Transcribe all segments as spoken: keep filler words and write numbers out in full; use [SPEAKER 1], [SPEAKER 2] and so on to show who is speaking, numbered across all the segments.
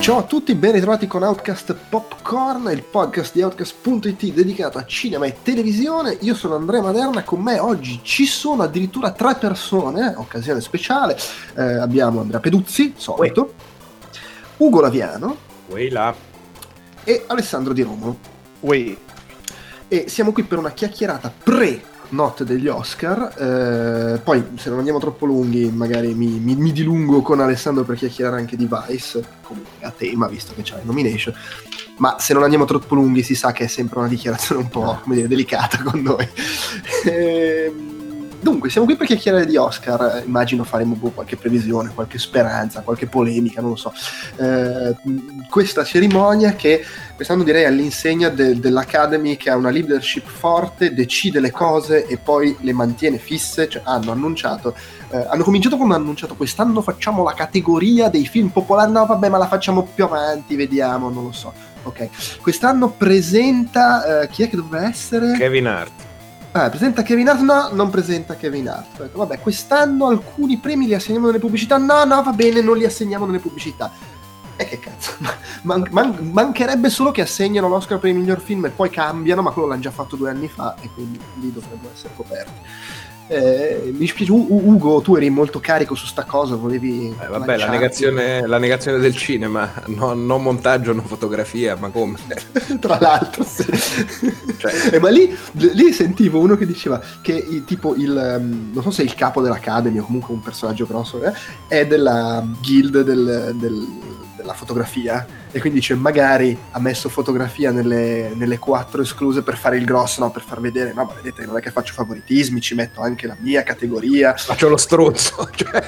[SPEAKER 1] Ciao a tutti, ben ritrovati con Outcast Popcorn, il podcast di Outcast punto it dedicato a cinema e televisione. Io sono Andrea Maderna, con me oggi ci sono addirittura tre persone, occasione speciale. Eh, abbiamo Andrea Peduzzi, solito, Uè. Ugo Laviano
[SPEAKER 2] Uè là.
[SPEAKER 1] e Alessandro Di Romolo.
[SPEAKER 3] Uè.
[SPEAKER 1] E siamo qui per una chiacchierata pre notte degli Oscar, eh, poi se non andiamo troppo lunghi magari mi, mi, mi dilungo con Alessandro per chiacchierare anche di Vice, comunque a tema visto che c'è la nomination, ma se non andiamo troppo lunghi si sa che è sempre una dichiarazione un po', come dire, delicata con noi. e, dunque siamo qui per chiacchierare di Oscar, immagino faremo qualche previsione, qualche speranza, qualche polemica, non lo so. Eh, questa cerimonia che quest'anno direi all'insegna de- dell'Academy, che ha una leadership forte, decide le cose e poi le mantiene fisse. Cioè hanno annunciato, eh, hanno cominciato con un annunciato: quest'anno facciamo la categoria dei film popolari, no vabbè ma la facciamo più avanti, vediamo, non lo so. Ok, quest'anno presenta, eh, chi è che doveva essere?
[SPEAKER 2] Kevin Hart.
[SPEAKER 1] Ah, presenta Kevin Hart? No, non presenta Kevin Hart. Detto, vabbè, quest'anno alcuni premi li assegniamo nelle pubblicità. No, no, va bene, non li assegniamo nelle pubblicità. E che cazzo, man- man- mancherebbe solo che assegnano l'Oscar per il miglior film e poi cambiano, ma quello l'hanno già fatto due anni fa e quindi lì dovrebbero essere coperti. Eh, mi spiace, U- U- Ugo, tu eri molto carico su sta cosa, volevi...
[SPEAKER 2] Eh, vabbè, la negazione, la negazione del cinema, no, non montaggio, non fotografia, ma come?
[SPEAKER 1] Tra l'altro, sì.
[SPEAKER 2] Cioè.
[SPEAKER 1] eh, ma lì, lì sentivo uno che diceva che il, tipo il, um, non so se è il capo dell'Academy o comunque un personaggio grosso, eh, è della guild del, del, della fotografia, e quindi dice magari ha messo fotografia nelle, nelle quattro escluse per fare il grosso, no, per far vedere, no, ma vedete, non è che faccio favoritismi, ci metto anche la mia categoria,
[SPEAKER 2] faccio lo stronzo, cioè.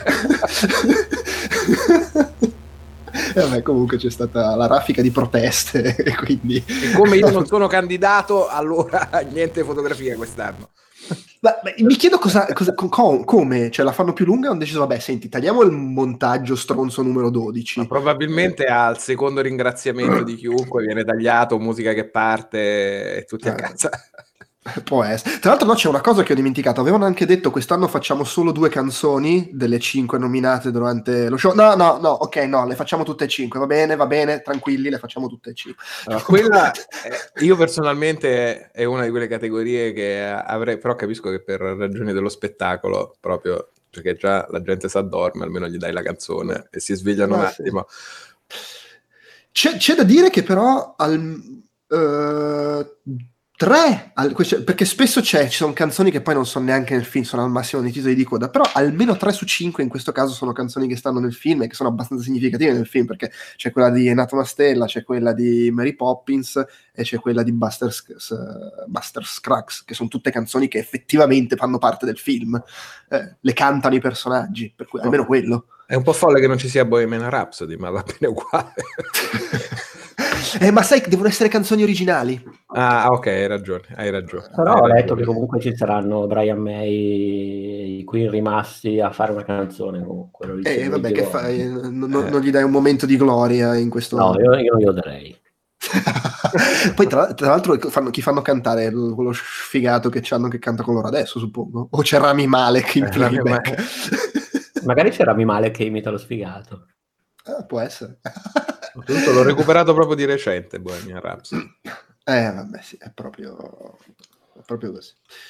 [SPEAKER 1] E vabbè, comunque c'è stata la raffica di proteste e quindi
[SPEAKER 2] e come io non sono candidato, allora niente fotografia quest'anno.
[SPEAKER 1] Ma, ma mi chiedo cosa, cosa com, come, cioè la fanno più lunga e hanno deciso vabbè senti tagliamo il montaggio stronzo numero dodici,
[SPEAKER 2] ma probabilmente eh. al secondo ringraziamento di chiunque viene tagliato, musica che parte e tutti eh. a casa.
[SPEAKER 1] Può essere. Tra l'altro no, c'è una cosa che ho dimenticato, avevano anche detto quest'anno facciamo solo due canzoni delle cinque nominate durante lo show. No, no, no, ok, no, le facciamo tutte e cinque, va bene, va bene, tranquilli, le facciamo tutte e cinque.
[SPEAKER 2] Allora, quella eh, io personalmente è una di quelle categorie che avrei, però capisco che per ragioni dello spettacolo, proprio perché già la gente si addorme, almeno gli dai la canzone e si svegliano
[SPEAKER 1] Ma
[SPEAKER 2] un attimo.
[SPEAKER 1] Sì. C'è, c'è da dire che però al uh, tre, perché spesso c'è, ci sono canzoni che poi non sono neanche nel film, sono al massimo nei titoli di coda, però almeno tre su cinque in questo caso sono canzoni che stanno nel film e che sono abbastanza significative nel film, perché c'è quella di È nata una stella, c'è quella di Mary Poppins e c'è quella di Buster, Buster Scruggs, che sono tutte canzoni che effettivamente fanno parte del film, eh, le cantano i personaggi, per cui almeno quello.
[SPEAKER 2] È un po' folle che non ci sia Bohemian Rhapsody, ma va bene uguale.
[SPEAKER 1] Eh, ma sai che devono essere canzoni originali.
[SPEAKER 2] Ah, ok, hai ragione, hai ragione.
[SPEAKER 3] Però
[SPEAKER 2] hai
[SPEAKER 3] ho
[SPEAKER 2] ragione.
[SPEAKER 3] letto che comunque ci saranno Brian May, i Queen rimasti a fare una canzone comunque.
[SPEAKER 1] Eh, vabbè, che fai? Non, non, non gli dai un momento di gloria in questo...
[SPEAKER 3] No, io, io non glielo darei.
[SPEAKER 1] Poi tra, tra l'altro fanno, chi fanno cantare quello sfigato che c'hanno che canta con loro adesso, suppongo? O c'è Rami Malek in
[SPEAKER 2] eh,
[SPEAKER 1] playback?
[SPEAKER 3] Magari c'è Rami Malek che imita lo sfigato.
[SPEAKER 1] Ah, può essere.
[SPEAKER 2] Tutto l'ho recuperato proprio di recente, Bohemian Rhapsody.
[SPEAKER 1] Eh, vabbè, sì, è proprio, è proprio così.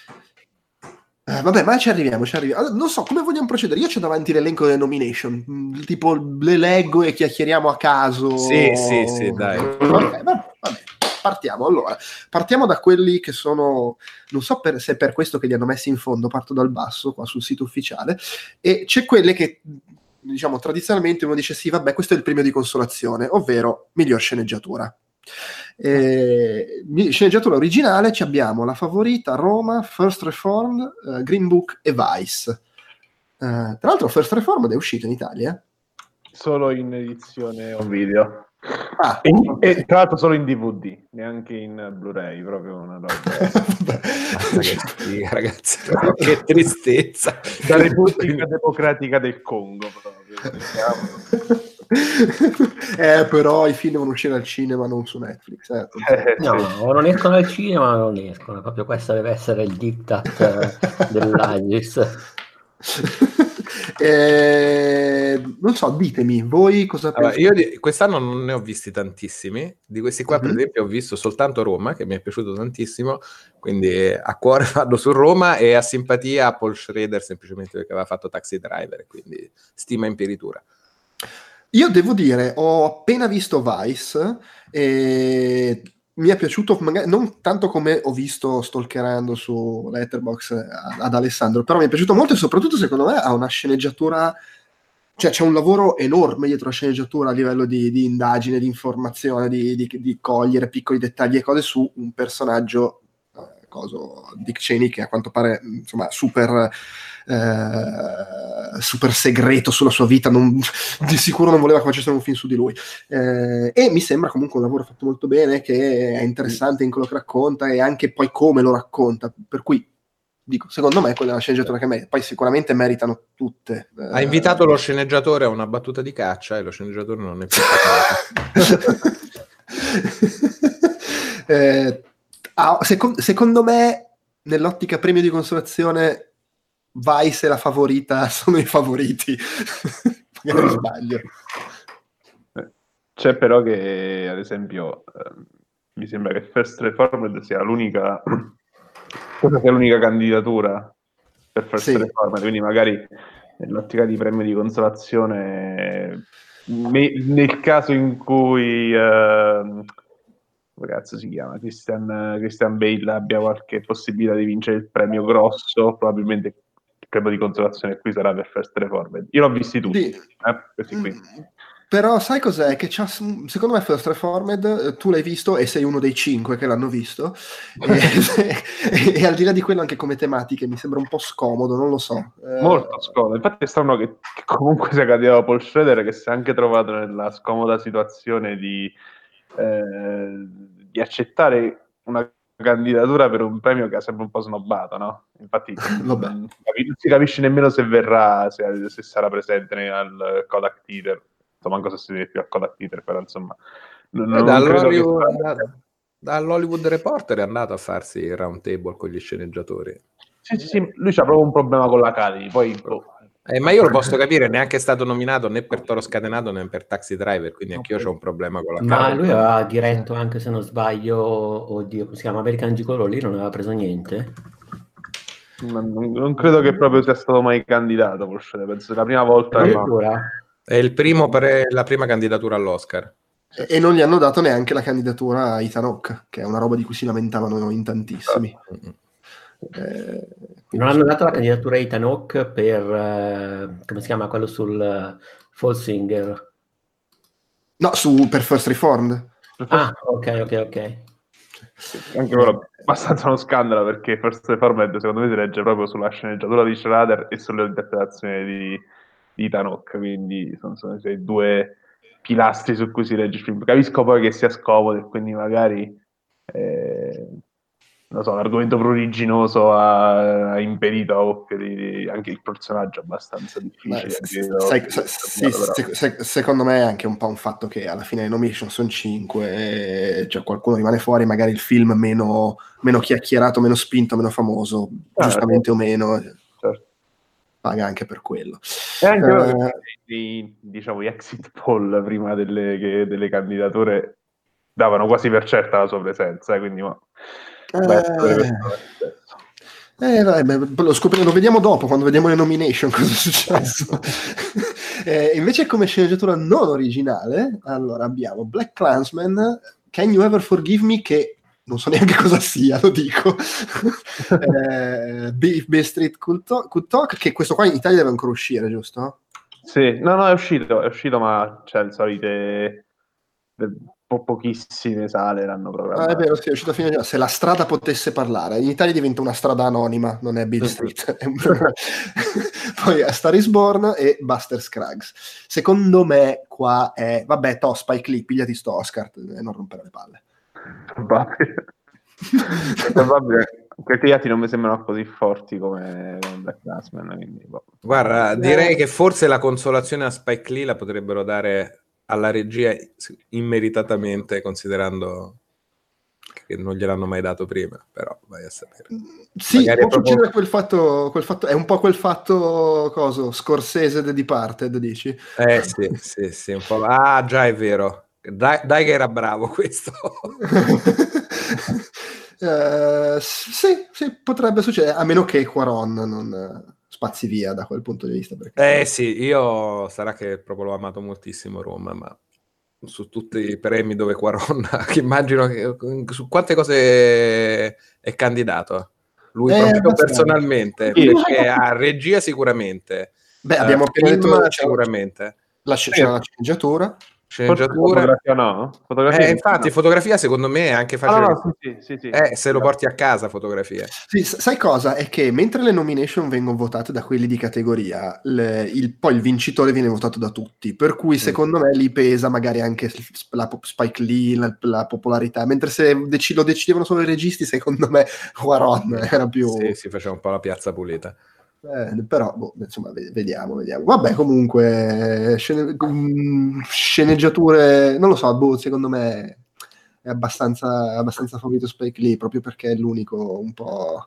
[SPEAKER 1] Eh, vabbè, ma ci arriviamo, ci arriviamo. Allora, non so come vogliamo procedere. Io c'ho davanti l'elenco delle nomination, tipo le leggo e chiacchieriamo a caso.
[SPEAKER 2] Sì, sì, sì, dai.
[SPEAKER 1] Okay, vabbè, vabbè. Partiamo, allora, partiamo da quelli che sono, non so per, se è per questo che li hanno messi in fondo, parto dal basso, qua sul sito ufficiale, e c'è quelle che, diciamo, tradizionalmente uno dice sì, vabbè, questo è il premio di consolazione, ovvero miglior sceneggiatura. Eh, sceneggiatura originale ci abbiamo La Favorita, Roma, First Reformed, uh, Green Book e Vice. Uh, tra l'altro First Reformed è uscito in Italia?
[SPEAKER 4] Solo in edizione on video.
[SPEAKER 1] Ah,
[SPEAKER 4] e,
[SPEAKER 1] okay.
[SPEAKER 4] e tra l'altro solo in D V D, neanche in Blu-ray, proprio una roba.
[SPEAKER 2] che figa, ragazzi, che tristezza.
[SPEAKER 4] La Repubblica Democratica del Congo proprio.
[SPEAKER 1] eh, però i film devono uscire al cinema, non su Netflix. Eh.
[SPEAKER 3] Eh, no, no, non escono al cinema, non escono. Proprio questo deve essere il diktat dell'Agis.
[SPEAKER 1] Eh, non so, ditemi, voi cosa
[SPEAKER 2] Allora,
[SPEAKER 1] pensate?
[SPEAKER 2] io di- quest'anno non ne ho visti tantissimi, di questi qua per
[SPEAKER 1] Mhm.
[SPEAKER 2] esempio ho visto soltanto Roma, che mi è piaciuto tantissimo, quindi a cuore vado su Roma e a simpatia a Paul Schrader semplicemente perché aveva fatto Taxi Driver, quindi stima in pieritura.
[SPEAKER 1] Io devo dire, ho appena visto Vice e mi è piaciuto, magari, non tanto come ho visto stalkerando su Letterboxd ad Alessandro, però mi è piaciuto molto e soprattutto secondo me ha una sceneggiatura, cioè c'è un lavoro enorme dietro la sceneggiatura a livello di, di indagine, di informazione, di, di- di cogliere piccoli dettagli e cose su un personaggio, eh, coso, Dick Cheney, che a quanto pare insomma super... eh, super segreto sulla sua vita, non, di sicuro non voleva che facessero un film su di lui, eh, e mi sembra comunque un lavoro fatto molto bene, che è interessante in quello che racconta e anche poi come lo racconta, per cui dico, secondo me quella è una sceneggiatura che merita, poi sicuramente meritano tutte.
[SPEAKER 2] Ha invitato lo sceneggiatore a una battuta di caccia e lo sceneggiatore non è più
[SPEAKER 1] eh, ah, seco- secondo me nell'ottica premio di consolazione Vice e la favorita sono i favoriti. Magari sbaglio.
[SPEAKER 4] C'è però che, ad esempio, ehm, mi sembra che First Reformed sia l'unica cosa sia l'unica candidatura per First
[SPEAKER 1] Sì.
[SPEAKER 4] Reformed, quindi magari nell'ottica di premio di consolazione, me- nel caso in cui ehm, come cazzo si chiama? Christian, Christian Bale abbia qualche possibilità di vincere il premio grosso, probabilmente il premio di consolazione qui sarà per First Reformed. Io l'ho visti tutti,
[SPEAKER 1] Di-
[SPEAKER 4] eh, questi qui.
[SPEAKER 1] Mm, Però sai cos'è? Che c'ha, secondo me First Reformed, eh, tu l'hai visto e sei uno dei cinque che l'hanno visto, e, e, e al di là di quello anche come tematiche mi sembra un po' scomodo, non lo so. Eh,
[SPEAKER 4] Molto scomodo. Infatti è stato che, che comunque si è candidato Paul Schrader, che si è anche trovato nella scomoda situazione di, eh, di accettare una candidatura per un premio che ha sempre un po' snobbato, no? Infatti
[SPEAKER 1] Vabbè.
[SPEAKER 4] non, non si capisce nemmeno se verrà, se, se sarà presente al Kodak Theater. Insomma, manco se si vede più al Kodak Theater, però insomma non,
[SPEAKER 2] Eh,
[SPEAKER 4] non credo che
[SPEAKER 2] dall'Hollywood, da- dall'Hollywood Reporter è andato a farsi il round table con gli sceneggiatori.
[SPEAKER 4] sì, sì, sì, lui c'ha proprio un problema con l'Academy, poi boh.
[SPEAKER 2] Eh, ma io lo posso capire, neanche è stato nominato né per Toro Scatenato né per Taxi Driver, quindi anch'io ho un problema con la
[SPEAKER 3] Ma
[SPEAKER 2] cara.
[SPEAKER 3] lui aveva diretto anche, se non sbaglio, oddio, come si chiama, American Gigolo, lì non aveva preso niente.
[SPEAKER 4] Non, non credo che proprio sia stato mai candidato, forse, penso sia la prima volta che...
[SPEAKER 3] Addirittura?
[SPEAKER 2] È il primo per la prima candidatura all'Oscar.
[SPEAKER 1] E, e non gli hanno dato neanche la candidatura a Ethan Hawke, che è una roba di cui si lamentavano in tantissimi. Eh,
[SPEAKER 3] Non hanno dato la candidatura a Ethan Hawke per, eh, come si chiama, quello sul uh, Fall Singer.
[SPEAKER 1] No, su, per First Reformed.
[SPEAKER 3] Ah, ok, ok, ok.
[SPEAKER 4] Anche quello è abbastanza uno scandalo, perché First Reformed secondo me si legge proprio sulla sceneggiatura di Schrader e sull'interpretazione di, di Ethan Hawke, quindi sono, sono i due pilastri su cui si legge il film. Capisco poi che sia scomodo e quindi magari eh, non so, l'argomento pruriginoso ha, ha impedito a Hawke di, di- anche il personaggio è abbastanza difficile.
[SPEAKER 1] Beh,
[SPEAKER 4] anche
[SPEAKER 1] sai-
[SPEAKER 4] da-
[SPEAKER 1] sai- sì,
[SPEAKER 4] però.
[SPEAKER 1] se- se- secondo me è anche un po' un fatto che alla fine le nomination sono cinque, e, cioè qualcuno rimane fuori, magari il film meno, meno chiacchierato, meno spinto, meno famoso,
[SPEAKER 4] Ah,
[SPEAKER 1] giustamente o meno,
[SPEAKER 4] certo.
[SPEAKER 1] paga anche per quello.
[SPEAKER 4] E anche
[SPEAKER 1] Eh,
[SPEAKER 4] proprio i, diciamo, gli exit poll prima delle, che- delle candidature davano quasi per certa la sua presenza, eh, quindi ma, vai a sapere
[SPEAKER 1] Eh.
[SPEAKER 4] questo stesso.
[SPEAKER 1] Eh, vabbè, beh, lo, scopriremo, lo vediamo dopo, quando vediamo le nomination, cosa è successo. eh, invece come sceneggiatura non originale, allora abbiamo Black Klansman, Can You Ever Forgive Me, che non so neanche cosa sia, lo dico, eh, Beef Bay Street Could Talk, Could Talk, che questo qua in Italia deve ancora uscire, giusto?
[SPEAKER 4] Sì, no, no, è uscito, è uscito, ma c'è il solite po- pochissime sale l'hanno
[SPEAKER 1] Ah, è
[SPEAKER 4] programmato.
[SPEAKER 1] vero, sì, è uscito a fine gennaio. Se la strada potesse parlare, in Italia diventa una strada anonima, non è Beef Street. È un- Poi a Star is Born e Buster Scruggs. Secondo me qua è, vabbè, to, Spike Lee, pigliati sto Oscar e non rompere le palle.
[SPEAKER 4] Probabile. Probabile. Questi altri non mi sembrano così forti come, come Black Klansman, quindi, boh.
[SPEAKER 2] Guarda, direi che forse la consolazione a Spike Lee la potrebbero dare alla regia immeritatamente, considerando che non gliel'hanno mai dato prima, però vai a sapere.
[SPEAKER 1] Sì,
[SPEAKER 2] Magari
[SPEAKER 1] può
[SPEAKER 2] è proprio-
[SPEAKER 1] succedere quel fatto, quel fatto, è un po' quel fatto, coso, Scorsese The Departed, dici?
[SPEAKER 2] Eh sì, sì, sì, un po'. Ah, già è vero. Dai, dai che era bravo questo.
[SPEAKER 1] Eh, sì, sì, potrebbe succedere, a meno che Quaron non eh, spazi via da quel punto di vista. Perché...
[SPEAKER 2] Eh sì, io sarà che proprio l'ho amato moltissimo Roma, ma su tutti i premi dove Quaron, che immagino che su quante cose è candidato? Lui
[SPEAKER 1] Eh,
[SPEAKER 2] proprio
[SPEAKER 1] abbastanza.
[SPEAKER 2] personalmente,
[SPEAKER 4] Sì.
[SPEAKER 2] perché a regia sicuramente,
[SPEAKER 1] Beh, abbiamo
[SPEAKER 2] eh,
[SPEAKER 1] appena
[SPEAKER 2] film
[SPEAKER 1] detto c'è
[SPEAKER 2] sicuramente,
[SPEAKER 1] la, sc- c'è la sceneggiatura.
[SPEAKER 4] Forse
[SPEAKER 2] sceneggiatura.
[SPEAKER 4] fotografia no? Fotografia
[SPEAKER 2] Eh,
[SPEAKER 4] mi
[SPEAKER 2] infatti,
[SPEAKER 4] no.
[SPEAKER 2] fotografia secondo me è anche
[SPEAKER 4] Ah,
[SPEAKER 2] facile.
[SPEAKER 4] no, no, sì, sì, sì, sì.
[SPEAKER 2] Eh, se lo porti a casa, fotografia.
[SPEAKER 1] Sì, s- sai cosa? È che mentre le nomination vengono votate da quelli di categoria, le- il- poi il vincitore viene votato da tutti, per cui secondo me lì pesa magari anche s- la pop- Spike Lee, la, la popolarità, mentre se deci- lo decidevano solo i registi, secondo me Quaron era più...
[SPEAKER 2] Sì, si faceva un po' la piazza pulita.
[SPEAKER 1] Eh, però, boh, insomma, ve- vediamo, vediamo. Vabbè, comunque, scene- mm, sceneggiature, non lo so, boh, secondo me è abbastanza, abbastanza favorito Spike Lee, proprio perché è l'unico un po'...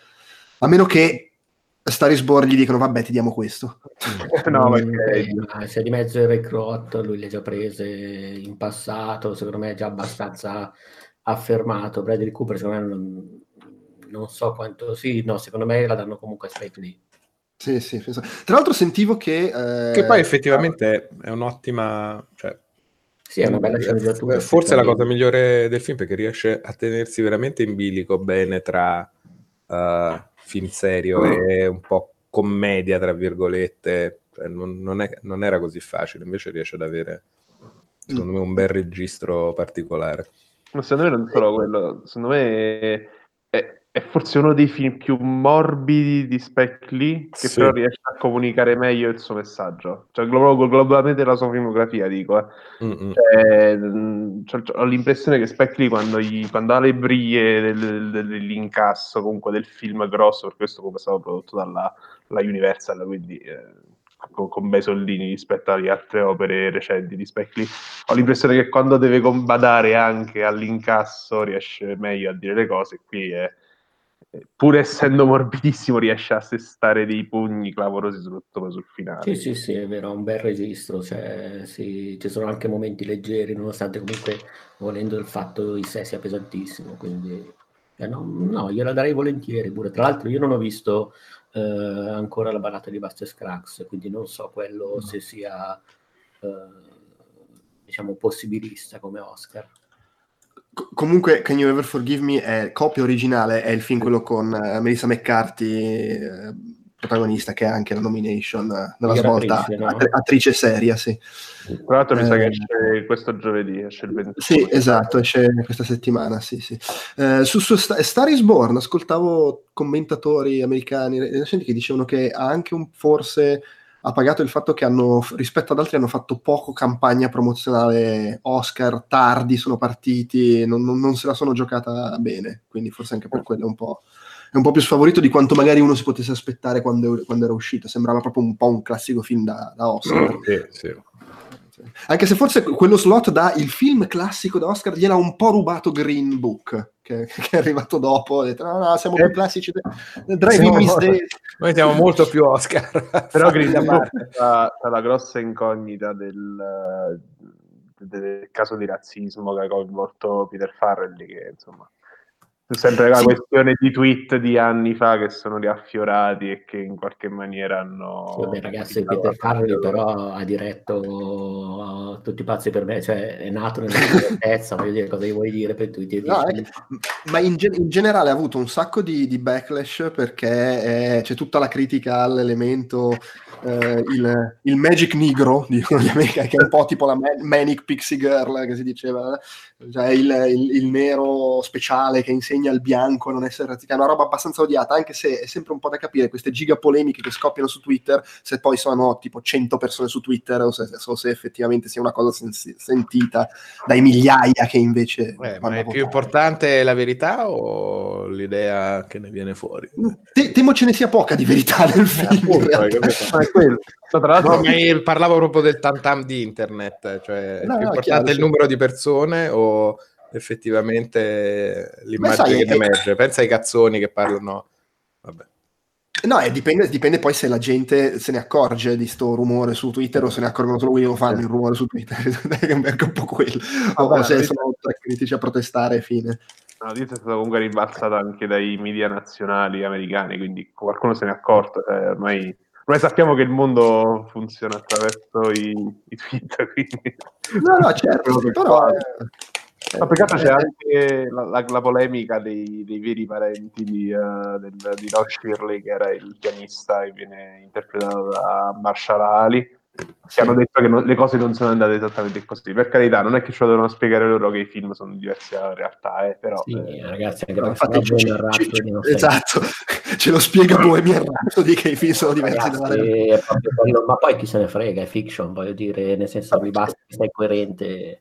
[SPEAKER 1] A meno che Star is Born gli dicono, vabbè, ti diamo questo.
[SPEAKER 4] No,
[SPEAKER 3] Eh,
[SPEAKER 4] perché
[SPEAKER 3] ma c'è di mezzo il Ray Kroc, lui le ha già prese in passato, secondo me è già abbastanza affermato. Bradley Cooper, secondo me non, non so quanto, sì, no, secondo me la danno comunque a Spike Lee.
[SPEAKER 1] Sì, sì. penso- Tra l'altro sentivo che... eh,
[SPEAKER 2] Che poi effettivamente è un'ottima... Cioè,
[SPEAKER 3] Sì, è una bella sceneggiatura.
[SPEAKER 2] forse è la cosa
[SPEAKER 3] specialmente.
[SPEAKER 2] migliore del film, perché riesce a tenersi veramente in bilico bene tra uh, film serio e un po' commedia, tra virgolette. Cioè, non, non, è, non era così facile, invece riesce ad avere, secondo me, un bel registro particolare.
[SPEAKER 4] Ma secondo me non solo quello, secondo me è, è- è forse uno dei film più morbidi di Spike Lee, che
[SPEAKER 2] Sì.
[SPEAKER 4] però riesce a comunicare meglio il suo messaggio. Cioè, glo- globalmente la sua filmografia, dico. eh.
[SPEAKER 2] Mm-mm.
[SPEAKER 4] Cioè, mh, cioè, cioè, ho l'impressione che Spike Lee, quando, gli, quando ha le briglie del- del- dell'incasso, comunque del film grosso, per questo comunque è stato prodotto dalla, dalla Universal, quindi... eh, con, con bei soldini rispetto alle altre opere recenti di Spike Lee, ho l'impressione che quando deve badare anche all'incasso riesce meglio a dire le cose. Qui è, pur essendo morbidissimo, riesce a assestare dei pugni clamorosi, soprattutto sul finale.
[SPEAKER 3] Sì, sì, sì, è vero, ha un bel registro, cioè, sì, ci sono anche momenti leggeri, nonostante comunque, volendo il fatto in sé sia pesantissimo, quindi eh, no, no, gliela darei volentieri pure. Tra l'altro io non ho visto eh, ancora la ballata di Buster Scruggs, quindi non so quello se sia, eh, diciamo, possibilista come Oscar.
[SPEAKER 1] Co- Comunque, Can You Ever Forgive Me è copia originale, è il film quello con eh, Melissa McCarthy, eh, protagonista, che ha anche la nomination eh, nella
[SPEAKER 3] Miglior
[SPEAKER 1] svolta
[SPEAKER 3] attrice, no?
[SPEAKER 1] att- attrice seria, sì.
[SPEAKER 4] Tra l'altro mi sa che
[SPEAKER 1] Eh,
[SPEAKER 4] esce questo giovedì, esce il ventuno.
[SPEAKER 1] Sì, esatto, esce questa settimana, sì, sì. Eh, su, su Sta- Star is Born ascoltavo commentatori americani recenti che dicevano che ha anche un forse ha pagato il fatto che hanno, rispetto ad altri, hanno fatto poco campagna promozionale Oscar, tardi sono partiti, non, non- non se la sono giocata bene, quindi forse anche per quello è un po', è un po' più sfavorito di quanto magari uno si potesse aspettare quando, quando era uscito, sembrava proprio un po' un classico film da, da Oscar.
[SPEAKER 2] Sì, sì.
[SPEAKER 1] Anche se forse quello slot da il film classico da Oscar gliel'ha un po' rubato Green Book, che, che è arrivato dopo, ha detto no, no, siamo più classici. Drive-in Miss Daisy.
[SPEAKER 2] Noi siamo molto più Oscar.
[SPEAKER 4] Però
[SPEAKER 2] Fatti
[SPEAKER 4] Green
[SPEAKER 2] da
[SPEAKER 4] Book
[SPEAKER 2] parte.
[SPEAKER 4] c'ha, c'ha la grossa incognita del, del caso di razzismo che ha coinvolto Peter Farrelly, che insomma è sempre la
[SPEAKER 1] Sì.
[SPEAKER 4] questione di tweet di anni fa che sono riaffiorati e che in qualche maniera hanno...
[SPEAKER 3] Sì, vabbè, ragazzi, Peter Farrelly però ha diretto uh, Tutti pazzi per me, cioè è nato nella certezza, voglio dire, cosa gli vuoi dire per tutti?
[SPEAKER 1] No, è che- ma in, gen- in generale ha avuto un sacco di, di backlash perché eh, c'è tutta la critica all'elemento eh, il, il magic negro, dicono gli americani, che è un po' tipo la man- manic pixie girl che si diceva, eh? Cioè il, il- il nero speciale che insegna al bianco a non essere razzista, è una roba abbastanza odiata, anche se è sempre un po' da capire queste giga polemiche che scoppiano su Twitter, se poi sono tipo cento persone su Twitter o se, o se effettivamente sia una cosa sen- sentita dai migliaia che invece
[SPEAKER 2] Eh,
[SPEAKER 1] vanno
[SPEAKER 2] ma
[SPEAKER 1] a
[SPEAKER 2] è più
[SPEAKER 1] votare.
[SPEAKER 2] importante la verità o l'idea che ne viene fuori?
[SPEAKER 1] Te- temo ce ne sia poca di verità nel film. in
[SPEAKER 2] appunto, hai
[SPEAKER 1] realtà.
[SPEAKER 2] capito?
[SPEAKER 4] Ma è quello. Tra l'altro,
[SPEAKER 2] No, ma io parlavo proprio del tam tam di internet, cioè è
[SPEAKER 1] No,
[SPEAKER 2] più
[SPEAKER 1] no,
[SPEAKER 2] importante
[SPEAKER 1] chiaro,
[SPEAKER 2] il
[SPEAKER 1] sì.
[SPEAKER 2] numero di persone o effettivamente l'immagine
[SPEAKER 1] sai,
[SPEAKER 2] che
[SPEAKER 1] è...
[SPEAKER 2] ne emerge. Pensa ai cazzoni che parlano. Vabbè.
[SPEAKER 1] No, eh, dipende, dipende poi se la gente se ne accorge di sto rumore su Twitter o se ne accorgono solo quelli che lo fanno il rumore su Twitter. È anche un po' quello. O,
[SPEAKER 4] Vabbè,
[SPEAKER 1] o se
[SPEAKER 4] la
[SPEAKER 1] sono critici a protestare, fine.
[SPEAKER 4] La notizia è stata comunque rimbalzata anche dai media nazionali americani, quindi qualcuno se ne è accorto. Cioè, ormai, ormai sappiamo che il mondo funziona attraverso i, i tweet, quindi...
[SPEAKER 1] No, no, certo, però... Eh...
[SPEAKER 4] Ma peccato c'è anche la, la, la polemica dei, dei veri parenti di, uh, del, di Rod Shirley, che era il pianista e viene interpretato da Marshall Ali, che sì. hanno detto che non, le cose non sono andate esattamente così. Per carità, non è che ce lo devono spiegare loro che i film sono diversi dalla realtà, eh, però...
[SPEAKER 3] Sì,
[SPEAKER 4] eh,
[SPEAKER 3] ragazzi, anche
[SPEAKER 1] no,
[SPEAKER 3] perché
[SPEAKER 1] infatti,
[SPEAKER 3] Bohemian Rhapsody non
[SPEAKER 1] esatto, ce lo spiega Bohemian Rhapsody che i film sono diversi
[SPEAKER 3] ragazzi,
[SPEAKER 1] dalla realtà.
[SPEAKER 3] è proprio quello, ma poi chi se ne frega, è fiction, voglio dire, nel senso mi basta che stai coerente...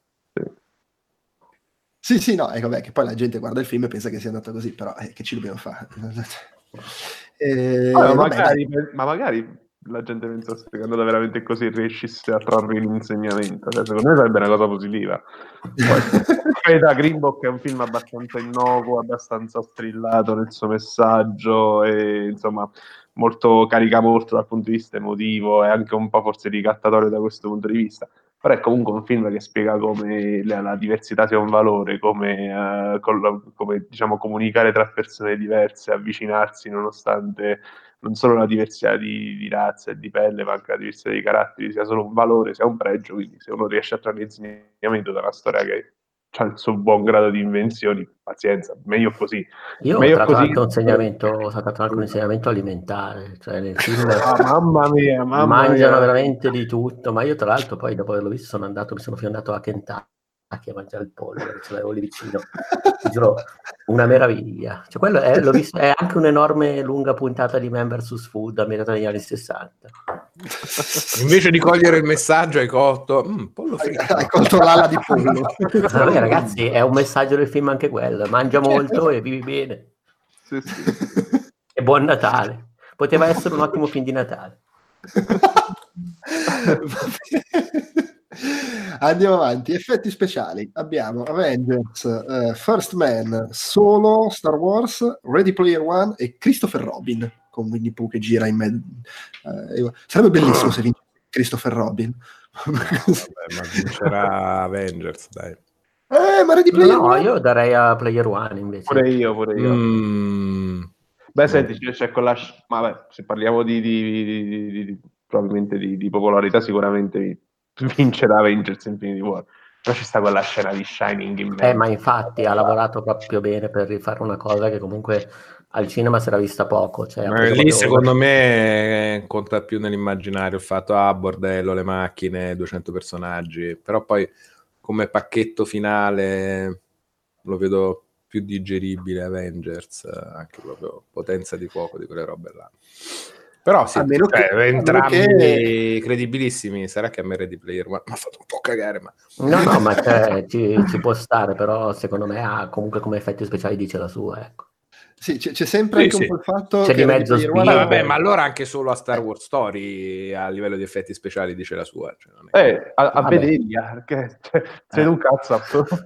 [SPEAKER 1] Sì, sì, no, ecco, beh, che poi la gente guarda il film e pensa che sia andato così, però eh, che ci dobbiamo fare? Eh,
[SPEAKER 4] ma,
[SPEAKER 1] vabbè,
[SPEAKER 4] magari, ma magari la gente pensasse che è andata veramente così e riuscisse a trarre l'insegnamento. Cioè, secondo me sarebbe una cosa positiva. Poi, da Green Book è un film abbastanza innocuo, abbastanza strillato nel suo messaggio e insomma molto carica molto dal punto di vista emotivo e anche un po' forse ricattatorio da questo punto di vista. Però è comunque un film che spiega come la, la diversità sia un valore, come, uh, con, come diciamo, comunicare tra persone diverse, avvicinarsi nonostante non solo la diversità di, di razza e di pelle, ma anche la diversità di caratteri sia solo un valore, sia un pregio. Quindi se uno riesce a trarre insegnamento da una storia che ha il suo buon grado di invenzioni, pazienza, meglio così.
[SPEAKER 3] Io
[SPEAKER 4] meglio
[SPEAKER 3] ho tratto
[SPEAKER 4] così
[SPEAKER 3] anche un insegnamento, ho tratto anche un insegnamento alimentare, cioè nel film
[SPEAKER 4] ah, mamma mia, mamma
[SPEAKER 3] mangiano
[SPEAKER 4] mia.
[SPEAKER 3] veramente di tutto, ma io tra l'altro poi dopo averlo visto sono andato, mi sono andato a Kentucky a mangiare il pollo, perché ce l'avevo lì vicino, ti giuro, una meraviglia. Cioè, quello è, l'ho visto, è anche un'enorme lunga puntata di Man versus Food ambientata negli anni sessanta.
[SPEAKER 2] Invece di cogliere il messaggio hai colto mm, pollo fritto.
[SPEAKER 1] Hai colto l'ala di pollo.
[SPEAKER 3] Vabbè, ragazzi, è un messaggio del film anche quello, mangia molto e vivi bene.
[SPEAKER 4] Sì, sì.
[SPEAKER 3] E buon Natale. Poteva essere un ottimo film di Natale.
[SPEAKER 1] Andiamo avanti. Effetti speciali. Abbiamo Avengers, uh, First Man, Solo, Star Wars, Ready Player One e Christopher Robin con Winnie Pooh che gira in mezzo. Uh, sarebbe bellissimo se vince Christopher Robin.
[SPEAKER 2] Vabbè, ma vincerà Avengers, dai.
[SPEAKER 1] Eh, ma Ready Player
[SPEAKER 3] no,
[SPEAKER 1] One?
[SPEAKER 3] Io darei a Player One invece.
[SPEAKER 4] Pure io, pure io.
[SPEAKER 2] Mm.
[SPEAKER 4] Beh, senti, c'è, c'è con la... Ma beh, se parliamo di, di, di, di, di probabilmente di, di popolarità, sicuramente vincerà Avengers Infinity War. Però ci sta quella scena di Shining in mezzo.
[SPEAKER 3] Eh, ma infatti ha lavorato proprio bene per rifare una cosa che comunque al cinema si era vista poco. Cioè,
[SPEAKER 2] Ma lì secondo me conta più nell'immaginario il fatto, ah, bordello, le macchine, duecento personaggi, però poi come pacchetto finale lo vedo più digeribile Avengers, anche proprio potenza di fuoco di quelle robe là. Però sì,
[SPEAKER 1] Almeno
[SPEAKER 2] cioè,
[SPEAKER 1] che,
[SPEAKER 2] entrambi
[SPEAKER 1] che...
[SPEAKER 2] credibilissimi. Sarà che a me Ready Player One mi ha fatto un po' cagare, ma
[SPEAKER 3] no no ma cioè, ci, ci può stare, però secondo me ha comunque come effetti speciali dice la sua, ecco.
[SPEAKER 1] Sì, c'è, c'è sempre
[SPEAKER 2] sì,
[SPEAKER 1] anche
[SPEAKER 2] sì.
[SPEAKER 1] un po' il fatto
[SPEAKER 3] c'è
[SPEAKER 1] che
[SPEAKER 3] di mezzo
[SPEAKER 1] Ready
[SPEAKER 3] One...
[SPEAKER 2] One... vabbè, ma allora anche solo a Star Wars Story a livello di effetti speciali dice la sua, cioè, non è...
[SPEAKER 4] eh, a, a vederli, perché cioè, sei
[SPEAKER 2] eh.
[SPEAKER 4] un cazzo.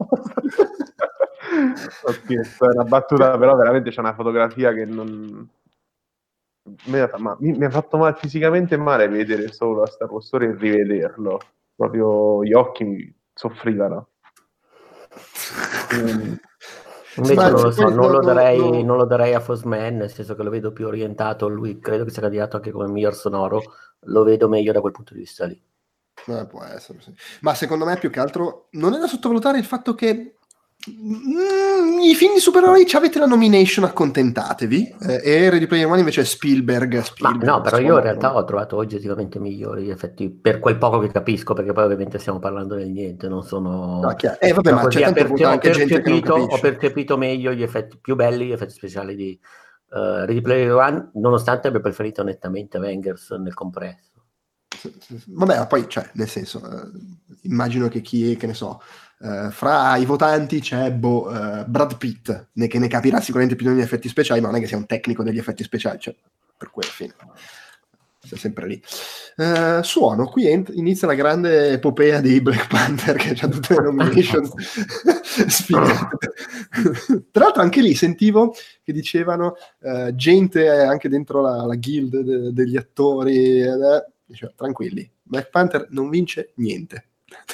[SPEAKER 4] Okay, è una battuta, però veramente c'è una fotografia che non mi ha, ma, mi, mi ha fatto male, fisicamente male vedere solo a Star Wars Story e rivederlo, proprio gli occhi mi soffrivano. mm.
[SPEAKER 3] Invece
[SPEAKER 1] ma
[SPEAKER 3] non lo so,
[SPEAKER 1] poi,
[SPEAKER 3] non,
[SPEAKER 1] no,
[SPEAKER 3] lo
[SPEAKER 1] no,
[SPEAKER 3] darei,
[SPEAKER 1] no.
[SPEAKER 3] non lo darei a First Man, nel senso che lo vedo più orientato, lui credo che sia candidato anche come miglior sonoro, lo vedo meglio da quel punto di vista lì.
[SPEAKER 1] Eh, può essere, sì. Ma secondo me più che altro non è da sottovalutare il fatto che mm, i film di supereroi ci avete la nomination, accontentatevi, eh, e Ready Player One invece è Spielberg, Spielberg
[SPEAKER 3] Ma no, però io in
[SPEAKER 1] insomma,
[SPEAKER 3] realtà ho trovato oggettivamente migliori gli effetti, per quel poco che capisco, perché poi ovviamente stiamo parlando del niente, non sono...
[SPEAKER 1] no, eh vabbè, ma
[SPEAKER 3] così,
[SPEAKER 1] c'è tanto
[SPEAKER 3] perce-
[SPEAKER 1] ho anche gente che non
[SPEAKER 3] percepito, ho
[SPEAKER 1] capisce.
[SPEAKER 3] percepito meglio gli effetti più belli, gli effetti speciali di uh, Ready Player One, nonostante abbia preferito nettamente Avengers nel compresso.
[SPEAKER 1] Vabbè, ma poi, cioè, nel senso, eh, immagino che chi, che ne so, eh, fra i votanti c'è boh, eh, Brad Pitt, ne, che ne capirà sicuramente più degli effetti speciali, ma non è che sia un tecnico degli effetti speciali, cioè, per quello, fine. Sei sempre lì. Uh, suono, qui ent- inizia la grande epopea di Black Panther che ha tutte le nominations sfigate. Tra l'altro anche lì sentivo che dicevano uh, gente anche dentro la, la guild de- degli attori, eh, diceva, tranquilli, Black Panther non vince niente.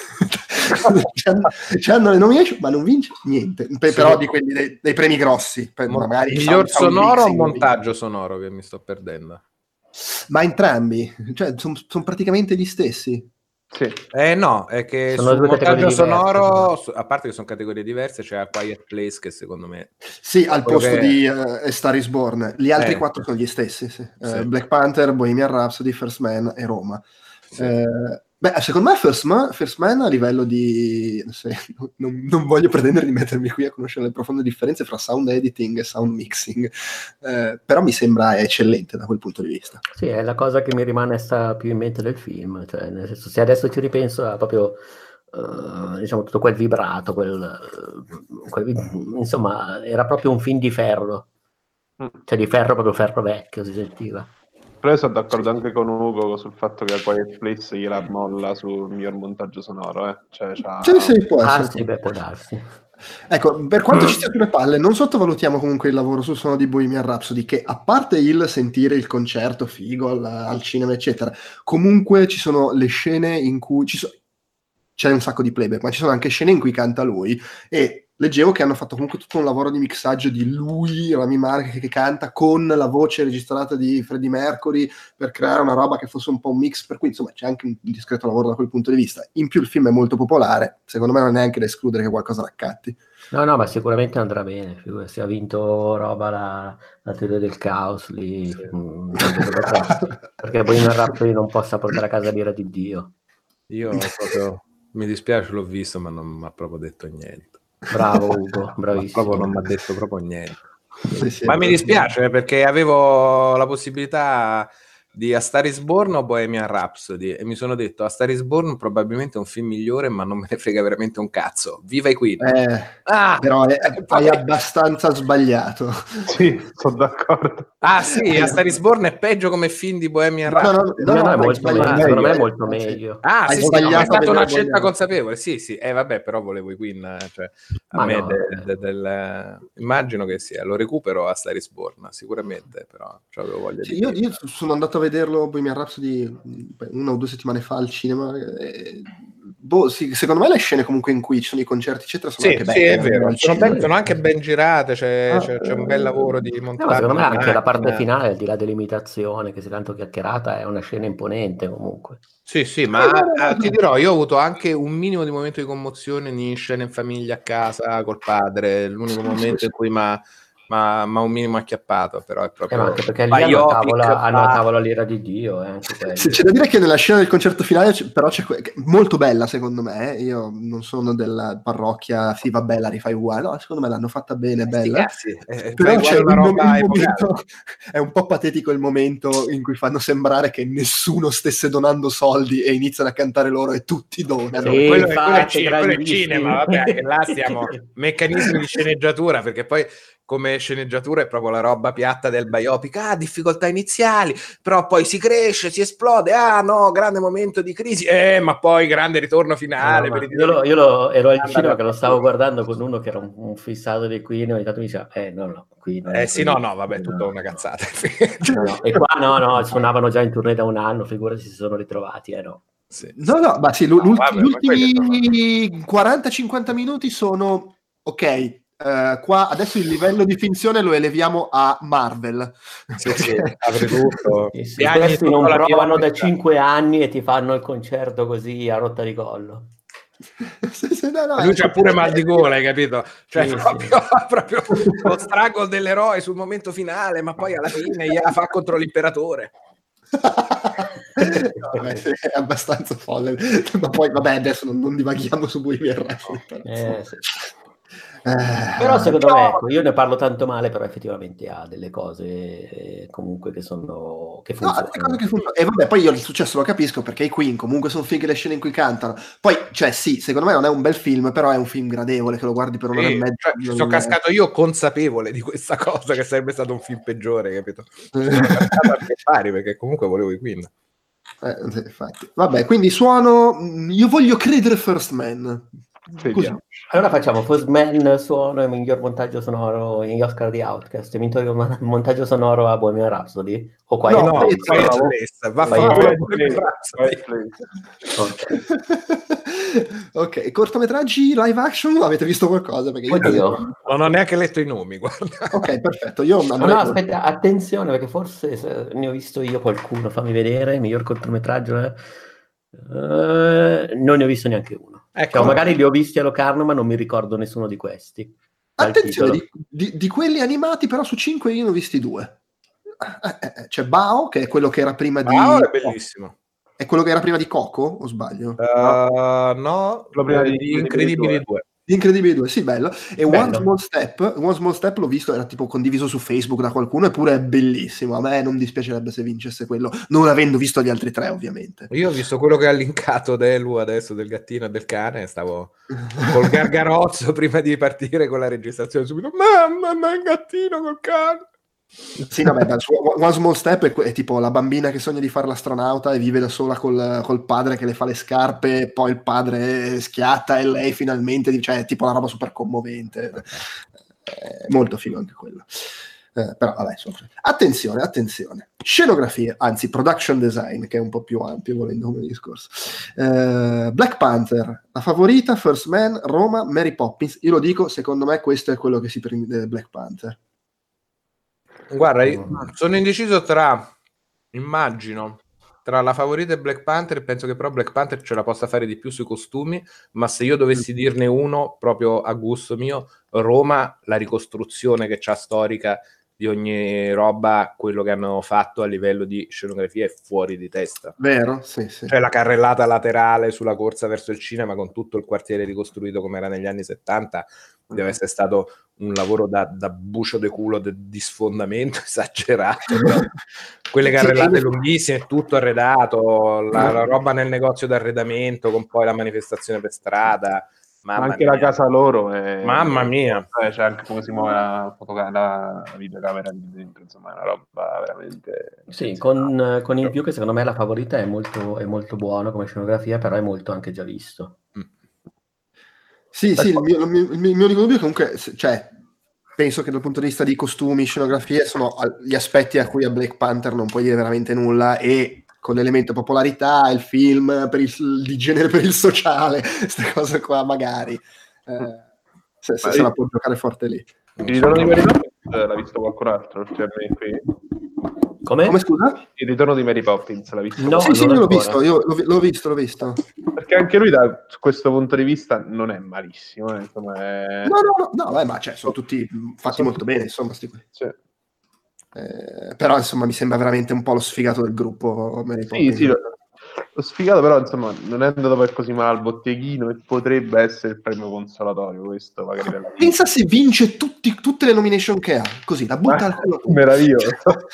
[SPEAKER 1] C'hanno le nomination ma non vince niente. Pe-
[SPEAKER 2] sì.
[SPEAKER 1] Però di quelli dei, dei premi grossi per
[SPEAKER 2] Mo-
[SPEAKER 1] magari
[SPEAKER 2] miglior
[SPEAKER 1] sound- sound
[SPEAKER 2] sonoro o
[SPEAKER 1] mixing,
[SPEAKER 2] montaggio sonoro che mi sto perdendo?
[SPEAKER 1] ma entrambi, cioè sono son praticamente gli stessi.
[SPEAKER 4] Sì.
[SPEAKER 2] Eh no, è che
[SPEAKER 3] Sono
[SPEAKER 2] sul
[SPEAKER 3] due
[SPEAKER 2] montaggio
[SPEAKER 3] categorie
[SPEAKER 2] sonoro,
[SPEAKER 3] diverse.
[SPEAKER 2] su- a parte che sono categorie diverse, c'è A Quiet Place che secondo me...
[SPEAKER 1] Sì, al
[SPEAKER 2] quello
[SPEAKER 1] posto
[SPEAKER 2] che-
[SPEAKER 1] di uh, A Star is Born. Gli altri
[SPEAKER 2] Eh,
[SPEAKER 1] quattro sono gli stessi, sì.
[SPEAKER 2] sì.
[SPEAKER 1] Uh, Black Panther, Bohemian Rhapsody, First Man e Roma.
[SPEAKER 2] Sì.
[SPEAKER 1] Uh, beh, secondo me First Man, First Man a livello di... se- non, non voglio pretendere di mettermi qui a conoscere le profonde differenze fra sound editing e sound mixing, uh, però mi sembra eccellente da quel punto di vista.
[SPEAKER 3] Sì, è la cosa che mi rimane sta più in mente del film, cioè nel senso, se adesso ci ripenso a proprio uh, diciamo tutto quel vibrato, quel, quel, insomma era proprio un film di ferro, cioè di ferro proprio ferro vecchio si sentiva.
[SPEAKER 4] Però io sono d'accordo anche con Ugo sul fatto che a Quiet Place gliela molla sul miglior montaggio sonoro, eh. Cioè, c'ha...
[SPEAKER 1] Sì, sì, può
[SPEAKER 3] Ah
[SPEAKER 1] essere.
[SPEAKER 3] sì, beh, può darsi.
[SPEAKER 1] Ecco, per quanto ci sia sulle palle, non sottovalutiamo comunque il lavoro sul suono di Bohemian Rhapsody, che a parte il sentire il concerto figo al, al cinema, eccetera, comunque ci sono le scene in cui ci so- c'è un sacco di playback, ma ci sono anche scene in cui canta lui, e leggevo che hanno fatto comunque tutto un lavoro di mixaggio di lui, Rami Malek, che, che canta con la voce registrata di Freddie Mercury per creare una roba che fosse un po' un mix, per cui insomma c'è anche un discreto lavoro da quel punto di vista. In più il film è molto popolare, secondo me non è neanche da escludere che qualcosa raccatti.
[SPEAKER 3] No, no, ma sicuramente andrà bene, figurati, se ha vinto roba la, la teoria del caos lì,
[SPEAKER 2] Sì.
[SPEAKER 3] mm, non vedo perché, perché poi in Rhapsody non possa portare a casa l'ira di Dio.
[SPEAKER 2] Io proprio mi dispiace, l'ho visto, ma non mi ha proprio detto niente.
[SPEAKER 3] Bravo Ugo,
[SPEAKER 2] Ma
[SPEAKER 3] bravissimo.
[SPEAKER 2] proprio non mi ha detto proprio niente.
[SPEAKER 1] Sì, sì,
[SPEAKER 2] Ma
[SPEAKER 1] è
[SPEAKER 2] mi
[SPEAKER 1] vero.
[SPEAKER 2] dispiace perché avevo la possibilità di A Star is Born o Bohemian Rhapsody e mi sono detto A Star is Born probabilmente è un film migliore, ma non me ne frega veramente un cazzo. Viva i Queen!
[SPEAKER 1] Eh,
[SPEAKER 2] Ah,
[SPEAKER 1] però è-
[SPEAKER 2] e poi-
[SPEAKER 1] hai abbastanza sbagliato.
[SPEAKER 4] Sì, sono d'accordo.
[SPEAKER 2] Ah sì, A Star is Born è peggio come film di Bohemian
[SPEAKER 1] No, no, no,
[SPEAKER 2] Rhapsody.
[SPEAKER 1] no,
[SPEAKER 3] No, no, è
[SPEAKER 1] hai
[SPEAKER 3] molto
[SPEAKER 1] sbagliato.
[SPEAKER 3] meglio, secondo me è
[SPEAKER 1] Eh,
[SPEAKER 3] molto
[SPEAKER 1] sì.
[SPEAKER 3] meglio.
[SPEAKER 2] Ah,
[SPEAKER 1] Hai
[SPEAKER 2] sì, sì, no, ma è
[SPEAKER 1] sbagliato a
[SPEAKER 2] stata
[SPEAKER 1] vedere
[SPEAKER 2] una
[SPEAKER 1] Bohemian
[SPEAKER 2] scelta
[SPEAKER 1] Rhapsody.
[SPEAKER 2] consapevole. Sì, sì, eh, vabbè, però volevo i Queen, eh, cioè, a
[SPEAKER 3] Ma
[SPEAKER 2] me
[SPEAKER 3] no,
[SPEAKER 2] de-
[SPEAKER 3] eh.
[SPEAKER 2] de- del- immagino che sia, lo recupero A Star is Born, sicuramente, però avevo voglia
[SPEAKER 1] Sì,
[SPEAKER 2] di
[SPEAKER 1] io,
[SPEAKER 2] Queen.
[SPEAKER 1] io sono andato a vederlo Bohemian Rhapsody mh, una o due settimane fa al cinema. E, boh, sì, secondo me le scene comunque in cui ci sono i concerti eccetera sono
[SPEAKER 2] Sì,
[SPEAKER 1] anche
[SPEAKER 2] sì,
[SPEAKER 1] belle.
[SPEAKER 2] è vero,
[SPEAKER 1] al
[SPEAKER 2] sono,
[SPEAKER 1] cinema.
[SPEAKER 2] ben- sono anche ben girate, c'è,
[SPEAKER 1] Ah,
[SPEAKER 2] c'è- c'è un bel lavoro di
[SPEAKER 3] Eh,
[SPEAKER 2] montaggio.
[SPEAKER 3] ma secondo me
[SPEAKER 2] di
[SPEAKER 3] anche la parte
[SPEAKER 2] macchina.
[SPEAKER 3] finale, al di là dell'imitazione, che si è tanto chiacchierata, è una scena imponente comunque.
[SPEAKER 2] Sì, sì, ma eh, ti dirò, io ho avuto anche un minimo di momento di commozione in scena in famiglia a casa col padre, l'unico
[SPEAKER 1] Sì,
[SPEAKER 2] momento
[SPEAKER 1] sì,
[SPEAKER 2] in cui mi ha un minimo acchiappato, però è
[SPEAKER 3] Eh,
[SPEAKER 2] proprio
[SPEAKER 3] ma anche perché lì hanno a
[SPEAKER 2] biopic,
[SPEAKER 3] tavola, hanno a
[SPEAKER 2] ba-
[SPEAKER 3] tavola l'ira di Dio, eh, anche quelli.
[SPEAKER 1] Sì, c'è da dire che nella scena del concerto finale c- però c'è que- che- molto bella secondo me, eh. Io non sono della parrocchia sì vabbè la rifai uguale, no, secondo me l'hanno fatta bene,
[SPEAKER 2] sti
[SPEAKER 1] bella,
[SPEAKER 2] cazzi, eh,
[SPEAKER 1] però
[SPEAKER 2] fai
[SPEAKER 1] c'è
[SPEAKER 2] uguale una
[SPEAKER 1] un, mom-
[SPEAKER 2] roba
[SPEAKER 1] il
[SPEAKER 2] epocale.
[SPEAKER 1] momento, è un po' patetico il momento in cui fanno sembrare che nessuno stesse donando soldi e iniziano a cantare loro e tutti donano.
[SPEAKER 3] Sì,
[SPEAKER 2] quello, è, quello, è,
[SPEAKER 3] infatti,
[SPEAKER 2] ci- quello è
[SPEAKER 3] grandissimi.
[SPEAKER 2] cinema, vabbè, anche là stiamo meccanismi di sceneggiatura, perché poi come sceneggiatura è proprio la roba piatta del biopic, ah, difficoltà iniziali, però poi si cresce, si esplode, ah no, grande momento di crisi, eh, ma poi grande ritorno
[SPEAKER 3] Eh,
[SPEAKER 2] finale.
[SPEAKER 3] no,
[SPEAKER 2] per
[SPEAKER 3] ma
[SPEAKER 2] i
[SPEAKER 3] io, lo, io lo, ero al
[SPEAKER 2] Andare
[SPEAKER 3] cinema
[SPEAKER 2] a
[SPEAKER 3] che lo stavo
[SPEAKER 2] partire.
[SPEAKER 3] guardando con uno che era un, un fissato dei Queen, ogni tanto mi diceva, eh no, no, qui non è
[SPEAKER 2] Eh sì,
[SPEAKER 3] così.
[SPEAKER 2] no, no, vabbè, tutta
[SPEAKER 3] No,
[SPEAKER 2] una
[SPEAKER 3] no.
[SPEAKER 2] cazzata.
[SPEAKER 3] No, no. E qua no, no, suonavano già in tournée da un anno, figurati si sono ritrovati, eh no.
[SPEAKER 2] Sì,
[SPEAKER 1] No,
[SPEAKER 2] sì.
[SPEAKER 1] no, ma sì,
[SPEAKER 2] No,
[SPEAKER 1] l'ult-
[SPEAKER 2] vabbè,
[SPEAKER 1] gli
[SPEAKER 2] ma quelli sono-
[SPEAKER 1] ultimi quaranta cinquanta minuti sono ok. eh, qua adesso il livello di finzione lo eleviamo a Marvel.
[SPEAKER 2] Sì, sì, apri tutto.
[SPEAKER 3] Sì, sì,
[SPEAKER 2] Piagni
[SPEAKER 3] questi
[SPEAKER 2] sotto
[SPEAKER 3] non
[SPEAKER 2] la
[SPEAKER 3] provano da
[SPEAKER 2] pioggia.
[SPEAKER 3] cinque anni e ti fanno il concerto così a rotta di collo.
[SPEAKER 1] Sì, sì, no, no,
[SPEAKER 2] Lui
[SPEAKER 1] è-
[SPEAKER 2] c'ha pure mal di gola, hai capito? Cioè,
[SPEAKER 3] Sì,
[SPEAKER 2] proprio, proprio lo struggle dell'eroe sul momento finale, ma poi alla fine gliela fa contro l'imperatore.
[SPEAKER 1] No, beh, sì, è abbastanza folle, ma poi vabbè adesso non, non divaghiamo su Bohemian Rhapsody, però,
[SPEAKER 3] Eh, sì.
[SPEAKER 1] Eh,
[SPEAKER 3] Però secondo
[SPEAKER 1] no,
[SPEAKER 3] me, ecco, io ne parlo tanto male, però effettivamente ha delle cose eh, comunque che sono che
[SPEAKER 1] no, le
[SPEAKER 3] funzionano.
[SPEAKER 1] cose che funzionano. E vabbè, poi io il successo lo capisco perché i Queen comunque sono fighe le scene in cui cantano. Poi, cioè, sì, secondo me non è un bel film, però è un film gradevole che lo guardi per un'ora
[SPEAKER 2] Sì,
[SPEAKER 1] e mezza.
[SPEAKER 2] cioè, ci sono
[SPEAKER 1] non-
[SPEAKER 2] cascato io consapevole di questa cosa, che sarebbe stato un film peggiore, capito? Ci sono cascato anche pari perché comunque volevo i Queen.
[SPEAKER 1] Eh, sì, infatti. Vabbè, quindi suono. mh, Io voglio credere First Man. Così.
[SPEAKER 4] Vediamo.
[SPEAKER 3] Allora facciamo First Man, suono e miglior montaggio sonoro in Oscar di Outcast, e miglior mon- montaggio sonoro a Bohemian Rhapsody o Quiet
[SPEAKER 1] No,
[SPEAKER 2] No,
[SPEAKER 3] Place?
[SPEAKER 1] Place,
[SPEAKER 2] Quiet
[SPEAKER 4] bravo.
[SPEAKER 2] Place, va
[SPEAKER 3] Quiet
[SPEAKER 2] fa-
[SPEAKER 4] Quiet Place.
[SPEAKER 3] Ok.
[SPEAKER 1] Ok, cortometraggi live action, avete visto qualcosa? Perché io
[SPEAKER 3] Oddio.
[SPEAKER 2] Non ho neanche letto i nomi, guarda.
[SPEAKER 1] Ok, perfetto. Io
[SPEAKER 3] No,
[SPEAKER 1] andrei
[SPEAKER 3] no,
[SPEAKER 1] con-
[SPEAKER 3] aspetta, attenzione, perché forse se- ne ho visto io qualcuno, fammi vedere, miglior cortometraggio, eh. Eh, non ne ho visto neanche uno.
[SPEAKER 2] Ecco.
[SPEAKER 3] Cioè, magari li ho visti a Locarno, ma non mi ricordo nessuno di questi. Dal
[SPEAKER 1] Attenzione,
[SPEAKER 3] titolo.
[SPEAKER 1] di, di- di quelli animati, però su cinque io ne ho visti due. Eh, eh, eh, C'è Bao, che è quello che era prima di.
[SPEAKER 2] Paolo è bellissimo.
[SPEAKER 1] È quello che era prima di Coco, o sbaglio?
[SPEAKER 2] Uh, no,
[SPEAKER 4] Quello prima
[SPEAKER 2] eh,
[SPEAKER 4] di
[SPEAKER 2] di
[SPEAKER 4] Incredibili
[SPEAKER 2] Incredibili
[SPEAKER 4] due.
[SPEAKER 2] due.
[SPEAKER 1] Gli Incredibili due, sì, bello. E
[SPEAKER 3] Bello.
[SPEAKER 1] One Small Step, One Small Step l'ho visto, era tipo condiviso su Facebook da qualcuno, eppure è bellissimo. A me non dispiacerebbe se vincesse quello, non avendo visto gli altri tre, ovviamente.
[SPEAKER 2] Io ho visto quello che ha linkato Delu adesso del gattino e del cane, stavo col gargarozzo prima di partire con la registrazione subito. Mamma, ma è un gattino col cane.
[SPEAKER 1] Sì, vabbè, dai, su One Small Step è, è tipo la bambina che sogna di fare l'astronauta e vive da sola col, col padre che le fa le scarpe, e poi il padre schiatta e lei finalmente, cioè è tipo una roba super commovente. È molto figo anche quello. Eh, però vabbè, insomma. Attenzione, attenzione. Scenografia, anzi production design, che è un po' più ampio volendo come discorso. Eh, Black Panther, la favorita, First Man, Roma, Mary Poppins. Io lo dico, secondo me questo è quello che si prende Black Panther.
[SPEAKER 2] Guarda, io sono indeciso tra, immagino, tra la favorita e Black Panther. Penso che però Black Panther ce la possa fare di più sui costumi, ma se io dovessi dirne uno proprio a gusto mio, Roma, la ricostruzione che c'ha storica di ogni roba, quello che hanno fatto a livello di scenografia è fuori di testa.
[SPEAKER 1] Vero? Sì, sì.
[SPEAKER 2] Cioè la carrellata laterale sulla corsa verso il cinema con tutto il quartiere ricostruito come era negli anni settanta deve essere stato un lavoro da, da bucio de culo, de, di sfondamento esagerato. Quelle carrellate
[SPEAKER 1] sì,
[SPEAKER 2] lunghissime, tutto arredato, la, la roba nel negozio d'arredamento con poi la manifestazione per strada. Mamma
[SPEAKER 4] anche
[SPEAKER 2] mia.
[SPEAKER 4] la casa loro è...
[SPEAKER 2] Mamma mia.
[SPEAKER 4] Eh, c'è anche come si muove la, fotoca- la videocamera lì dentro, insomma è una roba veramente...
[SPEAKER 3] Sì, con, con in più che secondo me la favorita è molto, è molto buono come scenografia, però è molto anche già visto.
[SPEAKER 1] Sì, sì, il mio, il mio, il mio unico dubbio è comunque, cioè, penso che dal punto di vista di costumi, scenografie, sono gli aspetti a cui a Black Panther non puoi dire veramente nulla, e con l'elemento popolarità, il film per il, di genere per il sociale, queste cose qua magari, eh, se, se, se la può giocare forte lì.
[SPEAKER 4] Il ritorno di Mary Poppins l'ha visto qualcun altro? Qui?
[SPEAKER 3] Come?
[SPEAKER 1] Come scusa?
[SPEAKER 4] Il ritorno di Mary Poppins l'ha visto?
[SPEAKER 3] No,
[SPEAKER 1] sì, sì,
[SPEAKER 3] non
[SPEAKER 1] io l'ho
[SPEAKER 3] ancora.
[SPEAKER 1] visto, io l'ho, l'ho visto, l'ho visto.
[SPEAKER 4] Perché anche lui da questo punto di vista non è malissimo, eh, insomma è...
[SPEAKER 1] No, no, no, no, eh, ma cioè, sono tutti fatti
[SPEAKER 4] sono
[SPEAKER 1] molto
[SPEAKER 4] tutti...
[SPEAKER 1] bene, insomma, sti qui.
[SPEAKER 4] Sì.
[SPEAKER 1] Eh, però insomma mi sembra veramente un po' lo sfigato del gruppo Mary
[SPEAKER 4] Sì,
[SPEAKER 1] Poppins.
[SPEAKER 4] sì, lo, lo sfigato, però insomma non è andato per così male al botteghino e potrebbe essere il premio consolatorio questo magari per la
[SPEAKER 1] Pensa se vince tutti, tutte le nomination che ha, così la butta al culo.
[SPEAKER 4] Meraviglioso.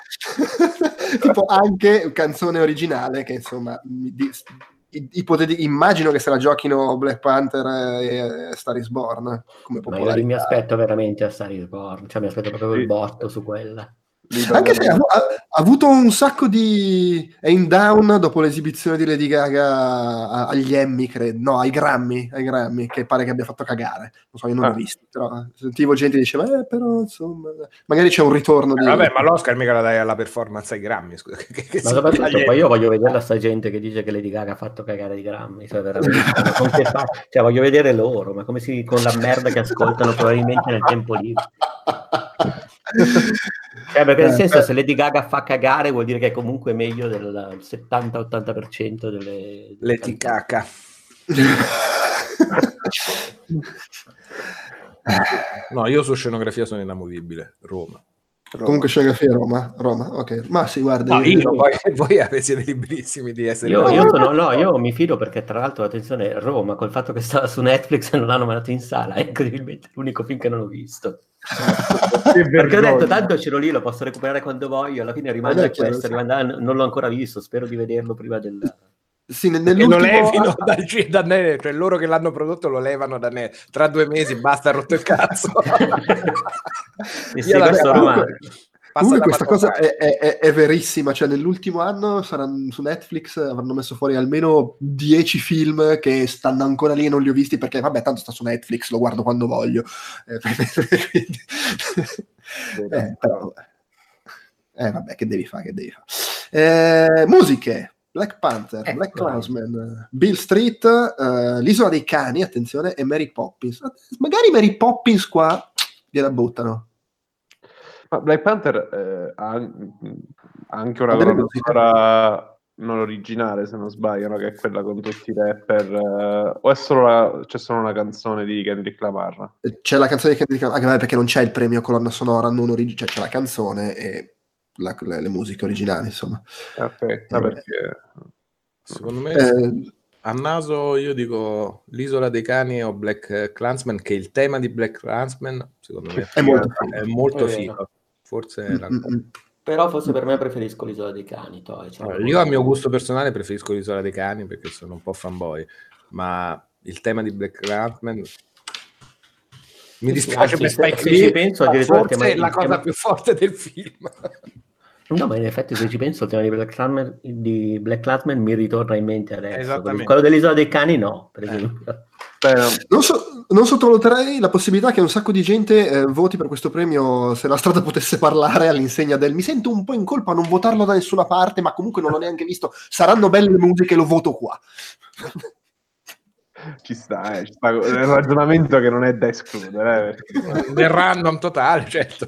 [SPEAKER 1] Tipo anche canzone originale che insomma mi di, ipoteti- immagino che se la giochino Black Panther e Star is Born come
[SPEAKER 3] Ma io lì mi aspetto veramente a Star is Born, cioè mi aspetto proprio
[SPEAKER 4] Sì.
[SPEAKER 3] il botto su quella.
[SPEAKER 1] Anche se ha, ha, ha avuto un sacco di è in down dopo l'esibizione di Lady Gaga a- agli Emmy, credo, no, ai Grammy, ai Grammy, che pare che abbia fatto cagare. Non so, io non
[SPEAKER 4] Ah.
[SPEAKER 1] l'ho visto, però sentivo gente che diceva, eh, però insomma, magari c'è un ritorno di...
[SPEAKER 2] Eh, vabbè, ma l'Oscar mica la dai alla performance ai Grammy, scusa. Che, che
[SPEAKER 3] Ma
[SPEAKER 2] si
[SPEAKER 3] soprattutto
[SPEAKER 2] taglia-
[SPEAKER 3] poi io voglio vedere sta gente che dice che Lady Gaga ha fatto cagare di Grammy, cioè veramente, ma con che fa- cioè voglio vedere loro, ma come si con la merda che ascoltano probabilmente nel tempo libero. Cioè, perché nel
[SPEAKER 1] Eh,
[SPEAKER 3] senso,
[SPEAKER 1] eh.
[SPEAKER 3] se Lady Gaga fa cagare vuol dire che è comunque meglio del settanta ottanta per cento delle, delle
[SPEAKER 2] Le
[SPEAKER 3] canzoni.
[SPEAKER 2] ticacca. No, io su scenografia sono inamovibile. Roma.
[SPEAKER 4] Roma.
[SPEAKER 1] Comunque scenografia Roma, Roma, ok. Ma si guarda.
[SPEAKER 2] No, io, poi voi siete liberissimi di essere...
[SPEAKER 3] Io, io, sono, no, io mi fido perché tra l'altro, attenzione, Roma, col fatto che stava su Netflix e non l'hanno mandato in sala, è incredibilmente l'unico film che non ho visto. Perché ho detto, tanto ce l'ho lì, lo posso recuperare quando voglio, alla fine rimanda
[SPEAKER 1] chiaro,
[SPEAKER 3] questo,
[SPEAKER 1] sì.
[SPEAKER 3] rimanda, non l'ho ancora visto, spero di vederlo prima del...
[SPEAKER 1] Sì,
[SPEAKER 2] Che
[SPEAKER 1] nell'ultimo...
[SPEAKER 2] lo levino dal, da Netflix, cioè loro che l'hanno prodotto lo levano da Netflix. Tra due mesi basta, ha rotto il cazzo.
[SPEAKER 3] E sì, questo
[SPEAKER 1] comunque, comunque questa cosa
[SPEAKER 2] è...
[SPEAKER 1] è, è, è verissima, cioè nell'ultimo anno saranno su Netflix, avranno messo fuori almeno dieci film che stanno ancora lì e non li ho visti perché vabbè tanto sta su Netflix, lo guardo quando voglio. Eh, quindi... eh, però... eh vabbè, che devi fare, che devi fare. Eh, musiche. Black Panther,
[SPEAKER 3] eh,
[SPEAKER 1] Black Klansman, Bill Street, uh, L'Isola dei Cani, attenzione, e Mary Poppins. Magari Mary Poppins qua gliela buttano.
[SPEAKER 4] Ma Black Panther eh, ha, ha anche una colonna sonora non originale, se non sbaglio, no? Che è quella con tutti i rapper. Eh, o è solo la, c'è solo una canzone di Kendrick Lamar?
[SPEAKER 1] C'è la canzone di Kendrick Lamar, anche perché non c'è il premio colonna sonora non originale, cioè c'è la canzone e la, le, le musiche originali, insomma.
[SPEAKER 4] Ok, no, perché...
[SPEAKER 2] Secondo me
[SPEAKER 1] eh,
[SPEAKER 2] a naso io dico L'Isola dei Cani o Black Klansman, che il tema di Black Klansman secondo me
[SPEAKER 1] è molto figo,
[SPEAKER 2] è molto
[SPEAKER 3] è
[SPEAKER 2] figo. Forse è la...
[SPEAKER 3] però forse per me preferisco L'Isola dei Cani. Toh, cioè,
[SPEAKER 2] allora, io a mio gusto personale preferisco L'Isola dei Cani perché sono un po' fanboy, ma il tema di Black Klansman mi dispiace per Spike Lee, penso, forse è la cosa tema... più forte del film.
[SPEAKER 3] No, ma in effetti se ci penso il tema di Black Klansman, di Black Klansman mi ritorna in mente adesso. Quello dell'Isola dei Cani no, per esempio.
[SPEAKER 1] Eh. Non, so, non sottovaluterei la possibilità che un sacco di gente eh, voti per questo premio se la strada potesse parlare all'insegna del mi sento un po' in colpa a non votarlo da nessuna parte, ma comunque non l'ho neanche visto, saranno belle le musiche, lo voto qua.
[SPEAKER 4] Ci sta, eh, ci sta, è un ragionamento che non è da escludere. Eh,
[SPEAKER 2] del random totale, certo.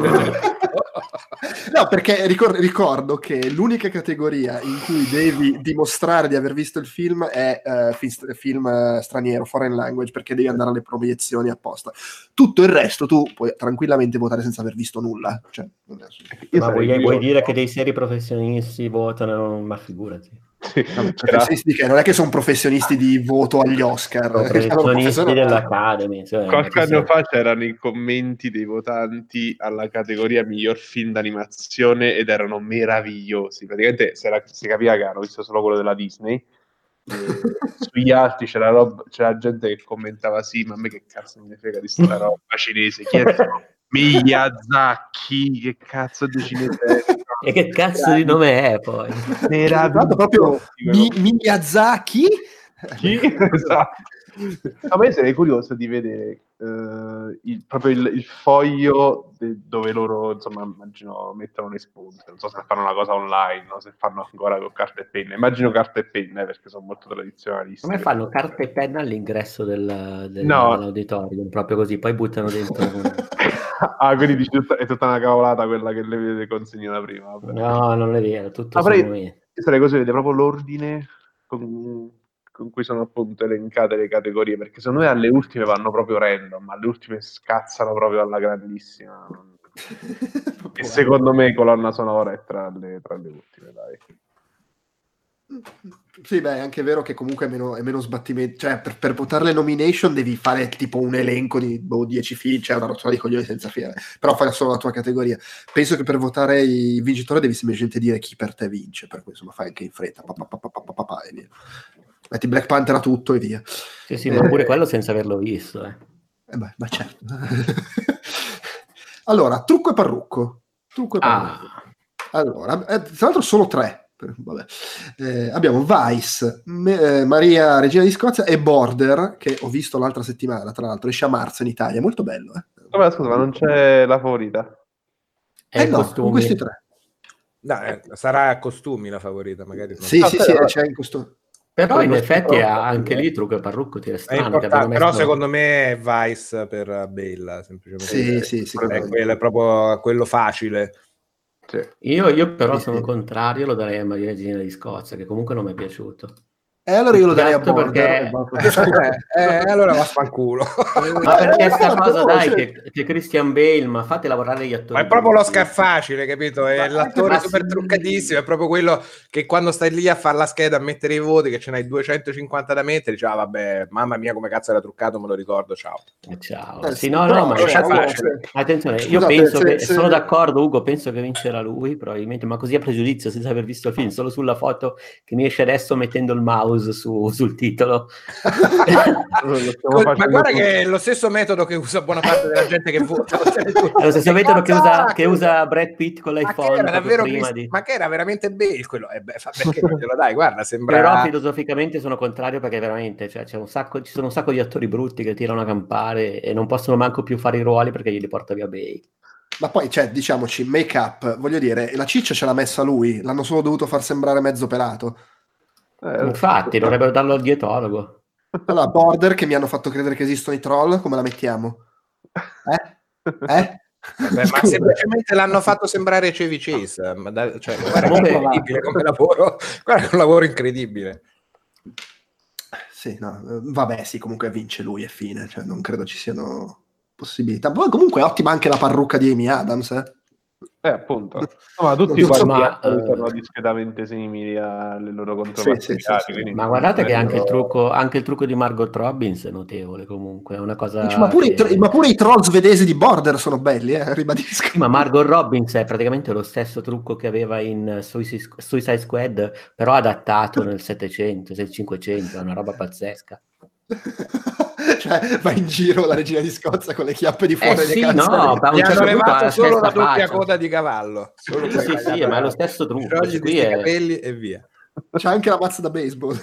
[SPEAKER 1] No, perché ricordo, ricordo che l'unica categoria in cui devi dimostrare di aver visto il film è uh, film, film uh, straniero, foreign language, perché devi andare alle proiezioni apposta. Tutto il resto tu puoi tranquillamente votare senza aver visto nulla. Cioè,
[SPEAKER 3] ma vuoi, vuoi dire che dei seri professionisti votano, ma figurati.
[SPEAKER 1] Sì, no, professionisti che non è che sono professionisti di voto agli Oscar,
[SPEAKER 3] sono professionisti dell'Academy. Cioè,
[SPEAKER 4] qualche anno fa c'erano i commenti dei votanti alla categoria miglior film d'animazione ed erano meravigliosi. Praticamente si, era, si capiva che hanno visto solo quello della Disney. E sugli altri c'era, roba, c'era gente che commentava sì, ma a me che cazzo me ne frega di sta roba cinese, chi è Miyazaki, che cazzo di cinese
[SPEAKER 3] e che cazzo di nome è poi?
[SPEAKER 1] Era proprio Mi- Miyazaki?
[SPEAKER 4] Chi? Esatto. A me sarei curioso di vedere uh, il, proprio il, il foglio de, dove loro, insomma, immagino mettono le spunte. Non so se fanno una cosa online, no? Se fanno ancora con carta e penna. Immagino carta e penna, eh, perché sono molto tradizionalisti.
[SPEAKER 3] Come fanno carta e penna all'ingresso del, del,
[SPEAKER 4] no.
[SPEAKER 3] dell'auditorium? Proprio così, poi buttano dentro.
[SPEAKER 4] Ah, quindi dici tutta, è tutta una cavolata quella che le, le consegnano prima. Vabbè.
[SPEAKER 3] No, non è vero, tutto
[SPEAKER 4] Avrei,
[SPEAKER 3] io
[SPEAKER 4] sarei così, vedere proprio l'ordine con, con cui sono appunto elencate le categorie, perché secondo me alle ultime vanno proprio random, alle ultime scazzano proprio alla grandissima. E secondo me colonna sonora è tra le, tra le ultime, dai.
[SPEAKER 1] Sì, beh, è anche vero che comunque è meno, è meno sbattimento, cioè per, per votare le nomination devi fare tipo un elenco di boh, dieci film, cioè una rottura di coglioni senza fine, però fai solo la tua categoria. Penso che per votare i vincitori devi semplicemente dire chi per te vince, per cui insomma fai anche in fretta, pa, pa, pa, pa, pa, pa, pa, e via. Metti Black Panther a tutto e via.
[SPEAKER 3] Sì, sì, eh, ma pure quello senza averlo visto, eh.
[SPEAKER 1] Eh beh, ma certo. Allora, trucco e parrucco. Trucco e parrucco. Ah. Allora, eh, tra l'altro solo tre. Vabbè. Eh, abbiamo Vice, me, eh, Maria Regina di Scozia e Border, che ho visto l'altra settimana, tra l'altro esce a marzo in Italia, molto bello, eh.
[SPEAKER 4] Vabbè, scusa, ma non c'è la favorita?
[SPEAKER 1] Eh, eh no, con questi tre
[SPEAKER 2] no, eh, sarà a costumi la favorita, magari.
[SPEAKER 1] Sì, sì, sì, c'è in costumi.
[SPEAKER 3] Però in effetti anche lì trucco e parrucco ti è strano,
[SPEAKER 2] è messo... però secondo me è Vice per Bella, semplicemente.
[SPEAKER 1] Sì, sì, sì,
[SPEAKER 2] è, quello, è proprio quello facile.
[SPEAKER 3] Sì. Io, io però sì, sono sì. contrario, lo darei a Maria Regina di Scozia, che comunque non mi è piaciuto.
[SPEAKER 1] E eh, allora io lo darei a
[SPEAKER 3] Esatto,
[SPEAKER 1] Border.
[SPEAKER 3] perché-
[SPEAKER 2] eh, eh, allora vaffanculo.
[SPEAKER 3] Ma perché sta
[SPEAKER 1] Eh,
[SPEAKER 3] cosa,
[SPEAKER 1] no,
[SPEAKER 3] dai,
[SPEAKER 1] cioè-
[SPEAKER 3] che, che Christian Bale, ma fate lavorare gli attori.
[SPEAKER 2] Ma è proprio
[SPEAKER 3] brutti.
[SPEAKER 2] l'Oscar facile, capito? È
[SPEAKER 1] Ma
[SPEAKER 2] l'attore
[SPEAKER 1] anche-
[SPEAKER 2] super
[SPEAKER 1] ma sì.
[SPEAKER 2] truccatissimo, è proprio quello che quando stai lì a fare la scheda, a mettere i voti, che ce n'hai duecentocinquanta da mettere, dici, ah vabbè, mamma mia come cazzo era truccato, me lo ricordo, ciao.
[SPEAKER 3] Eh, Ciao.
[SPEAKER 1] Eh,
[SPEAKER 3] Sì,
[SPEAKER 1] sì,
[SPEAKER 3] no,
[SPEAKER 1] però,
[SPEAKER 3] no, ma
[SPEAKER 1] cioè,
[SPEAKER 3] infatti-
[SPEAKER 1] uno,
[SPEAKER 2] facile.
[SPEAKER 1] cioè-
[SPEAKER 3] attenzione, io
[SPEAKER 1] Scusate,
[SPEAKER 3] penso
[SPEAKER 1] se-
[SPEAKER 3] che,
[SPEAKER 1] se-
[SPEAKER 3] sono d'accordo, Ugo, penso che vincerà lui, probabilmente, ma così a pregiudizio, senza aver visto il film, solo sulla foto che mi esce adesso mettendo il mouse su- sul titolo.
[SPEAKER 4] Lo stiamo
[SPEAKER 2] Co- ma
[SPEAKER 4] facendo
[SPEAKER 2] guarda
[SPEAKER 4] tutti.
[SPEAKER 2] che è lo stesso metodo che usa buona parte della gente che vota.
[SPEAKER 3] È lo stesso metodo che usa, che usa Brad Pitt con
[SPEAKER 2] Ma che
[SPEAKER 3] l'iPhone
[SPEAKER 2] era
[SPEAKER 3] proprio
[SPEAKER 2] davvero
[SPEAKER 3] prima
[SPEAKER 2] Chris-
[SPEAKER 3] di...
[SPEAKER 2] ma che era veramente Bale quello? Eh beh, fa- perché non glielo dai? Guarda, sembra
[SPEAKER 3] Però filosoficamente sono contrario perché veramente cioè, c'è un sacco, ci sono un sacco di attori brutti che tirano a campare e non possono manco più fare i ruoli perché glieli porta via Bale.
[SPEAKER 1] Ma poi, cioè, diciamoci, make up, voglio dire, la ciccia ce l'ha messa lui, l'hanno solo dovuto far sembrare mezzo pelato.
[SPEAKER 4] Eh,
[SPEAKER 3] Infatti, dovrebbero darlo al dietologo.
[SPEAKER 1] Allora, Border, che mi hanno fatto credere che esistono i troll, come la mettiamo? Eh? Eh?
[SPEAKER 2] Vabbè, ma
[SPEAKER 1] Scusa.
[SPEAKER 2] semplicemente l'hanno fatto sembrare Chevy Chase. Ma da- cioè, guarda che
[SPEAKER 3] Comunque-
[SPEAKER 2] incredibile come lavoro, guarda che è un lavoro incredibile.
[SPEAKER 1] Sì, no, eh, vabbè, sì, comunque vince lui e fine, cioè non credo ci siano possibilità. Poi comunque è ottima anche la parrucca di Amy Adams, eh?
[SPEAKER 4] Eh, appunto. No, ma tutti
[SPEAKER 1] Non so,
[SPEAKER 4] quanti
[SPEAKER 3] ma,
[SPEAKER 4] attori
[SPEAKER 3] eh,
[SPEAKER 4] sono discretamente simili alle loro controparti.
[SPEAKER 1] Sì, sì, sì, sì.
[SPEAKER 4] quindi-
[SPEAKER 3] Ma guardate che anche il
[SPEAKER 4] Eh,
[SPEAKER 3] trucco, anche il trucco di Margot Robbins è notevole comunque, è una cosa
[SPEAKER 1] Dici, ma, pure i,
[SPEAKER 3] che-
[SPEAKER 1] tro- ma pure i troll svedesi di Border sono belli, eh? Ribadisco.
[SPEAKER 3] Sì, ma Margot Robbins è praticamente lo stesso trucco che aveva in Suicide Suicide Squad, però adattato nel settecento, nel cinquecento, è una roba pazzesca.
[SPEAKER 1] Cioè, va in giro la regina di Scozia con le chiappe di fuori
[SPEAKER 3] Eh
[SPEAKER 1] dei
[SPEAKER 3] sì,
[SPEAKER 1] calzoni.
[SPEAKER 3] no, a un
[SPEAKER 2] Gli hanno
[SPEAKER 3] certo punto ha
[SPEAKER 2] levato
[SPEAKER 3] la
[SPEAKER 2] solo la
[SPEAKER 3] stessa
[SPEAKER 2] doppia
[SPEAKER 3] faccia.
[SPEAKER 2] coda di cavallo. Solo
[SPEAKER 3] Sì,
[SPEAKER 2] quella
[SPEAKER 3] sì,
[SPEAKER 2] che
[SPEAKER 3] sì,
[SPEAKER 2] hanno-
[SPEAKER 3] ma è lo stesso trucco.
[SPEAKER 2] Sciogli
[SPEAKER 3] Qui
[SPEAKER 2] questi
[SPEAKER 3] è-
[SPEAKER 2] capelli e via.
[SPEAKER 1] C'è anche la mazza da baseball.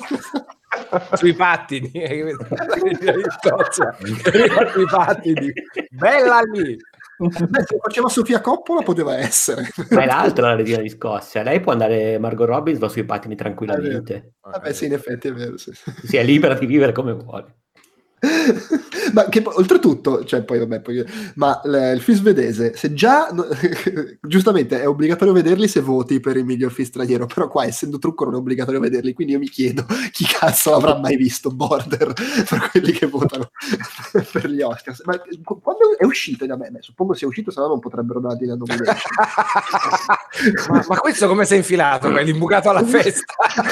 [SPEAKER 2] Sui pattini. La regina di Scozia. Arriva sui pattini. Bella lì.
[SPEAKER 1] Beh, se faceva Sofia Coppola poteva essere.
[SPEAKER 3] Ma è l'altra la regina di Scozia. Lei può andare, Margot Robbins va sui pattini tranquillamente.
[SPEAKER 1] Vabbè, sì, in effetti è vero. Sì.
[SPEAKER 3] Si è libera di vivere come vuole.
[SPEAKER 1] Ma che poi, oltretutto, cioè poi vabbè, poi, ma l- il film svedese, se già no- giustamente è obbligatorio vederli se voti per il miglior film straniero, però qua essendo trucco non è obbligatorio vederli, quindi io mi chiedo chi cazzo avrà mai visto Border per quelli che votano per gli Oscar. Ma qu- quando è uscito da me? Beh, suppongo sia uscito, se no non potrebbero dargli la nomination.
[SPEAKER 2] ma, ma questo come si è infilato? L'hai imbucato alla festa?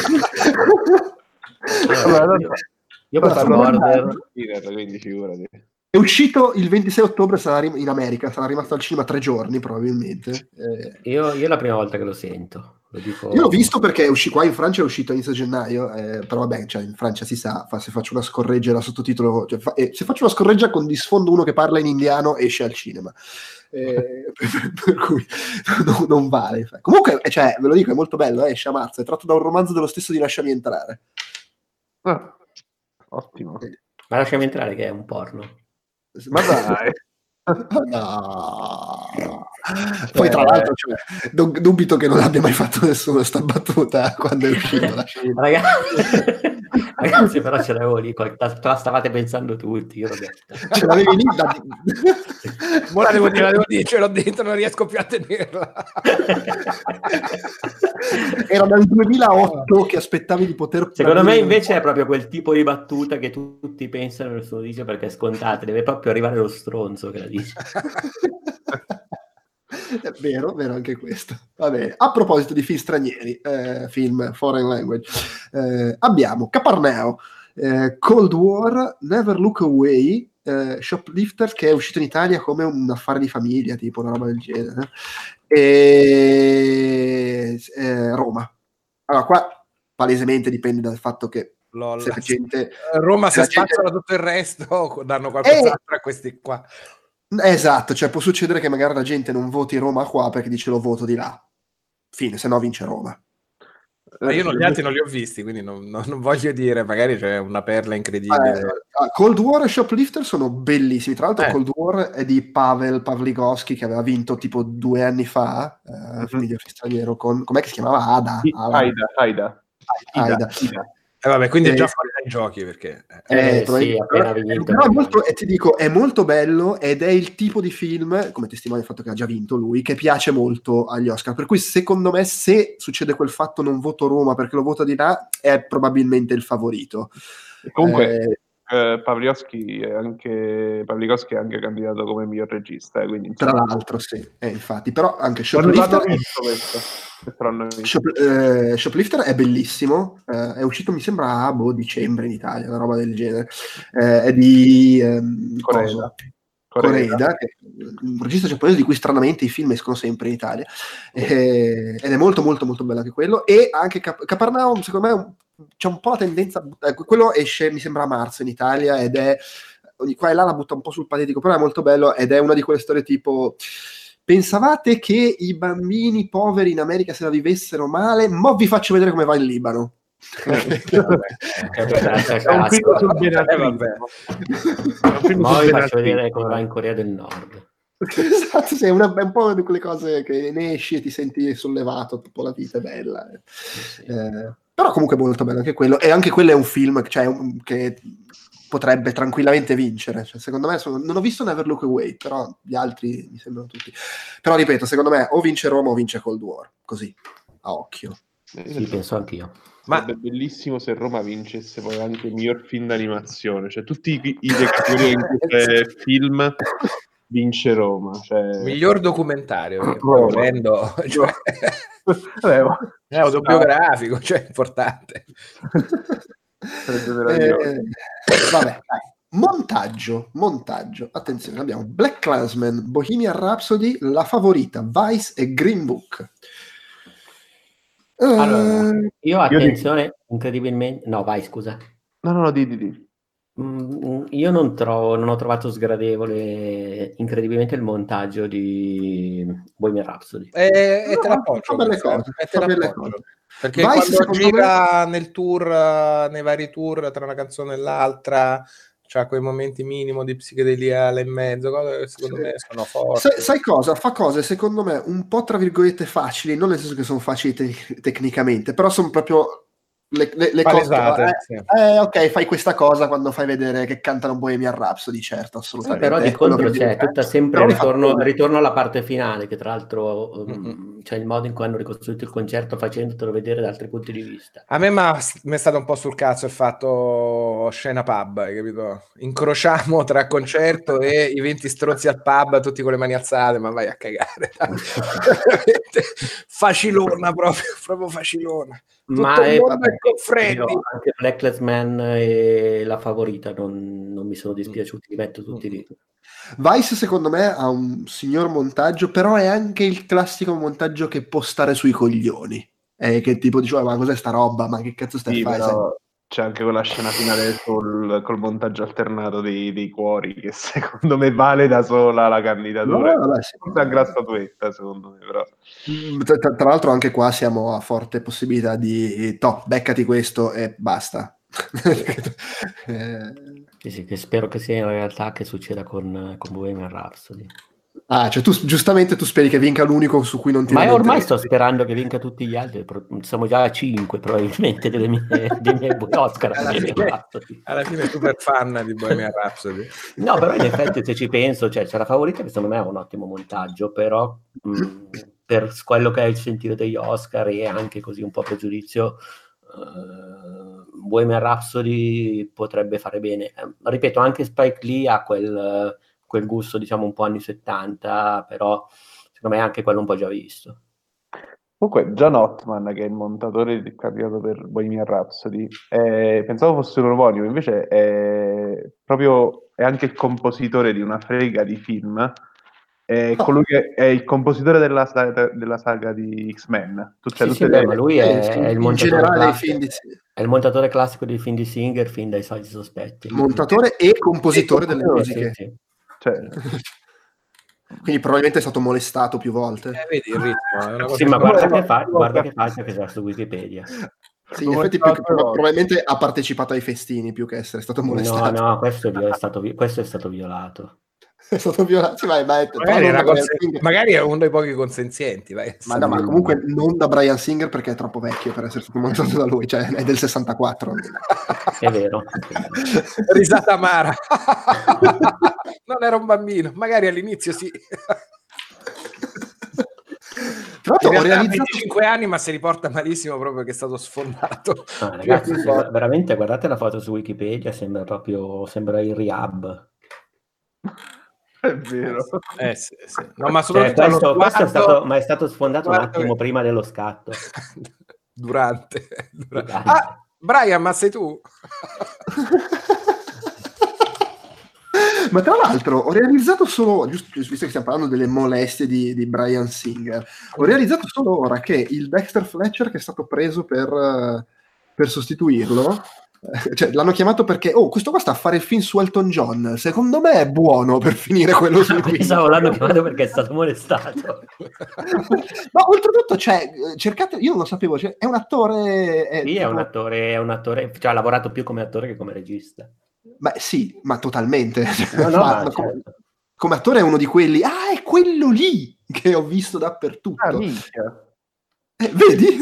[SPEAKER 3] Allora, io, io
[SPEAKER 1] Allora,
[SPEAKER 3] per
[SPEAKER 1] sono
[SPEAKER 3] Border,
[SPEAKER 4] quindi figurati.
[SPEAKER 1] È uscito il ventisei ottobre, sarà rim- in America, sarà rimasto al cinema tre giorni probabilmente. Eh,
[SPEAKER 3] io, io è la prima volta che lo sento. Lo dico...
[SPEAKER 1] Io l'ho visto perché è usci- qua in Francia è uscito a inizio gennaio, eh, però vabbè, cioè in Francia si sa, fa- se faccio una scorreggia la sottotitolo, cioè, fa- eh, se faccio una scorreggia con di sfondo uno che parla in indiano esce al cinema. Eh, per, per cui non, non vale. Comunque, eh, cioè, ve lo dico, è molto bello, eh, esce a marzo, è tratto da un romanzo dello stesso di Lasciami entrare.
[SPEAKER 4] Ah, ottimo.
[SPEAKER 3] Ma lasciami entrare che è un porno.
[SPEAKER 4] Ma dai.
[SPEAKER 1] No. Poi tra l'altro cioè, non- dubito che non abbia mai fatto nessuno sta battuta quando è uscito la scena.
[SPEAKER 3] Ragazzi, ragazzi, però ce l'avevo lì, te la stavate pensando tutti, io l'ho detto.
[SPEAKER 1] Ce l'avevi lì da...
[SPEAKER 2] Mo la devo dire, la devo dire, ce l'ho dentro, non riesco più a tenerla.
[SPEAKER 1] Era dal duemilaotto che aspettavi di poter...
[SPEAKER 3] Secondo me invece è proprio quel tipo di battuta che tu- tutti pensano e nessuno dice perché è scontata, deve proprio arrivare lo stronzo che la dice.
[SPEAKER 1] È vero, vero anche questo. Va bene. A proposito di film stranieri, eh, film foreign language, eh, abbiamo Caparneo, eh, Cold War, Never Look Away, eh, Shoplifters, che è uscito in Italia come un affare di famiglia, tipo una roba del genere, e eh, Roma. Allora, qua palesemente dipende dal fatto che
[SPEAKER 2] Lol.
[SPEAKER 1] se la gente...
[SPEAKER 2] Roma se
[SPEAKER 1] la gente-
[SPEAKER 2] spazzano tutto il resto, danno qualcos'altro a questi qua.
[SPEAKER 1] Esatto, cioè può succedere che magari la gente non voti Roma qua perché dice lo voto di là. Fine, se no vince Roma.
[SPEAKER 2] Ma io non, gli altri non li ho visti, quindi non, non- non voglio dire, magari c'è una perla incredibile.
[SPEAKER 1] Eh, Cold War e Shoplifter sono bellissimi. Tra l'altro,
[SPEAKER 2] Eh.
[SPEAKER 1] Cold War è di Pavel Pavlikovsky che aveva vinto tipo due anni fa. Eh,
[SPEAKER 4] Mhm.
[SPEAKER 1] miglior film straniero con com'è che si chiamava? Ada. Ada.
[SPEAKER 4] Aida, Aida.
[SPEAKER 1] Aida.
[SPEAKER 4] Ida.
[SPEAKER 2] Eh vabbè, quindi è
[SPEAKER 1] Eh,
[SPEAKER 2] già fuori dai giochi perché...
[SPEAKER 3] Eh,
[SPEAKER 1] Eh,
[SPEAKER 3] sì, appena
[SPEAKER 1] però-
[SPEAKER 3] vinto.
[SPEAKER 1] però è molto- e ti dico, è molto bello ed è il tipo di film, come testimonia il fatto che ha già vinto lui, che piace molto agli Oscar. Per cui secondo me, se succede quel fatto non voto Roma perché lo voto di là, è probabilmente il favorito.
[SPEAKER 4] E comunque
[SPEAKER 1] Eh,
[SPEAKER 4] eh, Pavlikovski è anche Pavlikovski è anche candidato come miglior regista, eh, quindi
[SPEAKER 1] tra
[SPEAKER 4] insomma,
[SPEAKER 1] l'altro, sì, eh, infatti. Però anche
[SPEAKER 4] l'hanno l'hanno
[SPEAKER 1] Shoplifter,
[SPEAKER 4] visto questo, questo l'hanno visto.
[SPEAKER 1] Shop- eh, Shoplifter è bellissimo, eh, è uscito mi sembra a boh, dicembre in Italia, una roba del genere. Eh, è di ehm,
[SPEAKER 4] Coreeda.
[SPEAKER 1] coso?
[SPEAKER 4] Coreeda.
[SPEAKER 1] Coreeda, che è un regista giapponese di cui stranamente i film escono sempre in Italia. Eh, ed è molto molto molto bello anche quello. E anche Cap- Capernaum, secondo me, un- c'è un po' la tendenza, eh, quello esce mi sembra a marzo in Italia ed è ogni qua e là la butta un po' sul patetico, però è molto bello ed è una di quelle storie tipo: pensavate che i bambini poveri in America se la vivessero male? Mo' vi faccio vedere come va in Libano.
[SPEAKER 4] È un film sul benaltrismo. È un film
[SPEAKER 3] Ma
[SPEAKER 4] sul
[SPEAKER 3] vi faccio
[SPEAKER 4] benaltrismo.
[SPEAKER 3] vedere come va in Corea del Nord.
[SPEAKER 1] Esatto, sì, è, una, è un po' di quelle cose che ne esci e ti senti sollevato, tipo la vita è bella. eh.
[SPEAKER 3] Sì.
[SPEAKER 1] Eh, però comunque è molto bello anche quello, e anche quello è un film cioè, un- che potrebbe tranquillamente vincere. Cioè, secondo me, sono- non ho visto Never Look Away, però gli altri mi sembrano tutti. Però ripeto, secondo me o vince Roma o vince Cold War, così, a occhio.
[SPEAKER 3] Sì, penso anch'io.
[SPEAKER 2] Ma-
[SPEAKER 4] Sarebbe bellissimo se Roma vincesse poi anche il miglior film d'animazione, cioè tutti i, i le categorie in cui c'è film vince Roma, cioè...
[SPEAKER 2] Miglior documentario, perché poi
[SPEAKER 4] Roma.
[SPEAKER 2] volendo, cioè,
[SPEAKER 4] Vabbè, ma-
[SPEAKER 2] è autobiografico, cioè è importante.
[SPEAKER 4] Sarebbe meraviglioso.
[SPEAKER 1] Eh, vabbè, dai. Montaggio, montaggio. Attenzione, abbiamo Black Klansman, Bohemian Rhapsody, La Favorita, Vice e Green Book. Eh,
[SPEAKER 3] Allora, io
[SPEAKER 4] Io
[SPEAKER 3] attenzione, incredibilmente... No, vai, scusa.
[SPEAKER 4] No, no, no, di, di, di.
[SPEAKER 3] Mm, io non, trovo, non ho trovato sgradevole incredibilmente il montaggio di Bohemian Rhapsody.
[SPEAKER 2] E, e te
[SPEAKER 1] No,
[SPEAKER 2] l'appoggio,
[SPEAKER 1] fa belle
[SPEAKER 2] questa,
[SPEAKER 1] cose,
[SPEAKER 2] e te
[SPEAKER 1] fa belle
[SPEAKER 2] l'appoggio.
[SPEAKER 1] cose.
[SPEAKER 2] Perché
[SPEAKER 1] Vice,
[SPEAKER 2] quando
[SPEAKER 1] secondo
[SPEAKER 2] gira nel tour, eh, nei vari tour, tra una canzone e l'altra, c'ha quei momenti minimo di psichedelia là in mezzo, cose che secondo
[SPEAKER 1] Sì.
[SPEAKER 2] me sono forti.
[SPEAKER 1] Sai, sai cosa? Fa cose secondo me un po' tra virgolette facili, non nel senso che sono facili te- tecnicamente, però sono proprio le, le, le cose.
[SPEAKER 2] Palesate,
[SPEAKER 1] Eh,
[SPEAKER 2] sì.
[SPEAKER 1] eh, ok, fai questa cosa quando fai vedere che cantano Bohemian Rhapsody, certo,
[SPEAKER 3] Sì,
[SPEAKER 1] assolutamente.
[SPEAKER 3] però di
[SPEAKER 1] è quello
[SPEAKER 3] contro
[SPEAKER 1] che
[SPEAKER 3] c'è
[SPEAKER 1] viene-
[SPEAKER 3] tutta
[SPEAKER 1] eh,
[SPEAKER 3] sempre
[SPEAKER 1] però li fa
[SPEAKER 3] ritorno,
[SPEAKER 1] tutti.
[SPEAKER 3] ritorno alla parte finale, che tra l'altro um,
[SPEAKER 2] Mm-mm.
[SPEAKER 3] c'è il modo in cui hanno ricostruito il concerto facendotelo vedere da altri punti di vista.
[SPEAKER 2] A me m'ha- mi è stato un po' sul cazzo il fatto scena pub, hai capito? Incrociamo tra concerto e i venti stronzi al pub, tutti con le mani alzate, ma vai a cagare. dai. Veramente facilona, proprio, proprio facilona. Tutto
[SPEAKER 3] Ma
[SPEAKER 2] il
[SPEAKER 3] eh,
[SPEAKER 2] mondo
[SPEAKER 3] vabbè,
[SPEAKER 2] è con Freddy.
[SPEAKER 3] io anche Black Lives Matter e La Favorita non, non mi sono dispiaciuti, li metto tutti lì.
[SPEAKER 1] Vice secondo me ha un signor montaggio, però è anche il classico montaggio che può stare sui coglioni. Eh, che tipo dice, ma cos'è sta roba? Ma che cazzo stai a
[SPEAKER 4] Sì,
[SPEAKER 1] fare?
[SPEAKER 4] però c'è anche quella scena finale col, col montaggio alternato dei, dei cuori che secondo me vale da sola la candidatura.
[SPEAKER 1] No, vabbè, sì.
[SPEAKER 4] Forse a gran statuetta, secondo me, però.
[SPEAKER 1] Mm, Tra, tra- tra l'altro anche qua siamo a forte possibilità di to, beccati questo e basta. Eh,
[SPEAKER 3] Sì, sì, che spero che sia in realtà che succeda con, con Bohemian Rhapsody.
[SPEAKER 1] ah, cioè tu giustamente tu speri che vinca l'unico su cui non ti
[SPEAKER 3] Ma ormai
[SPEAKER 1] lamenteresti.
[SPEAKER 3] sto sperando che vinca tutti gli altri, pro- siamo già a cinque probabilmente delle mie, dei miei Oscar.
[SPEAKER 2] Alla
[SPEAKER 3] Bohemian
[SPEAKER 2] fine,
[SPEAKER 3] Rhapsody.
[SPEAKER 2] alla fine super fan di Bohemian Rhapsody.
[SPEAKER 3] No, però in effetti se ci penso, cioè, c'è La Favorita che secondo me è un ottimo montaggio, però mh, per quello che è il sentire degli Oscar e anche così un po' pregiudizio, eh, Bohemian Rhapsody potrebbe fare bene. Eh, ripeto, anche Spike Lee ha quel, quel gusto, diciamo, un po' anni settanta, però secondo me anche quello un po' già visto.
[SPEAKER 4] Comunque, John Ottman, che è il montatore del candidato per Bohemian Rhapsody, eh, pensavo fosse un omonimo, invece è proprio è anche il compositore di una frega di film. È
[SPEAKER 1] Oh.
[SPEAKER 4] colui che è il compositore della saga, della saga di X-Men. Tu- cioè,
[SPEAKER 3] Sì,
[SPEAKER 4] tutte
[SPEAKER 3] sì, beh,
[SPEAKER 4] le-
[SPEAKER 3] ma lui
[SPEAKER 1] Eh,
[SPEAKER 3] è,
[SPEAKER 1] sì,
[SPEAKER 3] è il
[SPEAKER 1] in
[SPEAKER 3] montatore
[SPEAKER 1] generale dei
[SPEAKER 3] classico,
[SPEAKER 1] film di
[SPEAKER 3] è il montatore classico dei film di Singer fin dai Soliti Sospetti.
[SPEAKER 1] montatore e compositore delle
[SPEAKER 4] compositore,
[SPEAKER 3] Sì,
[SPEAKER 1] musiche.
[SPEAKER 3] sì.
[SPEAKER 4] cioè,
[SPEAKER 1] Quindi probabilmente è stato molestato più volte.
[SPEAKER 2] Eh, vedi il ritmo, è una cosa
[SPEAKER 3] Sì, ma
[SPEAKER 2] che-
[SPEAKER 3] guarda
[SPEAKER 4] no,
[SPEAKER 3] che, fa-
[SPEAKER 4] no,
[SPEAKER 3] guarda
[SPEAKER 4] no.
[SPEAKER 3] che faccia che sta su Wikipedia.
[SPEAKER 1] Sì, in effetti più che- prob- probabilmente ha partecipato ai festini più che essere stato
[SPEAKER 3] No,
[SPEAKER 1] molestato.
[SPEAKER 3] no, questo è, vi- è stato, vi- questo è stato violato.
[SPEAKER 1] È stato violato. Sì, vai, vai,
[SPEAKER 2] Magari,
[SPEAKER 1] però non
[SPEAKER 2] era
[SPEAKER 1] da Bryan
[SPEAKER 2] consen-
[SPEAKER 1] Singer.
[SPEAKER 2] magari è uno dei pochi consenzienti. Vai.
[SPEAKER 1] Ma no, ma comunque non da Bryan Singer perché è troppo vecchio per essere stato montato da lui, cioè è del sessantaquattro.
[SPEAKER 3] È vero.
[SPEAKER 2] Risata amara. Non era un bambino, magari all'inizio sì.
[SPEAKER 1] Tra l'altro
[SPEAKER 2] In
[SPEAKER 1] ho
[SPEAKER 2] realtà ha
[SPEAKER 1] realizzato...
[SPEAKER 2] venticinque anni, ma si riporta malissimo proprio che è stato sfondato.
[SPEAKER 3] Ah, ragazzi, sì, veramente guardate la foto su Wikipedia, sembra proprio sembra il rehab.
[SPEAKER 4] È vero.
[SPEAKER 2] Eh, sì, sì. No, ma
[SPEAKER 3] Cioè,
[SPEAKER 2] soprattutto
[SPEAKER 3] questo,
[SPEAKER 2] allo
[SPEAKER 3] questo è
[SPEAKER 2] sguardo-
[SPEAKER 3] stato, ma è stato sfondato un
[SPEAKER 2] sguardo
[SPEAKER 3] attimo
[SPEAKER 2] che-
[SPEAKER 3] prima dello scatto.
[SPEAKER 2] Durante. Durante.
[SPEAKER 3] Durante.
[SPEAKER 2] Ah, Brian, ma sei tu?
[SPEAKER 1] Ma tra l'altro ho realizzato solo, giusto visto che stiamo parlando delle molestie di, di Bryan Singer, ho realizzato solo ora che il Dexter Fletcher che è stato preso per, eh, per sostituirlo, eh, cioè l'hanno chiamato perché, oh, questo qua sta a fare il film su Elton John, secondo me è buono per finire quello su
[SPEAKER 3] Pensavo l'hanno chiamato perché è stato molestato.
[SPEAKER 1] Ma oltretutto, cioè, cercate, io non lo sapevo, cioè, è un attore... È,
[SPEAKER 3] Sì, è
[SPEAKER 1] tipo-
[SPEAKER 3] un attore, è un attore, cioè ha lavorato più come attore che come regista.
[SPEAKER 1] Ma sì, ma totalmente.
[SPEAKER 3] No, no,
[SPEAKER 1] Ma-
[SPEAKER 3] ma
[SPEAKER 1] ma come,
[SPEAKER 3] certo.
[SPEAKER 1] come attore è uno di quelli, ah, è quello lì che ho visto dappertutto.
[SPEAKER 4] Ah, minchia.
[SPEAKER 1] Eh, vedi?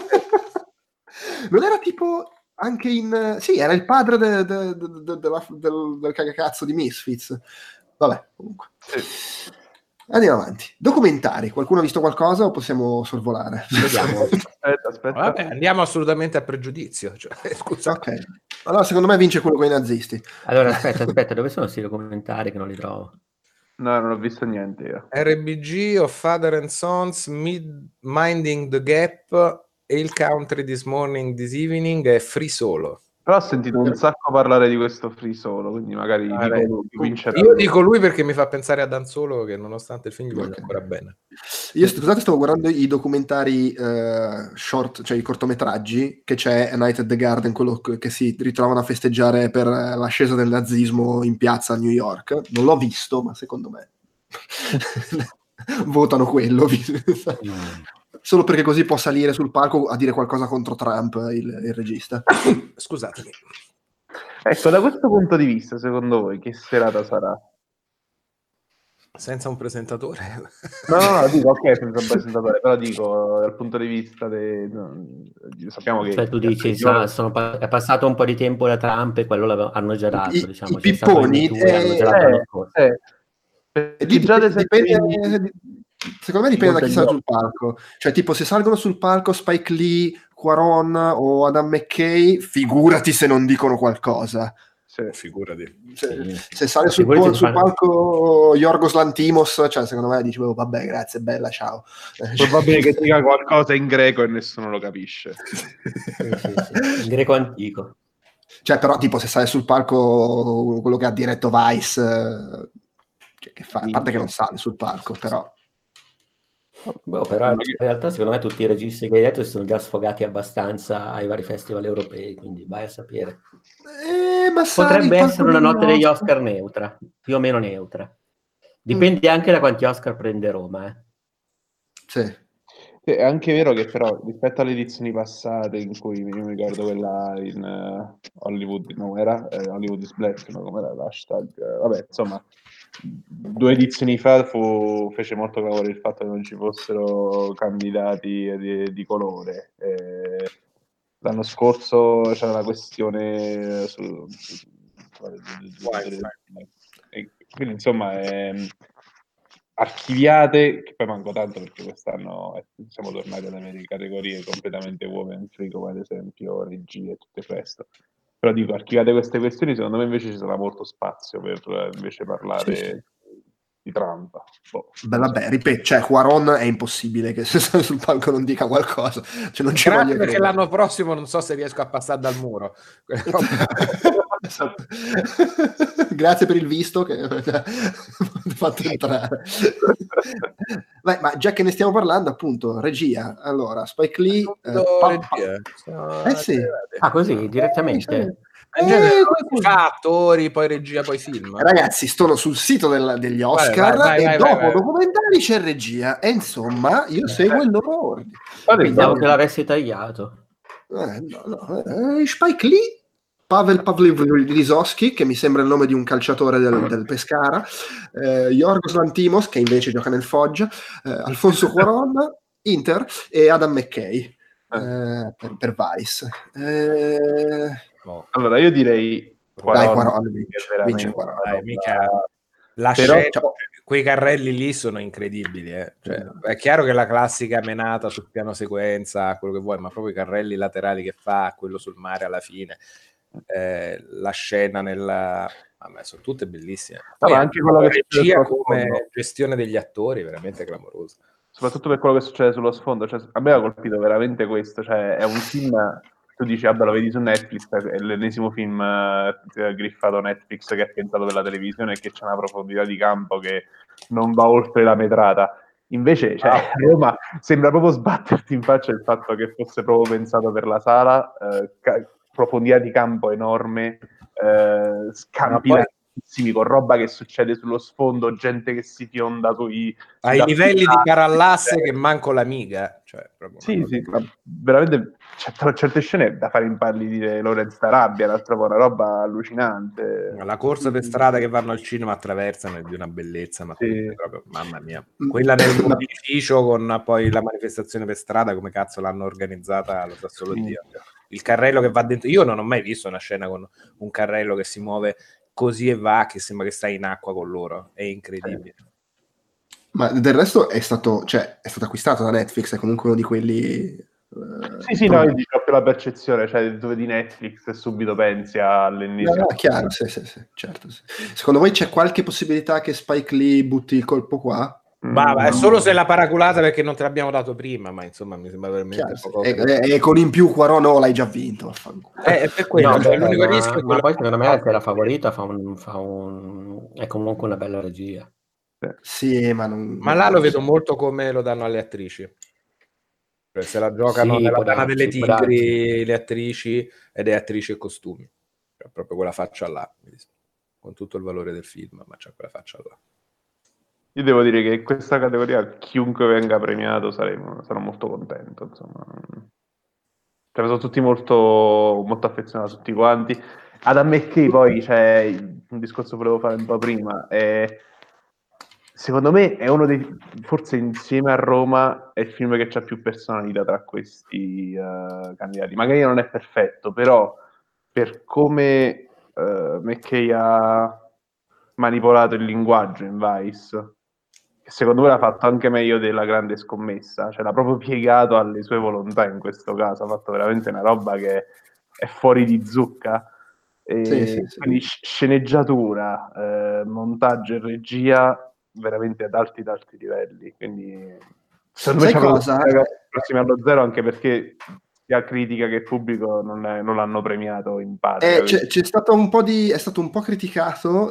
[SPEAKER 1] Non era tipo anche in... Sì, era il padre de- de- de- de- della- del, del cagacazzo di Misfits. Vabbè, comunque.
[SPEAKER 4] Sì.
[SPEAKER 1] Andiamo avanti. Documentari. Qualcuno ha visto qualcosa o possiamo sorvolare?
[SPEAKER 3] Vediamo.
[SPEAKER 4] Aspetta, aspetta.
[SPEAKER 2] Vabbè, andiamo assolutamente a pregiudizio. Cioè, scusa.
[SPEAKER 1] Ok. Allora, secondo me vince quello con i nazisti.
[SPEAKER 3] Allora, aspetta, aspetta, dove sono questi documentari che non li trovo?
[SPEAKER 4] No, non ho visto niente io.
[SPEAKER 2] R B G of Father and Sons, Mid- Minding the Gap e il Country This Morning, This Evening è Free Solo.
[SPEAKER 4] Però ho sentito un sacco parlare di questo Free Solo, quindi magari
[SPEAKER 2] Ah,
[SPEAKER 4] dico
[SPEAKER 2] beh.
[SPEAKER 4] lui, vincerà.
[SPEAKER 2] Io dico lui perché mi fa pensare a Dan Solo che nonostante il film gli voglio
[SPEAKER 1] Ok.
[SPEAKER 2] ancora bene.
[SPEAKER 1] Io scusate, stavo guardando i documentari eh, short, cioè i cortometraggi, che c'è A Night at the Garden, quello che che si ritrovano a festeggiare per eh, l'ascesa del nazismo in piazza a New York. Non l'ho visto, ma secondo me votano quello. Solo perché così può salire sul palco a dire qualcosa contro Trump il, il regista.
[SPEAKER 2] Scusatemi.
[SPEAKER 4] Ecco, da questo punto di vista, secondo voi, che serata sarà?
[SPEAKER 2] Senza un presentatore.
[SPEAKER 4] No, no, no, dico, ok, senza un presentatore, però dico, dal punto di vista dei... no, sappiamo che...
[SPEAKER 3] Cioè tu dici, sa, sono pa- è passato un po' di tempo da Trump e quello l'ave- hanno già dato,
[SPEAKER 1] I-
[SPEAKER 3] diciamo.
[SPEAKER 1] i
[SPEAKER 3] C'è stato il
[SPEAKER 1] pipponi,
[SPEAKER 3] Me Too e hanno
[SPEAKER 1] eh,
[SPEAKER 3] già dato l'anno scorso.
[SPEAKER 4] Eh,
[SPEAKER 1] E
[SPEAKER 4] perché
[SPEAKER 1] lì
[SPEAKER 4] già ad
[SPEAKER 1] dipende,
[SPEAKER 4] esempio...
[SPEAKER 1] dipende- secondo me dipende da chi
[SPEAKER 4] Molto
[SPEAKER 1] sale sul palco. Cioè, tipo, se salgono sul palco Spike Lee, Quaron o Adam McKay, figurati se non dicono qualcosa.
[SPEAKER 4] Sì.
[SPEAKER 2] Figurati.
[SPEAKER 1] Se,
[SPEAKER 3] Sì.
[SPEAKER 1] se sale
[SPEAKER 3] Ma
[SPEAKER 1] sul,
[SPEAKER 3] figurati
[SPEAKER 1] po-
[SPEAKER 3] se
[SPEAKER 1] sul
[SPEAKER 3] fanno-
[SPEAKER 1] palco Yorgos Lantimos, cioè, secondo me dicevo, vabbè, grazie, bella, ciao. Eh,
[SPEAKER 4] Probabile che dica qualcosa in greco e nessuno lo capisce.
[SPEAKER 3] Sì, sì, sì. Il greco antico.
[SPEAKER 1] Cioè, però, tipo, se sale sul palco quello che ha diretto Vice, eh, cioè, che fa, a parte che non sale sul palco, però...
[SPEAKER 3] Boh, però in realtà secondo me tutti i registi che hai detto si sono già sfogati abbastanza ai vari festival europei, quindi vai a sapere.
[SPEAKER 1] Eh, ma sale il
[SPEAKER 3] Potrebbe
[SPEAKER 1] palco
[SPEAKER 3] essere una
[SPEAKER 1] degli
[SPEAKER 3] notte degli
[SPEAKER 1] Oscar.
[SPEAKER 3] Oscar neutra, più o meno neutra. Dipende anche da quanti Oscar prende Roma, eh.
[SPEAKER 1] Sì.
[SPEAKER 4] È anche vero che però rispetto alle edizioni passate in cui io mi ricordo quella in uh, Hollywood, no era eh, Hollywood is Black, no, come era l'hashtag, eh, vabbè insomma due edizioni fa fu, fece molto calore il fatto che non ci fossero candidati di, di colore. Eh, l'anno scorso c'era la questione su, su, su, e quindi insomma eh, archiviate, che poi manco tanto perché quest'anno eh, siamo tornati alle mie categorie completamente women free, come ad esempio regie e tutto il resto. Però dico, archiviate queste questioni, secondo me invece ci sarà molto spazio per eh, invece parlare
[SPEAKER 1] Sì, sì.
[SPEAKER 4] di Trump. Boh,
[SPEAKER 1] Beh, vabbè, ripeto, cioè, Quaron è impossibile che se sale sul palco non dica qualcosa. Cioè, non ci
[SPEAKER 2] Grazie
[SPEAKER 1] voglio
[SPEAKER 2] perché
[SPEAKER 1] credere.
[SPEAKER 2] l'anno prossimo non so se riesco a passare dal muro.
[SPEAKER 1] Esatto. Grazie per il visto che avete fatto entrare. Beh, ma già che ne stiamo parlando, appunto, regia. Allora, Spike Lee... eh, pa-
[SPEAKER 2] Regia. Sono
[SPEAKER 1] eh sì.
[SPEAKER 3] Ah, così, direttamente?
[SPEAKER 1] Eh,
[SPEAKER 2] In genere
[SPEAKER 1] eh,
[SPEAKER 2] si fa attori, poi regia, poi film.
[SPEAKER 1] Ragazzi, sono sul sito del- degli Oscar
[SPEAKER 2] vai, vai,
[SPEAKER 1] e
[SPEAKER 2] vai,
[SPEAKER 1] dopo
[SPEAKER 2] vai, vai.
[SPEAKER 1] documentari c'è regia. E insomma, io seguo il loro ordine.
[SPEAKER 3] Pensavo che l'avessi tagliato.
[SPEAKER 1] Eh, no, no, eh, Spike Lee, Pavel Pavlivrisovski, che mi sembra il nome di un calciatore del, del Pescara, eh, Yorgos Lanthimos, che invece gioca nel Foggia, eh, Alfonso Cuarón, Inter, e Adam McKay eh, per, per Vice. Eh...
[SPEAKER 4] No. Allora io direi Cuarón,
[SPEAKER 1] dai, Cuarón vince, vince Cuarón.
[SPEAKER 5] Dai, mica... La
[SPEAKER 4] Però,
[SPEAKER 5] scena, cioè, quei carrelli lì sono incredibili, eh. Cioè, è chiaro che la classica menata sul piano sequenza, quello che vuoi, ma proprio i carrelli laterali che fa, quello sul mare alla fine, eh, la scena nella... Vabbè, sono tutte bellissime. Poi
[SPEAKER 4] ah, anche quello che
[SPEAKER 5] regia come gestione degli attori veramente clamorosa.
[SPEAKER 4] Soprattutto per quello che succede sullo sfondo, cioè, a me ha colpito veramente questo, cioè è un film... Tu dici, vabbè, lo vedi su Netflix, è l'ennesimo film eh, griffato Netflix che ha pensato della televisione e che c'è una profondità di campo che non va oltre la metrata. Invece, cioè, a Roma sembra proprio sbatterti in faccia il fatto che fosse proprio pensato per la sala, eh, ca- profondità di campo enorme, eh, scampi larghissimi, con roba che succede sullo sfondo, gente che si fionda sui...
[SPEAKER 5] Ai livelli di parallasse che manco l'amiga. Cioè, proprio
[SPEAKER 4] sì, sì, ma veramente c'è certe scene da fare impallidire Lorenzo Tarabia, l'altra una roba allucinante.
[SPEAKER 5] La corsa per strada che vanno al cinema attraversano è di una bellezza, ma
[SPEAKER 4] sì.
[SPEAKER 5] proprio, mamma mia. Quella nel mobilificio con poi la manifestazione per strada, come cazzo l'hanno organizzata, lo sa solo Dio. Il carrello che va dentro, io non ho mai visto una scena con un carrello che si muove così e va, che sembra che stai in acqua con loro, è incredibile.
[SPEAKER 1] Ma del resto è stato, cioè, è stato acquistato da Netflix, è comunque uno di quelli...
[SPEAKER 4] Uh, sì, sì, no, io dico più la percezione, cioè dove di Netflix e subito pensi all'ennesimo.
[SPEAKER 1] No, no, chiaro, sì, sì, sì, certo. Sì. Secondo voi c'è qualche possibilità che Spike Lee butti il colpo qua?
[SPEAKER 5] Ma mm, è solo se l'ha paraculata perché non te l'abbiamo dato prima, ma insomma mi sembra veramente chiaro,
[SPEAKER 1] poco sì. e, e con in più Cuarón no, l'hai già vinto.
[SPEAKER 5] Eh, è per quello,
[SPEAKER 3] no,
[SPEAKER 5] cioè,
[SPEAKER 3] beh,
[SPEAKER 5] l'unico
[SPEAKER 3] ma,
[SPEAKER 5] rischio è
[SPEAKER 3] ma poi secondo me
[SPEAKER 5] che
[SPEAKER 3] che la favorita fa un, fa un è comunque una bella regia.
[SPEAKER 1] Sì, ma non...
[SPEAKER 5] Ma là lo vedo molto come lo danno alle attrici. Cioè, se la giocano
[SPEAKER 3] sì,
[SPEAKER 5] nella Dama
[SPEAKER 3] darsi,
[SPEAKER 5] delle Tigri le attrici ed è attrici e costumi. Cioè, proprio quella faccia là, con tutto il valore del film, ma c'è quella faccia là.
[SPEAKER 4] Io devo dire che in questa categoria chiunque venga premiato saremo, sarò molto contento, insomma. Cioè, sono tutti molto, molto affezionati tutti quanti. Adam McKay poi, cioè, un discorso che volevo fare un po' prima, è, secondo me è uno dei, forse insieme a Roma, è il film che ha più personalità tra questi uh, candidati. Magari non è perfetto, però per come uh, McKay ha manipolato il linguaggio in Vice, che secondo me l'ha fatto anche meglio della Grande Scommessa, cioè l'ha proprio piegato alle sue volontà in questo caso, ha fatto veramente una roba che è fuori di zucca. E
[SPEAKER 1] sì, sì, sì.
[SPEAKER 4] Quindi sceneggiatura, eh, montaggio e regia veramente ad alti ad alti livelli, quindi secondo me
[SPEAKER 1] sai cosa?
[SPEAKER 4] prossimi allo zero, anche perché sia critica che pubblico non, è, non l'hanno premiato in patria.
[SPEAKER 1] Eh, c'è, c'è stato un po' di è stato un po' criticato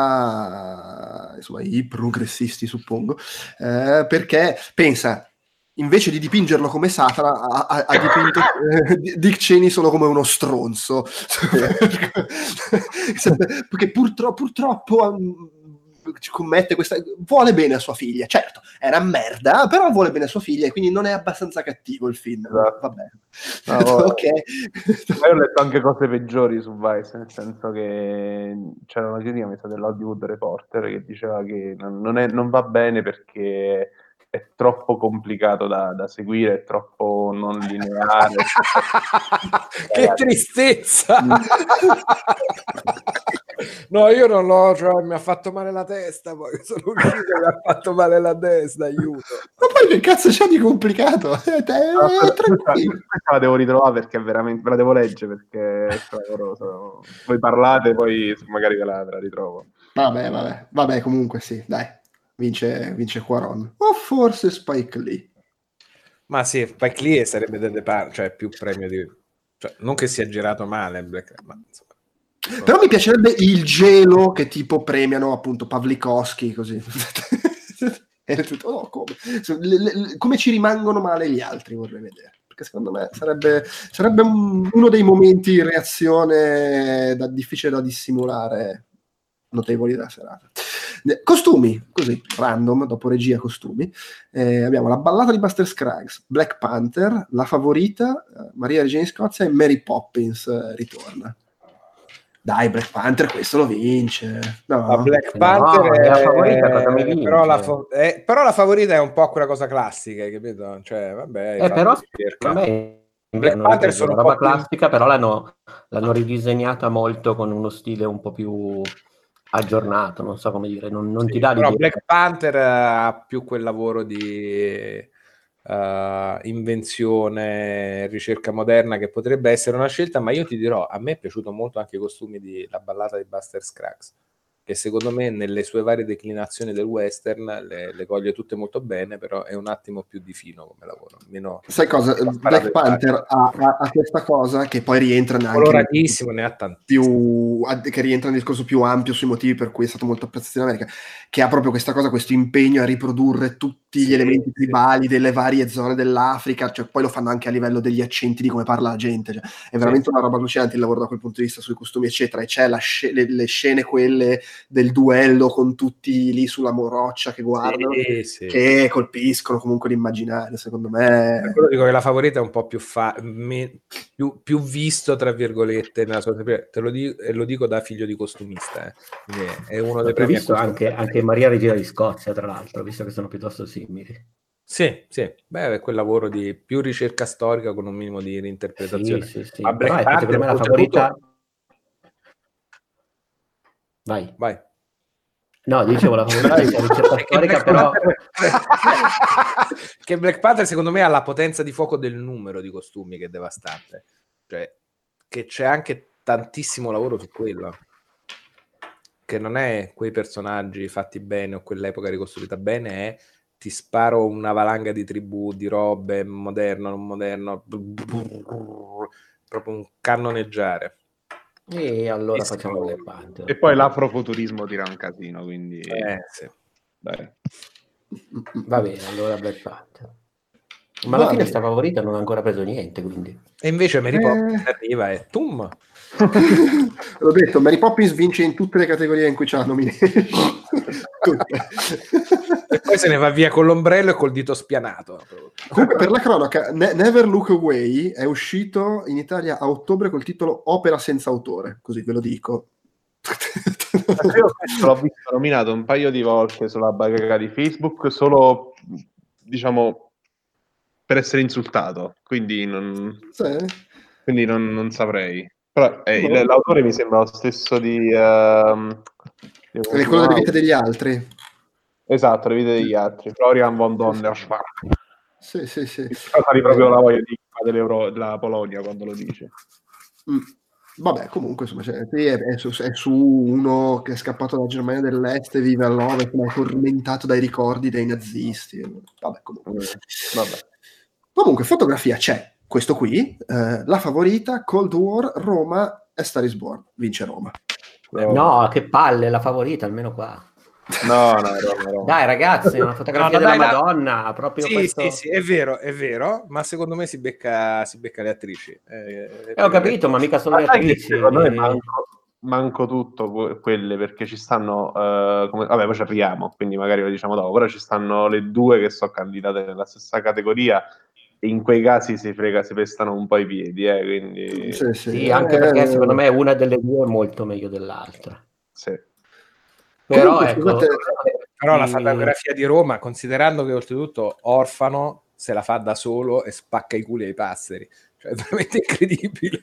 [SPEAKER 1] da insomma i progressisti, suppongo, eh, perché pensa, invece di dipingerlo come Satana ha, ha, ha dipinto eh, Dick Cheney solo come uno stronzo. Perché purtroppo, purtroppo commette questa, vuole bene a sua figlia, certo era merda, però vuole bene a sua figlia e quindi non è abbastanza cattivo il film. Esatto. Va bene.
[SPEAKER 4] No,
[SPEAKER 1] ok.
[SPEAKER 4] Ma io ho letto anche cose peggiori su Vice, nel senso che c'era una critica messa dell'Hollywood Reporter che diceva che non, non, è, non va bene perché è troppo complicato da, da seguire, è troppo non lineare.
[SPEAKER 5] Che tristezza! No, io non l'ho, cioè, mi ha fatto male la testa, poi sono uscito e mi ha fatto male la testa, aiuto.
[SPEAKER 1] Ma poi che cazzo c'è di complicato? Eh, te,
[SPEAKER 4] no, questa, questa la devo ritrovare perché è veramente, ve la devo leggere perché è clamoroso. Voi parlate, poi magari ve la, ve la ritrovo.
[SPEAKER 1] Vabbè, vabbè, vabbè, comunque sì, dai, vince, vince Cuarón. O forse Spike Lee.
[SPEAKER 5] Ma sì, Spike Lee sarebbe delle par- cioè più premio di... Cioè, non che sia girato male, Black... ma insomma...
[SPEAKER 1] Però mi piacerebbe il gelo che tipo premiano appunto Pavlikovski così. E tutto, oh, come? Le, le, come ci rimangono male gli altri vorrei vedere, perché secondo me sarebbe, sarebbe un, uno dei momenti in reazione da, difficile da dissimulare, notevoli della serata. Costumi, così, random, dopo regia costumi, eh, abbiamo La ballata di Buster Scruggs, Black Panther, La favorita, Maria Regina di Scozia e Mary Poppins eh, ritorna. Dai, Black Panther questo lo vince. No?
[SPEAKER 2] La Black
[SPEAKER 3] No,
[SPEAKER 2] Panther
[SPEAKER 3] è
[SPEAKER 2] è
[SPEAKER 3] la favorita, cosa mi vince?
[SPEAKER 2] però, la fa- è- però la favorita è un po' quella cosa classica, hai capito? Cioè, vabbè, hai
[SPEAKER 3] Eh,
[SPEAKER 2] fatto
[SPEAKER 3] però
[SPEAKER 2] ricerca.
[SPEAKER 3] secondo me
[SPEAKER 2] Black
[SPEAKER 3] hanno
[SPEAKER 2] Panther
[SPEAKER 3] ripreso
[SPEAKER 2] sono
[SPEAKER 3] la
[SPEAKER 2] un
[SPEAKER 3] roba
[SPEAKER 2] po' più-
[SPEAKER 3] classica, però l'hanno, l'hanno ridisegnata molto con uno stile un po' più aggiornato, non so come dire, non, non
[SPEAKER 2] Sì,
[SPEAKER 3] ti dà
[SPEAKER 2] però
[SPEAKER 3] l'idea.
[SPEAKER 2] Black Panther ha più quel lavoro di uh, invenzione, ricerca moderna che potrebbe essere una scelta, ma io ti dirò, a me è piaciuto molto anche i costumi di La ballata di Buster Scruggs, che secondo me nelle sue varie declinazioni del western le, le coglie tutte molto bene, però è un attimo più di fino come lavoro. Meno,
[SPEAKER 1] Sai cosa? Black Panther ha, ha, ha questa cosa che poi rientra anche
[SPEAKER 2] coloratissimo, ne ha tantissimo.
[SPEAKER 1] Più, che rientra nel discorso più ampio sui motivi per cui è stato molto apprezzato in America, che ha proprio questa cosa, questo impegno a riprodurre tutti
[SPEAKER 2] Sì,
[SPEAKER 1] gli elementi
[SPEAKER 2] sì.
[SPEAKER 1] tribali delle varie zone dell'Africa, cioè poi lo fanno anche a livello degli accenti, di come parla la gente, cioè, è veramente
[SPEAKER 2] Sì.
[SPEAKER 1] una roba allucinante il lavoro da quel punto di vista sui costumi eccetera, e c'è la sc- le, le scene quelle del duello con tutti lì sulla roccia che guardano,
[SPEAKER 2] Sì, sì.
[SPEAKER 1] che colpiscono comunque l'immaginario, secondo me.
[SPEAKER 2] Per quello dico che la favorita è un po' più, fa- me- più, più visto, tra virgolette, nella sua... te lo dico, e lo dico da figlio di costumista, eh. Quindi è uno dei
[SPEAKER 3] Ho
[SPEAKER 2] premi a
[SPEAKER 3] visto
[SPEAKER 2] cui sto
[SPEAKER 3] anche,
[SPEAKER 2] attento.
[SPEAKER 3] anche Maria Regina di Scozia, tra l'altro, visto che sono piuttosto simili.
[SPEAKER 2] Sì, sì, beh, è quel lavoro di più ricerca storica con un minimo di reinterpretazione.
[SPEAKER 3] Sì, sì, sì.
[SPEAKER 2] Ma
[SPEAKER 3] Però
[SPEAKER 2] Black
[SPEAKER 3] ecco, secondo me la
[SPEAKER 2] Panther,
[SPEAKER 3] favorita...
[SPEAKER 2] oltretutto...
[SPEAKER 3] Vai.
[SPEAKER 2] Vai.
[SPEAKER 3] No, dicevo la favorita è la ricerca
[SPEAKER 2] Che
[SPEAKER 3] storica,
[SPEAKER 2] Black
[SPEAKER 3] però...
[SPEAKER 2] Panther- che Black Panther secondo me ha la potenza di fuoco del numero di costumi che è devastante, cioè che c'è anche tantissimo lavoro su quello, che non è quei personaggi fatti bene o quell'epoca ricostruita bene, è ti sparo una valanga di tribù, di robe, moderno, non moderno, proprio un cannoneggiare.
[SPEAKER 3] E allora
[SPEAKER 2] Sì,
[SPEAKER 3] facciamo
[SPEAKER 2] sì.
[SPEAKER 3] Black Panther.
[SPEAKER 4] E poi l'afrofuturismo tira un casino, quindi...
[SPEAKER 2] Eh, sì.
[SPEAKER 4] Dai.
[SPEAKER 3] Va bene, allora Black Panther. Ma
[SPEAKER 1] Va
[SPEAKER 3] alla fine
[SPEAKER 1] bene.
[SPEAKER 3] sta favorita non ha ancora preso niente, quindi...
[SPEAKER 2] E invece Mary
[SPEAKER 1] Eh.
[SPEAKER 2] Poppins arriva e tum!
[SPEAKER 1] L'ho detto, Mary Poppins vince in tutte le categorie in cui c'ha nomination. Tutte.
[SPEAKER 2] E poi se ne va via con l'ombrello e col dito spianato.
[SPEAKER 1] Comunque, per la cronaca, Ne- Never Look Away è uscito in Italia a ottobre col titolo Opera senza autore, così ve lo dico.
[SPEAKER 4] Io questo l'ho visto nominato un paio di volte sulla bacheca di Facebook, solo, diciamo, per essere insultato, quindi non,
[SPEAKER 1] Sì.
[SPEAKER 4] quindi non, non saprei. Però eh,
[SPEAKER 1] No.
[SPEAKER 4] l'autore mi sembra lo stesso di... ehm, di-
[SPEAKER 1] È quello delle vite degli altri.
[SPEAKER 4] Esatto, le vite degli altri. Florian von Donnersmarck.
[SPEAKER 1] Sì, sì, sì.
[SPEAKER 4] Sali proprio la voglia di dell'Euro- della Polonia quando lo dice.
[SPEAKER 1] Mm. Vabbè, comunque, insomma, cioè, sì, è, è su, è su uno che è scappato dalla Germania dell'Est e vive all'Ovest, ma è tormentato dai ricordi dei nazisti. Vabbè, comunque.
[SPEAKER 4] Mm, vabbè.
[SPEAKER 1] Comunque, fotografia c'è, questo qui, eh, la favorita, Cold War, Roma, A Star is Born, vince Roma.
[SPEAKER 3] No, che palle, la favorita, almeno qua.
[SPEAKER 4] No, no, no, no.
[SPEAKER 3] Dai ragazzi, è una fotografia
[SPEAKER 2] No, dai,
[SPEAKER 3] della
[SPEAKER 2] la-
[SPEAKER 3] Madonna, proprio
[SPEAKER 2] Sì,
[SPEAKER 3] questo...
[SPEAKER 2] sì, sì, è vero, è vero, ma secondo me si becca, si becca le attrici. Eh,
[SPEAKER 3] Eh, ho capito, ma mica sono
[SPEAKER 4] Ma
[SPEAKER 3] le
[SPEAKER 4] sai che
[SPEAKER 3] attrici.
[SPEAKER 4] secondo me manco, manco tutto que- quelle, perché ci stanno, eh, come, vabbè, poi ci arriviamo, quindi magari lo diciamo dopo, però ci stanno le due che sono candidate nella stessa categoria e in quei casi si frega, si pestano un po' i piedi, eh, quindi
[SPEAKER 1] Sì, sì.
[SPEAKER 3] Sì, anche perché
[SPEAKER 1] Eh,
[SPEAKER 3] secondo me una delle due è molto meglio dell'altra.
[SPEAKER 4] sì.
[SPEAKER 3] Però
[SPEAKER 1] Comunque,
[SPEAKER 3] ecco...
[SPEAKER 1] scusate,
[SPEAKER 2] Però la
[SPEAKER 3] Mm.
[SPEAKER 2] fotografia di Roma, considerando che oltretutto Orfano se la fa da solo e spacca i culi ai passeri, cioè è veramente incredibile.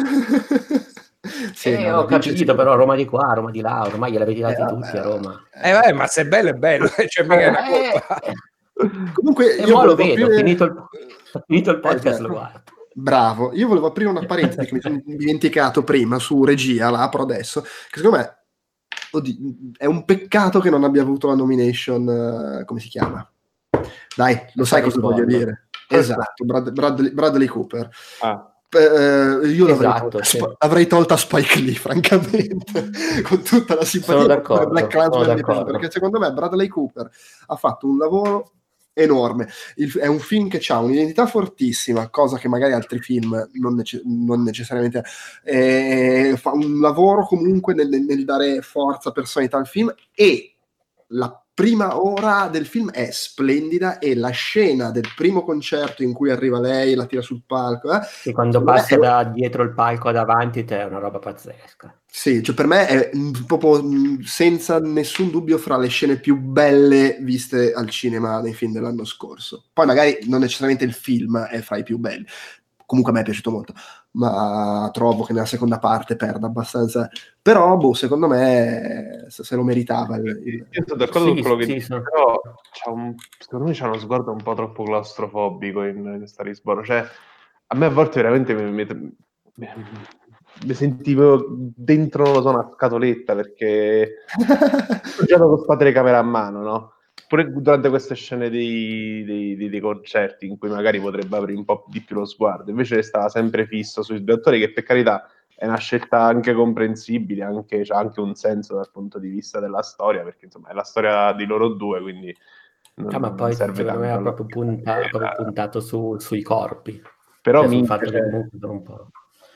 [SPEAKER 1] Sì,
[SPEAKER 3] eh,
[SPEAKER 1] no,
[SPEAKER 3] ho
[SPEAKER 1] no, vince
[SPEAKER 3] capito,
[SPEAKER 1] sì.
[SPEAKER 3] però Roma di qua, Roma di là, ormai gliel'avete dati
[SPEAKER 1] Eh,
[SPEAKER 3] tutti a
[SPEAKER 1] vabbè,
[SPEAKER 3] Roma.
[SPEAKER 2] Eh vabbè, ma se è bello è bello, cioè mica è una
[SPEAKER 3] Eh,
[SPEAKER 2] colpa.
[SPEAKER 1] Comunque,
[SPEAKER 3] e
[SPEAKER 1] io
[SPEAKER 3] mo lo
[SPEAKER 1] volevo
[SPEAKER 3] vedo,
[SPEAKER 1] aprire-
[SPEAKER 3] finito il, finito il podcast
[SPEAKER 1] Eh,
[SPEAKER 3] lo
[SPEAKER 1] beh,
[SPEAKER 3] guardo.
[SPEAKER 1] Bravo, io volevo aprire una parentesi che mi sono dimenticato prima su regia, la apro adesso, che secondo me oddio, è un peccato che non abbia avuto la nomination, eh, come si chiama? Dai, lo sai cosa voglio dire? Esatto, Brad- Bradley, Bradley Cooper.
[SPEAKER 4] Ah.
[SPEAKER 1] Eh, io l'avrei,
[SPEAKER 3] Esatto,
[SPEAKER 1] tolta,
[SPEAKER 3] sì.
[SPEAKER 1] Sp- avrei tolta Spike Lee, francamente, con tutta la simpatia
[SPEAKER 3] Sono
[SPEAKER 1] per
[SPEAKER 3] d'accordo,
[SPEAKER 1] Black Klansman
[SPEAKER 3] sono
[SPEAKER 1] di prima,
[SPEAKER 3] d'accordo.
[SPEAKER 1] perché secondo me Bradley Cooper ha fatto un lavoro enorme. Il- è un film che ha un'identità fortissima, cosa che magari altri film non, nece- non necessariamente eh, fa un lavoro comunque nel, nel dare forza, personalità al film, e la prima ora del film è splendida e la scena del primo concerto in cui arriva lei e la tira sul palco, eh,
[SPEAKER 3] Che quando
[SPEAKER 1] secondo me
[SPEAKER 3] passa
[SPEAKER 1] è-
[SPEAKER 3] da dietro il palco ad avanti te è una roba pazzesca.
[SPEAKER 1] sì, cioè per me è mh, proprio mh, senza nessun dubbio fra le scene più belle viste al cinema nei film dell'anno scorso. Poi magari non necessariamente il film è fra i più belli, comunque a me è piaciuto molto, ma trovo che nella seconda parte perda abbastanza. Però, boh, secondo me se, se lo meritava. Il, il...
[SPEAKER 4] Io sono d'accordo
[SPEAKER 3] Sì,
[SPEAKER 4] con quello che
[SPEAKER 3] sì,
[SPEAKER 4] dici,
[SPEAKER 3] sono-
[SPEAKER 4] però c'ha un, secondo me c'ha uno sguardo un po' troppo claustrofobico in, in sta Lisbona. Cioè, a me a volte veramente mi, mi, mi- mi sentivo dentro, non lo so, una scatoletta, perché ho giocato con sta telecamera a mano, no? Pure durante queste scene dei, dei, dei- dei concerti in cui magari potrebbe aprire un po' di più lo sguardo, invece stava sempre fisso sui due attori, che per carità è una scelta anche comprensibile, anche, c'ha anche un senso dal punto di vista della storia, perché insomma è la storia di loro due, quindi non,
[SPEAKER 3] Ah, ma
[SPEAKER 4] non
[SPEAKER 3] poi
[SPEAKER 4] serve
[SPEAKER 3] secondo me
[SPEAKER 4] tanto
[SPEAKER 3] ha
[SPEAKER 4] alla
[SPEAKER 3] proprio, punta- ha proprio puntato su- sui corpi,
[SPEAKER 4] però
[SPEAKER 3] cioè sul
[SPEAKER 4] minchia,
[SPEAKER 3] fatto che
[SPEAKER 4] cioè,
[SPEAKER 3] comunque sono un po'.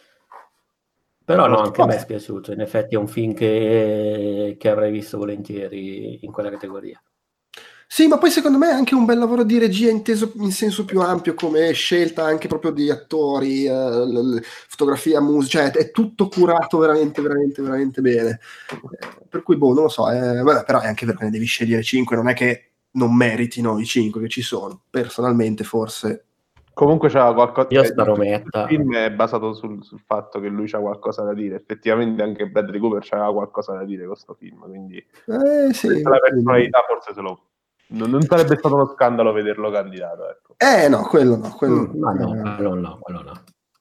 [SPEAKER 3] Però
[SPEAKER 4] non
[SPEAKER 3] no,
[SPEAKER 4] lo
[SPEAKER 3] anche a
[SPEAKER 4] so.
[SPEAKER 3] me è spiaciuto, in effetti è un film che, che avrei visto volentieri in quella categoria.
[SPEAKER 1] Sì, ma poi secondo me è anche un bel lavoro di regia inteso in senso più ampio, come scelta anche proprio di attori, eh, l- l- fotografia, musica, cioè è tutto curato veramente, veramente, veramente bene. Eh, per cui, boh, non lo so, eh, vabbè, però è anche vero che ne devi scegliere cinque, non è che non meritino i cinque che ci sono. Personalmente, forse.
[SPEAKER 4] Comunque c'ha qualcosa,
[SPEAKER 3] Io
[SPEAKER 4] eh,
[SPEAKER 3] sta
[SPEAKER 4] il
[SPEAKER 3] rometta,
[SPEAKER 4] film è basato sul, sul fatto che lui c'ha qualcosa da dire, effettivamente anche Bradley Cooper c'aveva qualcosa da dire con questo film, quindi
[SPEAKER 1] Eh, sì.
[SPEAKER 4] la personalità forse se lo... non, non sarebbe stato uno scandalo vederlo candidato, ecco.
[SPEAKER 1] Eh, no, quello no, quello
[SPEAKER 3] Mm, ma no,
[SPEAKER 1] no.
[SPEAKER 3] quello no, quello no.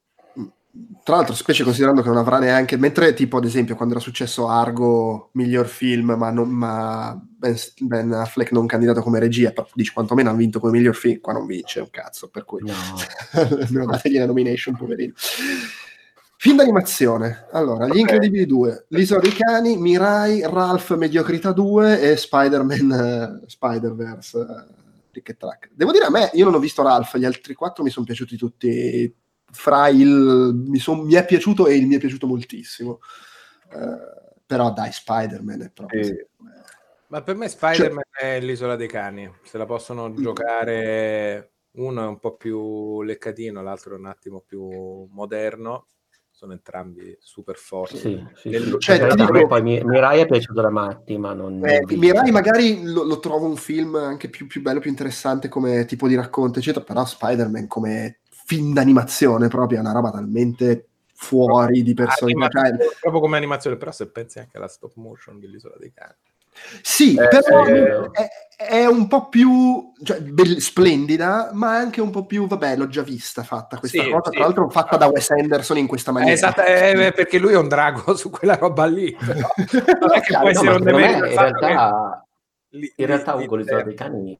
[SPEAKER 1] Tra l'altro, specie considerando che non avrà neanche, mentre tipo ad esempio quando era successo Argo, miglior film, ma, non, ma Ben, Ben Affleck non candidato come regia, però dici quantomeno ha vinto come miglior film, qua non vince un cazzo, per cui
[SPEAKER 3] No.
[SPEAKER 1] non dategli la nomination, poverino. Film d'animazione, allora, Gli Incredibili due, L'Isola dei Cani, Mirai, Ralph Mediocrità due e Spider-Man uh, Spider-Verse uh, Trick e Track. Devo dire, a me, io non ho visto Ralph, gli altri quattro mi sono piaciuti tutti. Fra il mi, son, mi è piaciuto e il mi è piaciuto moltissimo, uh, però dai, Spider-Man è proprio
[SPEAKER 4] Sì.
[SPEAKER 2] Ma per me Spider-Man cioè, è l'Isola dei Cani, se la possono mm. giocare, uno è un po' più leccatino, l'altro è un attimo più moderno, sono entrambi super forti.
[SPEAKER 3] Sì, sì,
[SPEAKER 2] Nel,
[SPEAKER 3] sì.
[SPEAKER 1] Cioè,
[SPEAKER 3] Carità,
[SPEAKER 1] dico,
[SPEAKER 3] a me poi Mirai è piaciuto da matti, ma non,
[SPEAKER 1] eh,
[SPEAKER 3] non
[SPEAKER 1] Mirai magari lo, lo trovo un film anche più, più bello, più interessante come tipo di racconto, eccetera, però Spider-Man come film d'animazione proprio è una roba talmente fuori di personalità.
[SPEAKER 2] Proprio come animazione, però se pensi anche alla stop motion dell'Isola dei Cani.
[SPEAKER 1] Sì,
[SPEAKER 3] eh,
[SPEAKER 1] però
[SPEAKER 3] eh,
[SPEAKER 1] è, è un po' più cioè, bell- splendida, ma anche un po' più, vabbè, l'ho già vista fatta questa
[SPEAKER 2] sì,
[SPEAKER 1] cosa,
[SPEAKER 2] sì.
[SPEAKER 1] tra l'altro fatta da Wes Anderson in questa maniera.
[SPEAKER 2] Eh, esatto, eh, perché lui è un drago su quella roba lì, però non è che può essere
[SPEAKER 3] no,
[SPEAKER 2] un demerito.
[SPEAKER 3] In realtà,
[SPEAKER 2] Li,
[SPEAKER 3] in realtà
[SPEAKER 2] li,
[SPEAKER 3] Ugo
[SPEAKER 2] li,
[SPEAKER 3] l'Isola dei Cani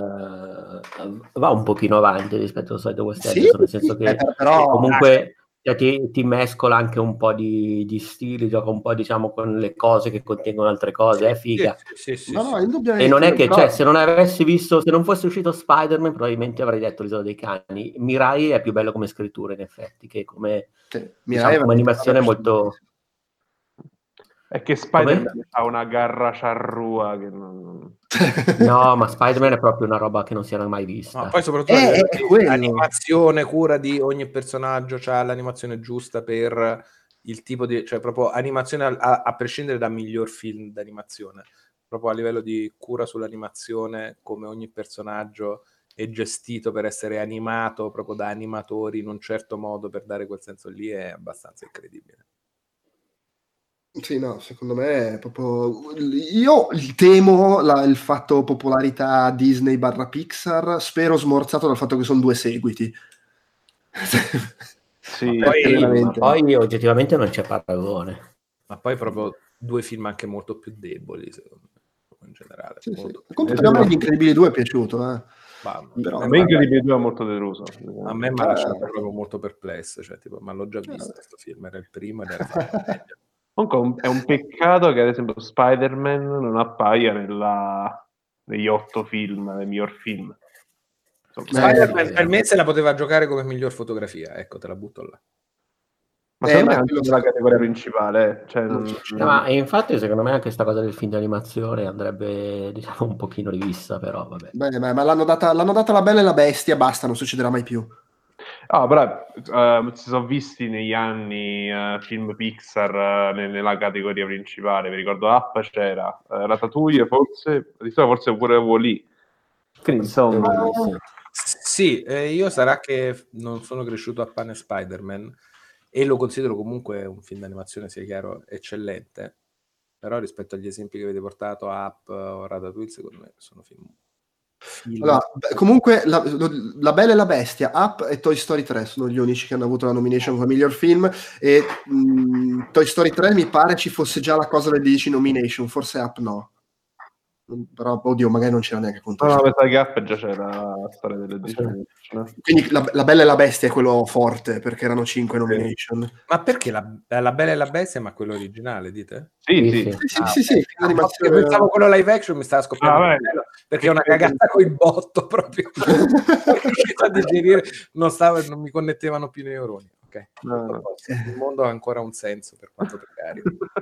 [SPEAKER 3] uh, va un pochino avanti rispetto al solito Wes Anderson,
[SPEAKER 1] sì,
[SPEAKER 3] nel senso che
[SPEAKER 1] eh, però
[SPEAKER 3] comunque ti, ti mescola anche un po' di, di stili, gioca un po' diciamo con le cose che contengono altre cose, è figa.
[SPEAKER 2] Sì, sì, sì,
[SPEAKER 1] no,
[SPEAKER 2] sì,
[SPEAKER 1] no,
[SPEAKER 2] sì.
[SPEAKER 1] indubbiamente,
[SPEAKER 3] E non è che,
[SPEAKER 1] però...
[SPEAKER 3] cioè, se non avessi visto, se non fosse uscito Spider-Man, probabilmente avrei detto l'Isola dei Cani. Mirai è più bello come scrittura, in effetti, che come,
[SPEAKER 1] sì,
[SPEAKER 3] diciamo, come animazione è molto...
[SPEAKER 4] È che Spider-Man ha una garra charrua che non...
[SPEAKER 3] No, ma Spider-Man è proprio una roba che non si era mai vista.
[SPEAKER 2] No, poi soprattutto
[SPEAKER 1] è,
[SPEAKER 2] a livello
[SPEAKER 1] è
[SPEAKER 2] di
[SPEAKER 1] quello.
[SPEAKER 2] animazione, cura di ogni personaggio, c'ha l'animazione giusta per il tipo di... cioè proprio animazione a, a prescindere da miglior film d'animazione, proprio a livello di cura sull'animazione, come ogni personaggio è gestito per essere animato proprio da animatori in un certo modo per dare quel senso lì, è abbastanza incredibile.
[SPEAKER 1] Sì, no, secondo me è proprio... Io temo la, il fatto popolarità Disney barra Pixar, spero smorzato dal fatto che sono due seguiti.
[SPEAKER 4] Sì,
[SPEAKER 3] poi,
[SPEAKER 1] veramente.
[SPEAKER 3] ma poi oggettivamente non c'è paragone.
[SPEAKER 2] Ma poi proprio due film anche molto più deboli, secondo me, in generale.
[SPEAKER 1] Sì, sì.
[SPEAKER 2] Più...
[SPEAKER 1] Comunque, a me Gli Incredibili due è piaciuto, eh.
[SPEAKER 2] Ma,
[SPEAKER 1] Però,
[SPEAKER 4] a me Incredibili due è molto deluso.
[SPEAKER 2] A me mi ha lasciato proprio molto perplesso, cioè tipo, ma l'ho già visto questo film, era il primo ed era fatto meglio.
[SPEAKER 4] Comunque è un peccato che ad esempio Spider-Man non appaia nella... negli otto film, nel miglior film.
[SPEAKER 2] Spider-Man per me se la poteva giocare come miglior fotografia, ecco, te la butto là.
[SPEAKER 4] Ma
[SPEAKER 1] Eh,
[SPEAKER 4] secondo
[SPEAKER 1] ma
[SPEAKER 4] me è anche
[SPEAKER 1] quello
[SPEAKER 4] la
[SPEAKER 1] sì.
[SPEAKER 4] categoria principale. Cioè, non-
[SPEAKER 3] No, ma infatti secondo me anche questa cosa del film di animazione andrebbe, diciamo, un pochino rivista, però vabbè.
[SPEAKER 1] Beh, ma, ma l'hanno data, l'hanno data La Bella e la Bestia, basta, non succederà mai più.
[SPEAKER 4] Ah, però eh, si sono visti negli anni eh, film Pixar eh, ne- nella categoria principale. Vi ricordo Up c'era, eh, Ratatouille forse, di solito forse pure Wall-E. Quindi insomma,
[SPEAKER 3] Sì.
[SPEAKER 5] Sì, eh, io sarà che non sono cresciuto a pane Spider-Man e lo considero comunque un film d'animazione, sia chiaro, eccellente, però rispetto agli esempi che avete portato, Up o Ratatouille, secondo me sono film... film...
[SPEAKER 1] Allora, beh, comunque, la, lo- La Bella e la Bestia, Up e Toy Story tre sono gli unici che hanno avuto la nomination come miglior film. E mh, Toy Story tre mi pare ci fosse già la cosa delle dieci nomination, forse Up no. Però, oddio, magari non c'era neanche con Toy
[SPEAKER 4] no, no,
[SPEAKER 1] Story.
[SPEAKER 4] pensavo che Up già c'era la storia delle decine.
[SPEAKER 1] Quindi la, la Bella e la Bestia è quello forte, perché erano cinque nomination.
[SPEAKER 5] Ma perché la, la Bella e la Bestia, ma quello originale, dite?
[SPEAKER 4] Sì,
[SPEAKER 3] Sì,
[SPEAKER 4] sì.
[SPEAKER 3] sì.
[SPEAKER 1] Sì, sì,
[SPEAKER 5] Ah,
[SPEAKER 1] sì,
[SPEAKER 5] ok.
[SPEAKER 1] sì, film
[SPEAKER 5] No,
[SPEAKER 1] d'animazione.
[SPEAKER 5] io pensavo quello live action, mi stava scoppiando
[SPEAKER 4] Ah,
[SPEAKER 5] il cervello, perché è una cagata con il botto proprio. Non riuscito a digerire, non, stavo, non mi connettevano più i neuroni. Ok,
[SPEAKER 4] No, no.
[SPEAKER 5] il mondo ha ancora un senso, per quanto precario.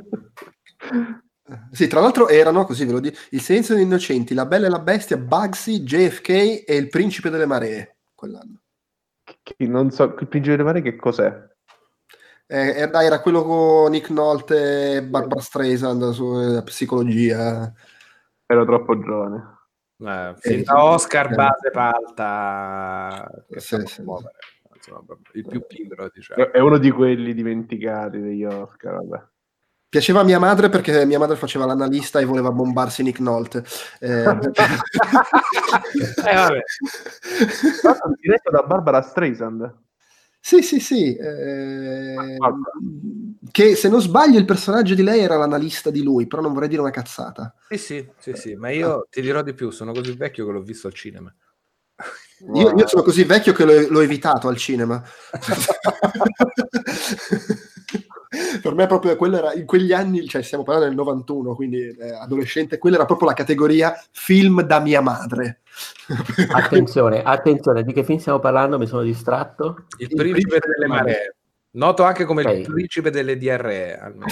[SPEAKER 1] Sì, tra l'altro erano, così ve lo dico, Il silenzio degli innocenti, La Bella e la Bestia, Bugsy, J F K e Il principe delle maree, quell'anno.
[SPEAKER 4] Che non so, il principe delle mare che cos'è?
[SPEAKER 1] Eh, eh, dai, era quello con Nick Nolte e Barbara Streisand su eh, psicologia.
[SPEAKER 4] Ero troppo giovane.
[SPEAKER 5] Eh,
[SPEAKER 1] Eh,
[SPEAKER 5] film
[SPEAKER 1] sì.
[SPEAKER 5] da Oscar,
[SPEAKER 1] Eh.
[SPEAKER 5] base palta, che
[SPEAKER 1] Sì,
[SPEAKER 5] fa
[SPEAKER 1] sì.
[SPEAKER 5] muovere. Insomma, il più pigro, diciamo.
[SPEAKER 4] È uno di quelli dimenticati degli Oscar, vabbè.
[SPEAKER 1] Piaceva a mia madre perché mia madre faceva l'analista e voleva bombarsi Nick Nolte. Eh,
[SPEAKER 5] Eh, vabbè.
[SPEAKER 4] Diretto da Barbara Streisand.
[SPEAKER 1] Sì, sì, sì. eh, che se non sbaglio il personaggio di lei era l'analista di lui, però non vorrei dire una cazzata.
[SPEAKER 5] Sì, sì, sì, sì, ma io ti dirò di più, sono così vecchio che l'ho visto al cinema.
[SPEAKER 1] Io, io sono così vecchio che l'ho, l'ho evitato al cinema. Per me proprio quello era in quegli anni, cioè stiamo parlando del novantuno, quindi eh, adolescente, quella era proprio la categoria film da mia madre.
[SPEAKER 3] Attenzione, attenzione, di che film stiamo parlando? Mi sono distratto.
[SPEAKER 5] Il,
[SPEAKER 1] Il
[SPEAKER 5] principe,
[SPEAKER 1] principe
[SPEAKER 5] delle
[SPEAKER 1] delle
[SPEAKER 5] maree, noto anche come
[SPEAKER 3] Ok.
[SPEAKER 5] il principe delle diarree. Almeno.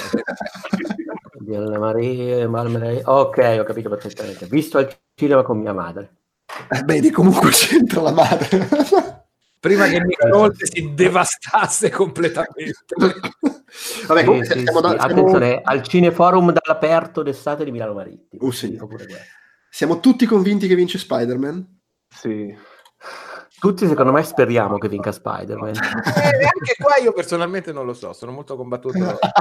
[SPEAKER 3] Delle Marie, Malmere- ok, ho capito perfettamente. Visto al cinema con mia madre.
[SPEAKER 1] Eh, vedi, comunque c'entra la madre.
[SPEAKER 5] Prima che Nick Nolte si devastasse completamente.
[SPEAKER 1] Vabbè,
[SPEAKER 3] Sì,
[SPEAKER 1] comunque
[SPEAKER 3] sì,
[SPEAKER 1] siamo,
[SPEAKER 3] sì.
[SPEAKER 1] da- siamo-
[SPEAKER 3] Attenzione, al Cineforum dall'aperto d'estate di Milano Marittimo.
[SPEAKER 1] Oh, sì.
[SPEAKER 3] Dico pure questo.
[SPEAKER 1] siamo tutti convinti che vince Spider-Man?
[SPEAKER 4] Sì.
[SPEAKER 3] Tutti secondo me speriamo che vinca Spider-Man.
[SPEAKER 5] Eh, anche qua io personalmente non lo so, sono molto combattuto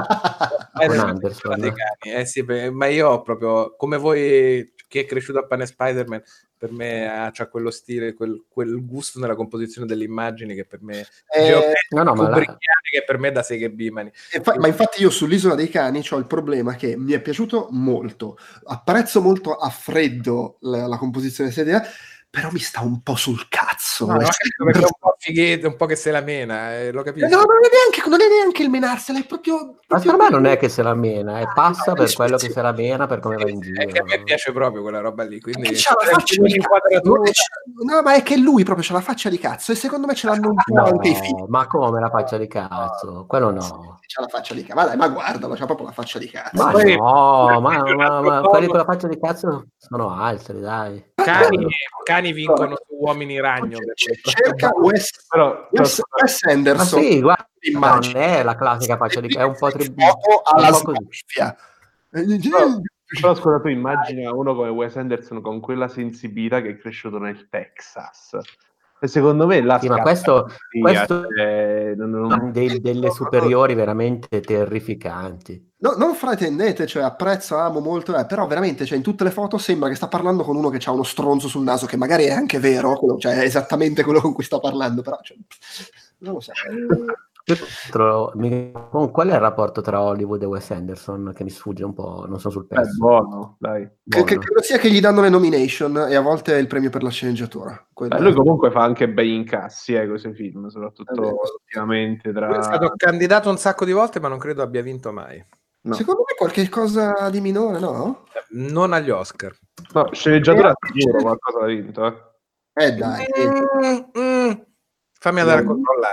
[SPEAKER 3] Con Anderson.
[SPEAKER 5] dei cani. Eh sì, beh, ma io ho proprio come voi, chi è cresciuto a pane Spider-Man, per me ha c'ha quello stile, quel, quel gusto nella composizione delle immagini che per me
[SPEAKER 1] Eh,
[SPEAKER 5] geometriche,
[SPEAKER 3] no, no, ma la-
[SPEAKER 5] kubrickiane, che per me da Seghe Bimani.
[SPEAKER 1] E fa- ma infatti io sull'Isola dei Cani ho il problema che mi è piaciuto molto, apprezzo molto a freddo la, la composizione sedia, però mi sta un po' sul cazzo.
[SPEAKER 5] No, no,
[SPEAKER 1] eh.
[SPEAKER 5] capisco perché è un po' fighetto, un po' che se la mena, eh, lo capisco.
[SPEAKER 1] No, non è neanche, non è neanche il menarsela, è proprio...
[SPEAKER 3] Ma
[SPEAKER 1] proprio-
[SPEAKER 3] secondo me non è che se la mena, è passa per
[SPEAKER 1] Sì,
[SPEAKER 3] quello
[SPEAKER 1] sì.
[SPEAKER 3] che se la mena, per come va in
[SPEAKER 5] È che a
[SPEAKER 3] giro.
[SPEAKER 5] me piace proprio quella roba lì, quindi
[SPEAKER 1] Che c'ha la faccia di
[SPEAKER 5] un'inquadratura.
[SPEAKER 1] cazzo. No, ma è che lui proprio c'ha la faccia di cazzo e secondo me ce l'hanno un po' anche i figli.
[SPEAKER 3] No, ma come la faccia di cazzo? Quello no.
[SPEAKER 1] C'ha la faccia di cazzo. Ma dai, ma guardalo, c'ha proprio la faccia di cazzo.
[SPEAKER 3] Ma
[SPEAKER 5] Poi-
[SPEAKER 3] no, ma,
[SPEAKER 5] un
[SPEAKER 3] ma,
[SPEAKER 5] altro
[SPEAKER 3] ma
[SPEAKER 5] modo-
[SPEAKER 3] quelli con la faccia di cazzo sono altri, dai.
[SPEAKER 5] Cani, cani vincono su uomini ragno. per
[SPEAKER 1] C-
[SPEAKER 5] questo.
[SPEAKER 1] cerca Wes,
[SPEAKER 4] Però,
[SPEAKER 1] Wes, Wes
[SPEAKER 3] Ma
[SPEAKER 1] Anderson.
[SPEAKER 3] sì, guarda,
[SPEAKER 1] Immagini.
[SPEAKER 3] non è la classica faccia di cazzo, è un po' tri-
[SPEAKER 1] foto alla
[SPEAKER 3] un po' così.
[SPEAKER 1] sbaffia.
[SPEAKER 4] però, però scusa, tu immagina uno come Wes Anderson con quella sensibilità che è cresciuto nel Texas. E secondo me la
[SPEAKER 3] Sì, ma
[SPEAKER 4] scatta
[SPEAKER 3] questo,
[SPEAKER 4] via,
[SPEAKER 3] questo
[SPEAKER 4] cioè, non- non-
[SPEAKER 3] ha dei- delle superiori veramente terrificanti.
[SPEAKER 1] No, non fraintendete, cioè apprezzo, amo molto, eh, però veramente, cioè, in tutte le foto sembra che sta parlando con uno che ha uno stronzo sul naso, che magari è anche vero, quello- cioè è esattamente quello con cui sta parlando, però cioè, non lo so.
[SPEAKER 3] Più che altro, mi- con- qual è il rapporto tra Hollywood e Wes Anderson che mi sfugge un po', non sono sul
[SPEAKER 4] è
[SPEAKER 3] pezzo.
[SPEAKER 4] buono, dai.
[SPEAKER 1] Che,
[SPEAKER 3] Buono.
[SPEAKER 1] che credo sia che gli danno le nomination e a volte è il premio per la sceneggiatura. Quello-
[SPEAKER 4] Beh, lui comunque fa anche bei incassi eh, con i suoi film,
[SPEAKER 1] È
[SPEAKER 4] soprattutto
[SPEAKER 1] vero.
[SPEAKER 4] ultimamente
[SPEAKER 5] Lui è
[SPEAKER 4] tra...
[SPEAKER 5] stato candidato un sacco di volte, ma non credo abbia vinto mai.
[SPEAKER 4] No,
[SPEAKER 1] Secondo me qualche cosa di minore, no?
[SPEAKER 5] Non agli Oscar.
[SPEAKER 4] no, sceneggiatura sicuro qualcosa ha vinto, eh.
[SPEAKER 1] Eh dai, eh,
[SPEAKER 5] Mm, mm. Fammi andare a
[SPEAKER 4] No.
[SPEAKER 5] controllare.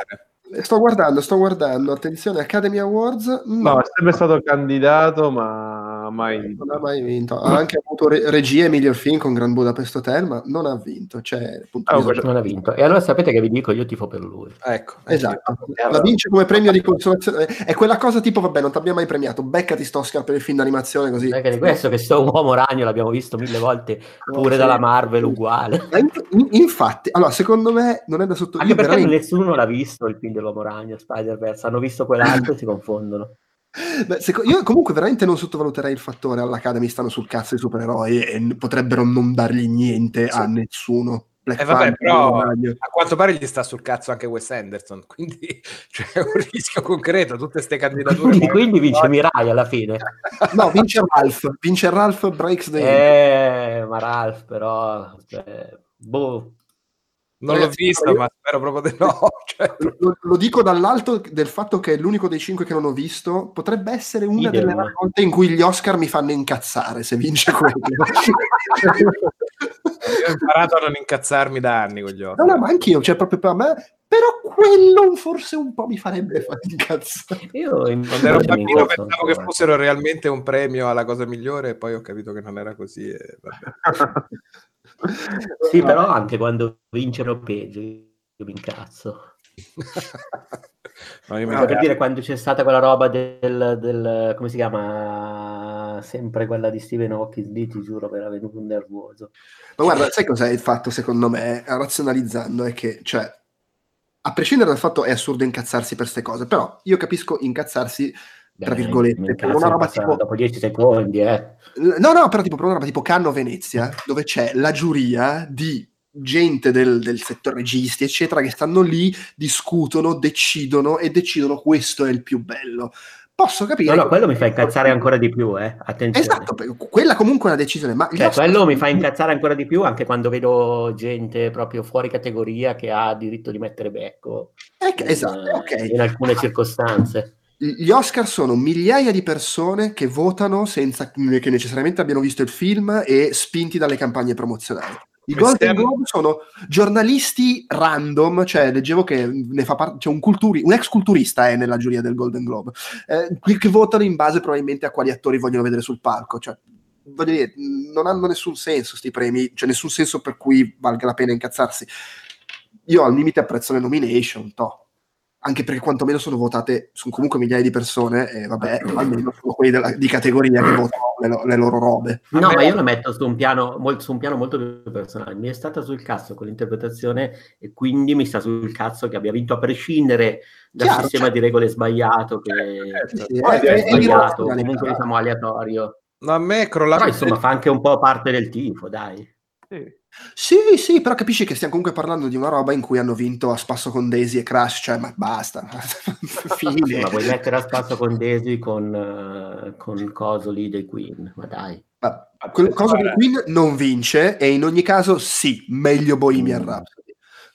[SPEAKER 1] Sto guardando, sto guardando, attenzione, Academy Awards, no,
[SPEAKER 4] No, è sempre stato candidato, ma mai
[SPEAKER 1] non ha mai vinto. Ha anche avuto re- regia e miglior film con Grand Budapest Hotel, ma non ha vinto. Cioè, appunto,
[SPEAKER 4] Ah,
[SPEAKER 1] bisogna-
[SPEAKER 4] questo-
[SPEAKER 3] Non ha vinto. E allora sapete che vi dico, io tifo per lui.
[SPEAKER 2] Ecco,
[SPEAKER 1] Esatto,
[SPEAKER 2] anch'io.
[SPEAKER 1] la vince come premio di consolazione. È quella cosa tipo, vabbè, non ti abbiamo mai premiato, beccati sto Oscar per il film d'animazione così.
[SPEAKER 3] Non è che di questo che sto Uomo Ragno l'abbiamo visto mille volte pure
[SPEAKER 1] Sì.
[SPEAKER 3] dalla Marvel uguale.
[SPEAKER 1] Ma in- in- infatti, allora, secondo me non è da sotto...
[SPEAKER 3] Anche
[SPEAKER 1] io
[SPEAKER 3] perché
[SPEAKER 1] veramente-
[SPEAKER 3] nessuno l'ha visto il film dell'Uomo Ragno, Spider-Verse, hanno visto quell'altro e si confondono.
[SPEAKER 1] Beh, seco- io comunque veramente non sottovaluterei il fattore all'Academy stanno sul cazzo i supereroi e n- potrebbero non dargli niente a
[SPEAKER 2] Sì.
[SPEAKER 1] nessuno. Black
[SPEAKER 2] E vabbè,
[SPEAKER 1] Panther,
[SPEAKER 2] però
[SPEAKER 1] Uomo Ragno.
[SPEAKER 2] a quanto pare gli sta sul cazzo anche Wes Anderson, quindi c'è un rischio concreto, tutte queste candidature.
[SPEAKER 3] Quindi, quindi vince Mirai alla fine.
[SPEAKER 1] No, vince Ralph, vince Ralph Breaks the
[SPEAKER 3] Eh, ma Ralph però... cioè, boh.
[SPEAKER 2] Non l'ho
[SPEAKER 1] Ragazzi,
[SPEAKER 2] visto,
[SPEAKER 1] io-
[SPEAKER 2] ma spero proprio di no. Cioè,
[SPEAKER 1] Lo, lo dico dall'alto del fatto che è l'unico dei cinque che non ho visto. Potrebbe essere una
[SPEAKER 3] Idem.
[SPEAKER 1] delle rare volte in cui gli Oscar mi fanno incazzare se vince quello.
[SPEAKER 2] io ho imparato a non incazzarmi da anni con gli occhi.
[SPEAKER 1] No, no, ma anch'io, cioè proprio per me. Però quello forse un po' mi farebbe fare incazzare.
[SPEAKER 3] Io in
[SPEAKER 2] Quando ero
[SPEAKER 3] mi
[SPEAKER 2] bambino
[SPEAKER 3] incazzo
[SPEAKER 2] pensavo che
[SPEAKER 3] ancora.
[SPEAKER 2] fossero realmente un premio alla cosa migliore e poi ho capito che non era così e vabbè.
[SPEAKER 3] Sì, però anche quando vincono peggio io mi incazzo.
[SPEAKER 2] No, io mi
[SPEAKER 3] Cioè, per
[SPEAKER 2] incazzo.
[SPEAKER 3] dire, quando c'è stata quella roba del, del come si chiama, sempre quella di Stephen Hawking, lì ti giuro era venuto un nervoso.
[SPEAKER 1] Ma guarda, sai cos'è il fatto, secondo me, razionalizzando, è che, cioè, a prescindere dal fatto è assurdo incazzarsi per ste cose, però io capisco incazzarsi, tra
[SPEAKER 3] Beh, mi
[SPEAKER 1] virgolette, per
[SPEAKER 3] incazzo
[SPEAKER 1] una
[SPEAKER 3] e
[SPEAKER 1] roba
[SPEAKER 3] passa
[SPEAKER 1] tipo...
[SPEAKER 3] dopo dieci secondi, eh.
[SPEAKER 1] No, no, però tipo per una roba tipo Cannes o Venezia, dove c'è la giuria di gente del, del settore registi, eccetera, che stanno lì, discutono, decidono e decidono questo è il più bello. Posso capire...
[SPEAKER 3] No, no,
[SPEAKER 1] che-
[SPEAKER 3] quello mi fa incazzare ancora di più, eh. Attenzione.
[SPEAKER 1] Esatto, perché quella comunque è una decisione, ma... gli
[SPEAKER 3] Cioè,
[SPEAKER 1] Oscar
[SPEAKER 3] quello
[SPEAKER 1] sono-
[SPEAKER 3] mi fa incazzare ancora di più anche quando vedo gente proprio fuori categoria che ha diritto di mettere becco
[SPEAKER 1] Eh, che-
[SPEAKER 3] in,
[SPEAKER 1] esatto, ok.
[SPEAKER 3] in alcune circostanze.
[SPEAKER 1] Gli Oscar sono migliaia di persone che votano senza che necessariamente abbiano visto il film e spinti dalle campagne promozionali. I
[SPEAKER 2] Questi
[SPEAKER 1] Golden
[SPEAKER 2] anni-
[SPEAKER 1] Globe sono giornalisti random, cioè leggevo che ne fa parte, c'è un, culturi, un ex culturista è nella giuria del Golden Globe, eh, che votano in base probabilmente a quali attori vogliono vedere sul palco. Cioè, voglio dire, non hanno nessun senso sti premi, cioè nessun senso per cui valga la pena incazzarsi. Io al limite apprezzo le nomination, toh. Anche perché quantomeno sono votate, sono comunque migliaia di persone e vabbè, almeno sono quelli della- di categoria che votano le, lo- le loro robe.
[SPEAKER 3] No,
[SPEAKER 2] me-
[SPEAKER 3] ma io la metto su un piano molto, su un piano molto più personale. Mi è stata sul cazzo con l'interpretazione e quindi mi sta sul cazzo che abbia vinto a prescindere dal
[SPEAKER 1] Chiaro,
[SPEAKER 3] sistema
[SPEAKER 1] certo.
[SPEAKER 3] di regole sbagliato, che
[SPEAKER 2] certo.
[SPEAKER 1] Sì, sì,
[SPEAKER 3] poi
[SPEAKER 1] è-
[SPEAKER 3] è,
[SPEAKER 1] è- è
[SPEAKER 3] sbagliato,
[SPEAKER 1] irrazionalità.
[SPEAKER 3] comunque diciamo aleatorio.
[SPEAKER 2] No, a me è crollato
[SPEAKER 3] Però
[SPEAKER 2] il
[SPEAKER 3] insomma fa anche un po' parte del tifo, dai.
[SPEAKER 4] Sì.
[SPEAKER 1] Sì, sì, però capisci che stiamo comunque parlando di una roba in cui hanno vinto a spasso con Daisy e Crash, cioè, ma basta. Fine.
[SPEAKER 3] Sì, ma vuoi mettere a spasso con Daisy con, eh, con coso lì dei Queen, ma dai.
[SPEAKER 1] Ma quel cosa di Queen non vince e in ogni caso sì, meglio Bohemian
[SPEAKER 3] Mm.
[SPEAKER 1] Rhapsody.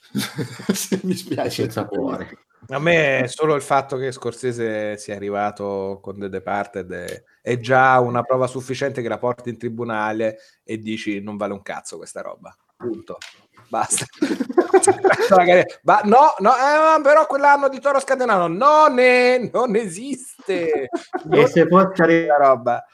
[SPEAKER 1] Mi
[SPEAKER 3] È
[SPEAKER 1] spiace.
[SPEAKER 3] senza cuore.
[SPEAKER 2] A me è solo il fatto che Scorsese sia arrivato con The Departed è, è già una prova sufficiente che la porti in tribunale e dici non vale un cazzo questa roba, punto, basta. Magari, ma no, no, eh, però quell'anno di Toro Scatenano non, è, non esiste non
[SPEAKER 3] E se fosse
[SPEAKER 2] esiste la roba.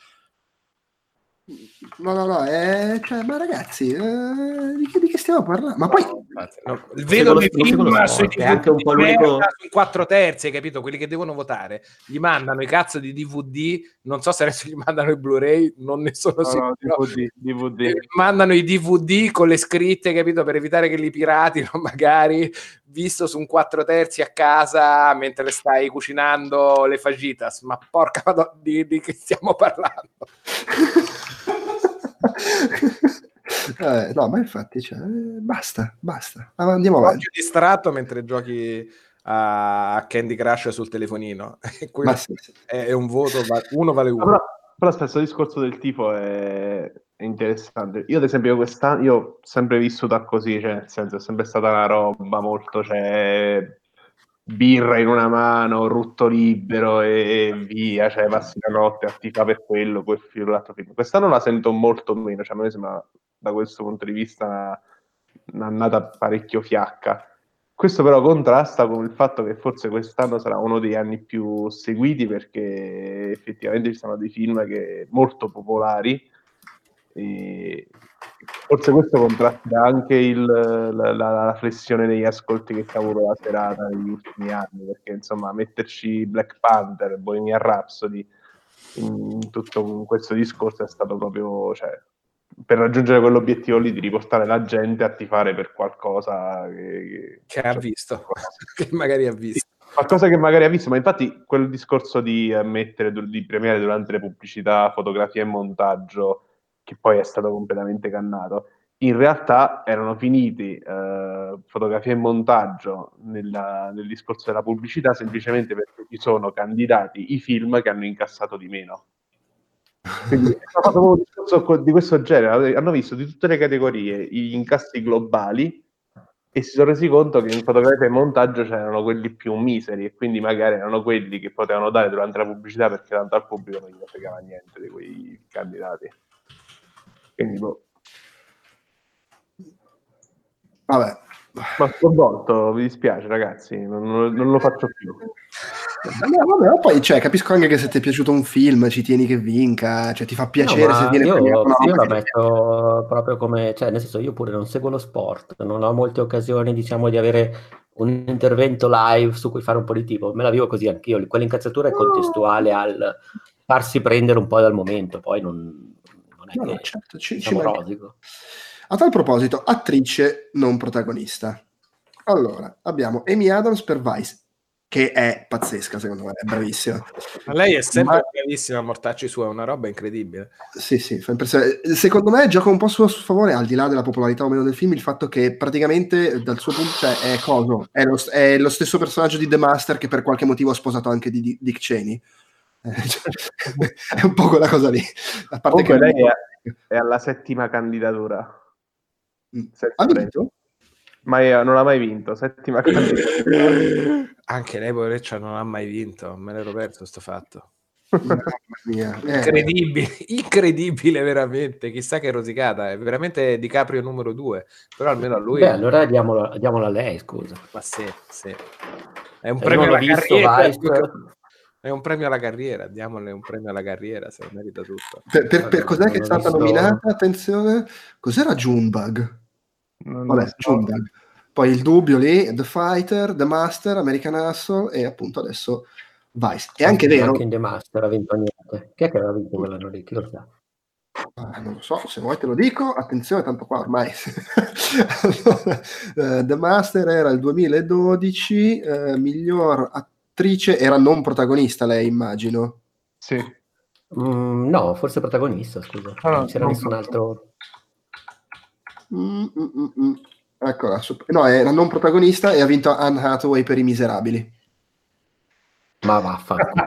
[SPEAKER 1] No, no, no, eh, cioè, ma ragazzi, eh, di, che, di che stiamo parlando? Ma poi...
[SPEAKER 2] No, vedo
[SPEAKER 3] seguo
[SPEAKER 2] dei
[SPEAKER 3] lo- non seguo lo
[SPEAKER 2] film
[SPEAKER 3] sport,
[SPEAKER 2] sui
[SPEAKER 3] è anche un po'
[SPEAKER 2] D V D di
[SPEAKER 3] l'unico-
[SPEAKER 2] merda, sui quattro terzi, hai capito? Quelli che devono votare gli mandano i cazzo di D V D, non so se adesso gli mandano i Blu-ray, non ne sono
[SPEAKER 4] No,
[SPEAKER 2] sicuro.
[SPEAKER 4] no, D V D, D V D.
[SPEAKER 2] Eh, mandano i D V D con le scritte, capito? Per evitare che li piratino, magari visto su un quattro terzi a casa mentre stai cucinando le fajitas. Ma porca madonna, di, di che stiamo parlando?
[SPEAKER 1] Eh, no, ma infatti, cioè, eh, basta, basta, Ah, andiamo avanti.
[SPEAKER 2] Occhio distratto mentre giochi a Candy Crush sul telefonino. E quello
[SPEAKER 1] Ma sì, sì.
[SPEAKER 2] è, è un voto, va- uno vale uno.
[SPEAKER 4] Però, però aspetta, il discorso del tifo è, è interessante. Io ad esempio quest'anno, io ho sempre vissuta così, cioè nel senso è sempre stata una roba molto, cioè birra in una mano, rutto libero e, e via, cioè passi la notte a tifare per quello, quel film, l'altro film. Quest'anno la sento molto meno, cioè a me sembra da questo punto di vista una- un'annata parecchio fiacca. questo però contrasta con il fatto che forse quest'anno sarà uno degli anni più seguiti, perché effettivamente ci sono dei film che molto popolari, e forse questo contrasta anche il, la, la, la flessione degli ascolti che ha avuto la serata negli ultimi anni, perché insomma metterci Black Panther, Bohemian Rhapsody in tutto questo discorso è stato proprio, cioè, per raggiungere quell'obiettivo lì di riportare la gente a tifare per qualcosa che,
[SPEAKER 2] che ha
[SPEAKER 4] cioè,
[SPEAKER 2] visto, che magari ha visto.
[SPEAKER 4] qualcosa che magari ha visto, ma infatti quel discorso di eh, mettere, di premiare durante le pubblicità fotografia e montaggio, che poi è stato completamente cannato, in realtà erano finiti eh, fotografia e montaggio nella, nel discorso della pubblicità semplicemente perché ci sono candidati i film che hanno incassato di meno. Quindi hanno fatto un discorso di questo genere, hanno visto di tutte le categorie gli incassi globali e si sono resi conto che in fotografia e montaggio c'erano quelli più miseri, e quindi magari erano quelli che potevano dare durante la pubblicità, perché tanto al pubblico non gli fregava niente di quei candidati. Quindi boh.
[SPEAKER 1] Vabbè.
[SPEAKER 4] Ma sconvolto, mi dispiace ragazzi, non, non- non lo faccio più.
[SPEAKER 1] No, vabbè, ma poi cioè, capisco anche che se ti è piaciuto un film ci tieni che vinca, cioè ti fa piacere
[SPEAKER 3] No,
[SPEAKER 1] se
[SPEAKER 3] ma
[SPEAKER 1] viene premiato
[SPEAKER 3] io,
[SPEAKER 1] una
[SPEAKER 3] io
[SPEAKER 1] roba
[SPEAKER 3] la
[SPEAKER 1] che-
[SPEAKER 3] metto proprio come, cioè nel senso io pure non seguo lo sport, non ho molte occasioni diciamo di avere un intervento live su cui fare un po' di tipo, me la vivo così anch'io, quell'incazzatura è contestuale al farsi prendere un po' dal momento, poi non, non è
[SPEAKER 1] No, no,
[SPEAKER 3] che
[SPEAKER 1] certo, ci, ci
[SPEAKER 3] diciamo
[SPEAKER 1] manca.
[SPEAKER 3] rosico.
[SPEAKER 1] A tal proposito, attrice non protagonista. Allora, abbiamo Amy Adams per Vice, che è pazzesca, secondo me, è bravissima.
[SPEAKER 2] Ma lei è sempre
[SPEAKER 1] Ma-
[SPEAKER 2] bravissima a mortacci su, è una roba incredibile.
[SPEAKER 1] Sì, sì, fa impressione. Secondo me gioca un po' su suo favore, al di là della popolarità o meno del film, il fatto che praticamente dal suo punto, cioè è coso, è lo, è lo stesso personaggio di The Master che per qualche motivo ha sposato anche di, di Dick Cheney. Eh, cioè, è un po' quella cosa lì. A parte
[SPEAKER 4] Comunque
[SPEAKER 1] che
[SPEAKER 4] lei è, è alla settima candidatura.
[SPEAKER 1] Mm.
[SPEAKER 4] Senza
[SPEAKER 1] Ha
[SPEAKER 4] premi.
[SPEAKER 1] vinto?
[SPEAKER 4] Ma è- non ha mai vinto, settima candidatura.
[SPEAKER 2] Anche lei, povereccia, non ha mai vinto. Me l'ero perso sto fatto.
[SPEAKER 1] Mamma mia. Eh,
[SPEAKER 2] Incredibile, incredibile veramente. Chissà che rosicata. È veramente DiCaprio numero due. Però almeno a lui.
[SPEAKER 3] Beh, allora diamola, diamola a lei, scusa.
[SPEAKER 2] Ma sì, sì. È un
[SPEAKER 3] Se
[SPEAKER 2] premio
[SPEAKER 3] non ho
[SPEAKER 2] alla
[SPEAKER 3] visto
[SPEAKER 2] carriera.
[SPEAKER 3] Vice,
[SPEAKER 2] È un premio alla carriera. Diamole un premio alla carriera, se lo merita tutto.
[SPEAKER 1] per, per- per
[SPEAKER 3] Vabbè,
[SPEAKER 1] cos'è
[SPEAKER 3] non
[SPEAKER 1] che è
[SPEAKER 3] ho
[SPEAKER 1] stata
[SPEAKER 3] visto-
[SPEAKER 1] nominata? Attenzione, cos'era Junebug?
[SPEAKER 4] Non
[SPEAKER 1] Vabbè,
[SPEAKER 4] lo so.
[SPEAKER 1] Junebug. Poi il dubbio lì, The Fighter, The Master, American Hustle e appunto adesso Vice. È anche vero,
[SPEAKER 3] Anche in The Master ha vinto niente. Chi è che aveva vinto quell'anno lì? Chi lo sa?
[SPEAKER 1] ah, non lo so, se vuoi te lo dico, attenzione, tanto qua ormai. Allora, eh, The Master era il duemiladodici, eh, miglior attrice, era non protagonista lei, immagino.
[SPEAKER 4] Sì.
[SPEAKER 3] Mm, no, forse protagonista, scusa.
[SPEAKER 4] No, no,
[SPEAKER 3] non c'era
[SPEAKER 4] non
[SPEAKER 3] nessun
[SPEAKER 4] so.
[SPEAKER 3] altro.
[SPEAKER 1] Mm, mm, mm, mm. Eccola, sup- no, era non protagonista e ha vinto Anne Hathaway per I Miserabili.
[SPEAKER 3] Ma vaffanculo.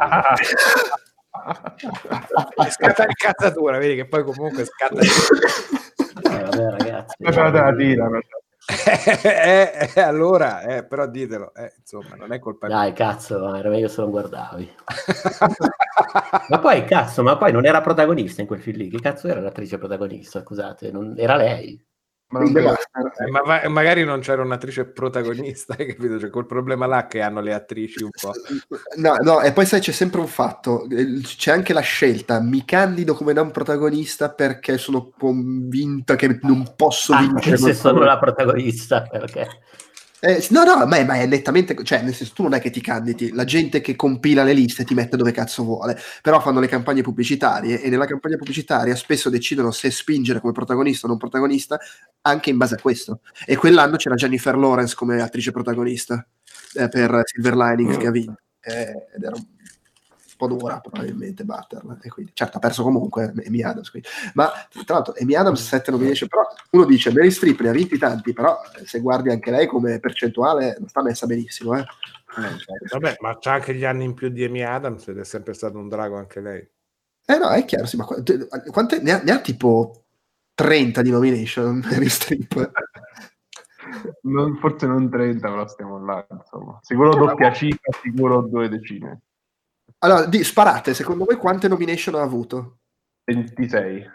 [SPEAKER 2] Scatta l'incazzatura, vedi che poi comunque scatta.
[SPEAKER 3] Eh, vabbè, ragazzi.
[SPEAKER 4] Te la tirano.
[SPEAKER 2] eh, eh, allora, eh, però ditelo, eh, insomma, non è colpa mia.
[SPEAKER 3] Dai, cazzo, ma era meglio se non guardavi. Ma poi, cazzo, ma poi non era protagonista in quel film lì. Che cazzo era l'attrice protagonista? Scusate, non... era lei.
[SPEAKER 4] Ma non
[SPEAKER 1] In The
[SPEAKER 4] credo.
[SPEAKER 1] Master.
[SPEAKER 2] Eh, ma va- magari non c'era un'attrice protagonista, hai capito? C'è quel problema là che hanno le attrici un po'.
[SPEAKER 1] No, no, e poi sai c'è sempre un fatto, eh, c'è anche la scelta, mi candido come non protagonista perché sono convinta che non posso
[SPEAKER 3] Anche
[SPEAKER 1] vincere.
[SPEAKER 3] se sono la protagonista, perché...
[SPEAKER 1] Eh, no, no, ma è, ma è nettamente, cioè nel senso tu non è che ti candidi, la gente che compila le liste ti mette dove cazzo vuole, però fanno le campagne pubblicitarie e nella campagna pubblicitaria spesso decidono se spingere come protagonista o non protagonista anche in base a questo. E quell'anno c'era Jennifer Lawrence come attrice protagonista eh, per Silver Lining che ha vinto, eh, ed era un po' dura probabilmente batterla, e quindi certo ha perso comunque Amy Adams, quindi. Ma tra l'altro Amy Adams sette nomination, però uno dice Meryl Streep ne ha vinti tanti, però se guardi anche lei come percentuale non sta messa benissimo, eh.
[SPEAKER 2] Vabbè, ma c'ha anche gli anni in più di Amy Adams ed è sempre stato un drago anche lei.
[SPEAKER 1] Eh no, è chiaro, sì, ma qu- quante, ne, ha, ne ha tipo trenta di nomination Meryl Streep.
[SPEAKER 4] Non, forse non trenta, però stiamo là, insomma. Sicuro doppia cifra, sicuro due decine.
[SPEAKER 1] Allora, di, sparate, secondo voi quante nomination ha avuto?
[SPEAKER 4] ventisei.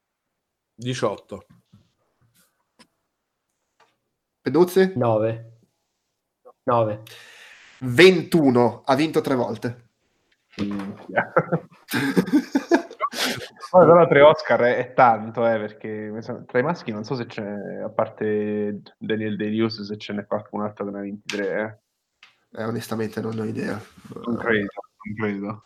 [SPEAKER 2] diciotto.
[SPEAKER 1] Peduzzi?
[SPEAKER 3] nove. nove.
[SPEAKER 1] ventuno, ha vinto tre volte.
[SPEAKER 4] Poi però tre Oscar è, è tanto, eh, perché tra i maschi non so se c'è, a parte Daniel Day-Lewis, se ce n'è qualcun altro che ne ha ventitré. Eh.
[SPEAKER 1] Eh, onestamente non ho idea.
[SPEAKER 4] Non credo, non credo.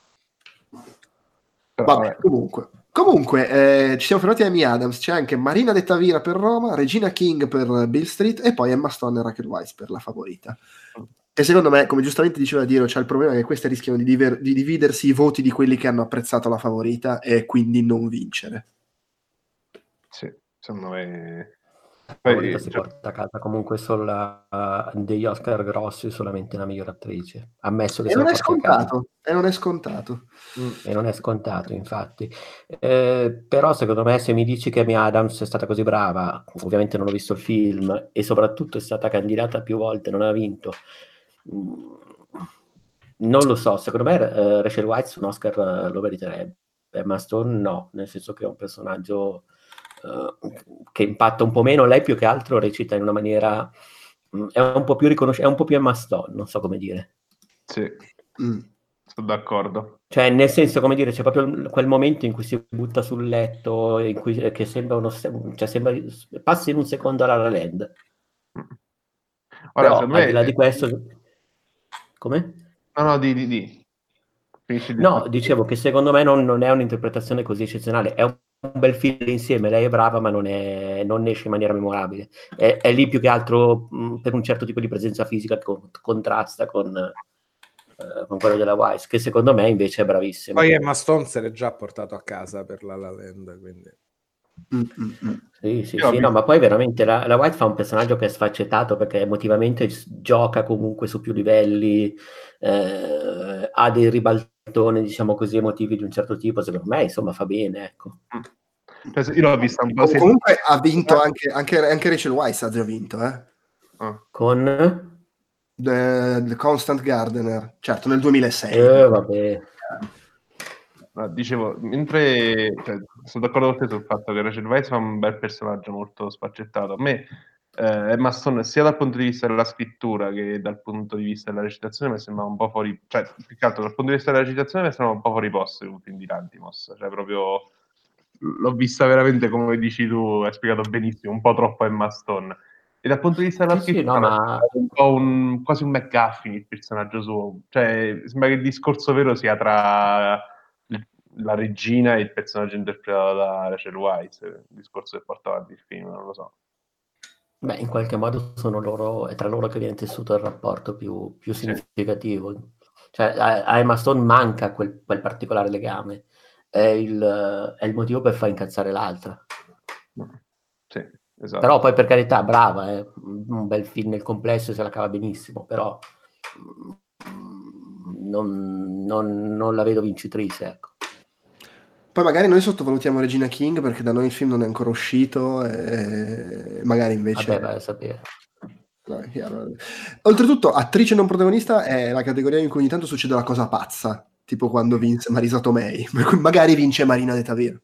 [SPEAKER 4] Però,
[SPEAKER 1] vabbè,
[SPEAKER 4] vabbè.
[SPEAKER 1] comunque. Comunque, eh, ci siamo fermati a Amy Adams, c'è anche Marina De Tavira per Roma, Regina King per Beale Street e poi Emma Stone e Rachel Weisz per La Favorita. E secondo me, come giustamente diceva Diro, c'è il problema che queste rischiano di, diver- di dividersi i voti di quelli che hanno apprezzato La Favorita e quindi non vincere.
[SPEAKER 4] Sì, secondo me...
[SPEAKER 3] La
[SPEAKER 4] Poi,
[SPEAKER 3] Favorita si
[SPEAKER 4] cioè...
[SPEAKER 3] porta a casa comunque solo la, uh, degli Oscar grossi, solamente la miglior attrice, ammesso che
[SPEAKER 1] E
[SPEAKER 3] se
[SPEAKER 1] non
[SPEAKER 3] lo
[SPEAKER 1] è
[SPEAKER 3] porti a casa.
[SPEAKER 1] scontato, e non è scontato.
[SPEAKER 3] Mm, e non è scontato, infatti. Eh, però secondo me, se mi dici che Amy Adams è stata così brava, ovviamente non ho visto il film, e soprattutto è stata candidata più volte, non ha vinto. Mm, non lo so, secondo me uh, Rachel Weisz un Oscar uh, lo meriterebbe. Emma Stone no, nel senso che è un personaggio uh, che impatta un po' meno, lei più che altro recita in una maniera mh, è un po' più riconosciuta, è un po' più Emma Stone, non so come dire.
[SPEAKER 4] Sì,
[SPEAKER 1] Mm.
[SPEAKER 4] sono d'accordo.
[SPEAKER 3] Cioè, nel senso, come dire, c'è proprio quel momento in cui si butta sul letto, in cui che sembra uno, cioè sembra passi in un secondo alla La Land.
[SPEAKER 4] Ora,
[SPEAKER 3] Però,
[SPEAKER 4] me...
[SPEAKER 3] al di là di questo, come?
[SPEAKER 4] No, no, di, di, di. Finisci di
[SPEAKER 3] No, dicevo che secondo me non, non è un'interpretazione così eccezionale, è un, un bel film insieme, lei è brava ma non, è, non esce in maniera memorabile, è, è lì più che altro mh, per un certo tipo di presenza fisica che con, contrasta con, eh, con quello della Weisz, che secondo me invece è bravissima.
[SPEAKER 5] Poi Emma Stone se l'è già portato a casa per La La Land, quindi...
[SPEAKER 1] Mm, mm, mm.
[SPEAKER 3] Sì, sì,
[SPEAKER 4] Io
[SPEAKER 3] sì, no, ma poi veramente la, la White fa un personaggio che è sfaccettato perché emotivamente gioca comunque su più livelli, eh, ha dei ribaltoni, diciamo così, emotivi di un certo tipo, secondo me, insomma, fa bene, ecco.
[SPEAKER 4] Cioè, io l'ho vista un po'...
[SPEAKER 1] Com- comunque ha vinto anche, anche, anche Rachel Weisz ha già vinto, eh?
[SPEAKER 4] Ah.
[SPEAKER 3] Con?
[SPEAKER 1] The, The Constant Gardener, certo, nel duemilasei.
[SPEAKER 3] Eh, vabbè.
[SPEAKER 4] No, dicevo, mentre cioè, sono d'accordo con te sul fatto che Rachel Weisz fa un bel personaggio molto sfaccettato. A me eh, Emma Stone, sia dal punto di vista della scrittura che dal punto di vista della recitazione, mi sembrava un po' fuori, cioè più che altro dal punto di vista della recitazione mi sembrava un po' fuori posto in un film di Lanthimos, cioè proprio l'ho vista veramente come dici tu, hai spiegato benissimo, un po' troppo Emma Stone. E dal punto di vista della
[SPEAKER 3] Sì,
[SPEAKER 4] scrittura
[SPEAKER 3] sì, no, ma...
[SPEAKER 4] è un po' un, quasi un McGuffin il personaggio suo, cioè sembra che il discorso vero sia tra la regina e il personaggio interpretato da Rachel Weisz, il discorso che porta avanti il film, non lo so.
[SPEAKER 3] Beh, in qualche modo sono loro, è tra loro che viene tessuto il rapporto più, più
[SPEAKER 4] Sì.
[SPEAKER 3] significativo. Cioè, a, a Emma Stone manca quel, quel particolare legame, è il, è il motivo per far incazzare l'altra.
[SPEAKER 4] Sì, esatto.
[SPEAKER 3] Però poi per carità, brava, è un bel film nel complesso, se la cava benissimo, però non, non, non la vedo vincitrice, ecco.
[SPEAKER 1] Poi magari noi sottovalutiamo Regina King perché da noi il film non è ancora uscito e magari invece...
[SPEAKER 3] Vabbè, vai a sapere.
[SPEAKER 1] No, è chiaro. Oltretutto, attrice non protagonista è la categoria in cui ogni tanto succede una cosa pazza, tipo quando vinse Marisa Tomei, per cui magari vince Marina De Tavira.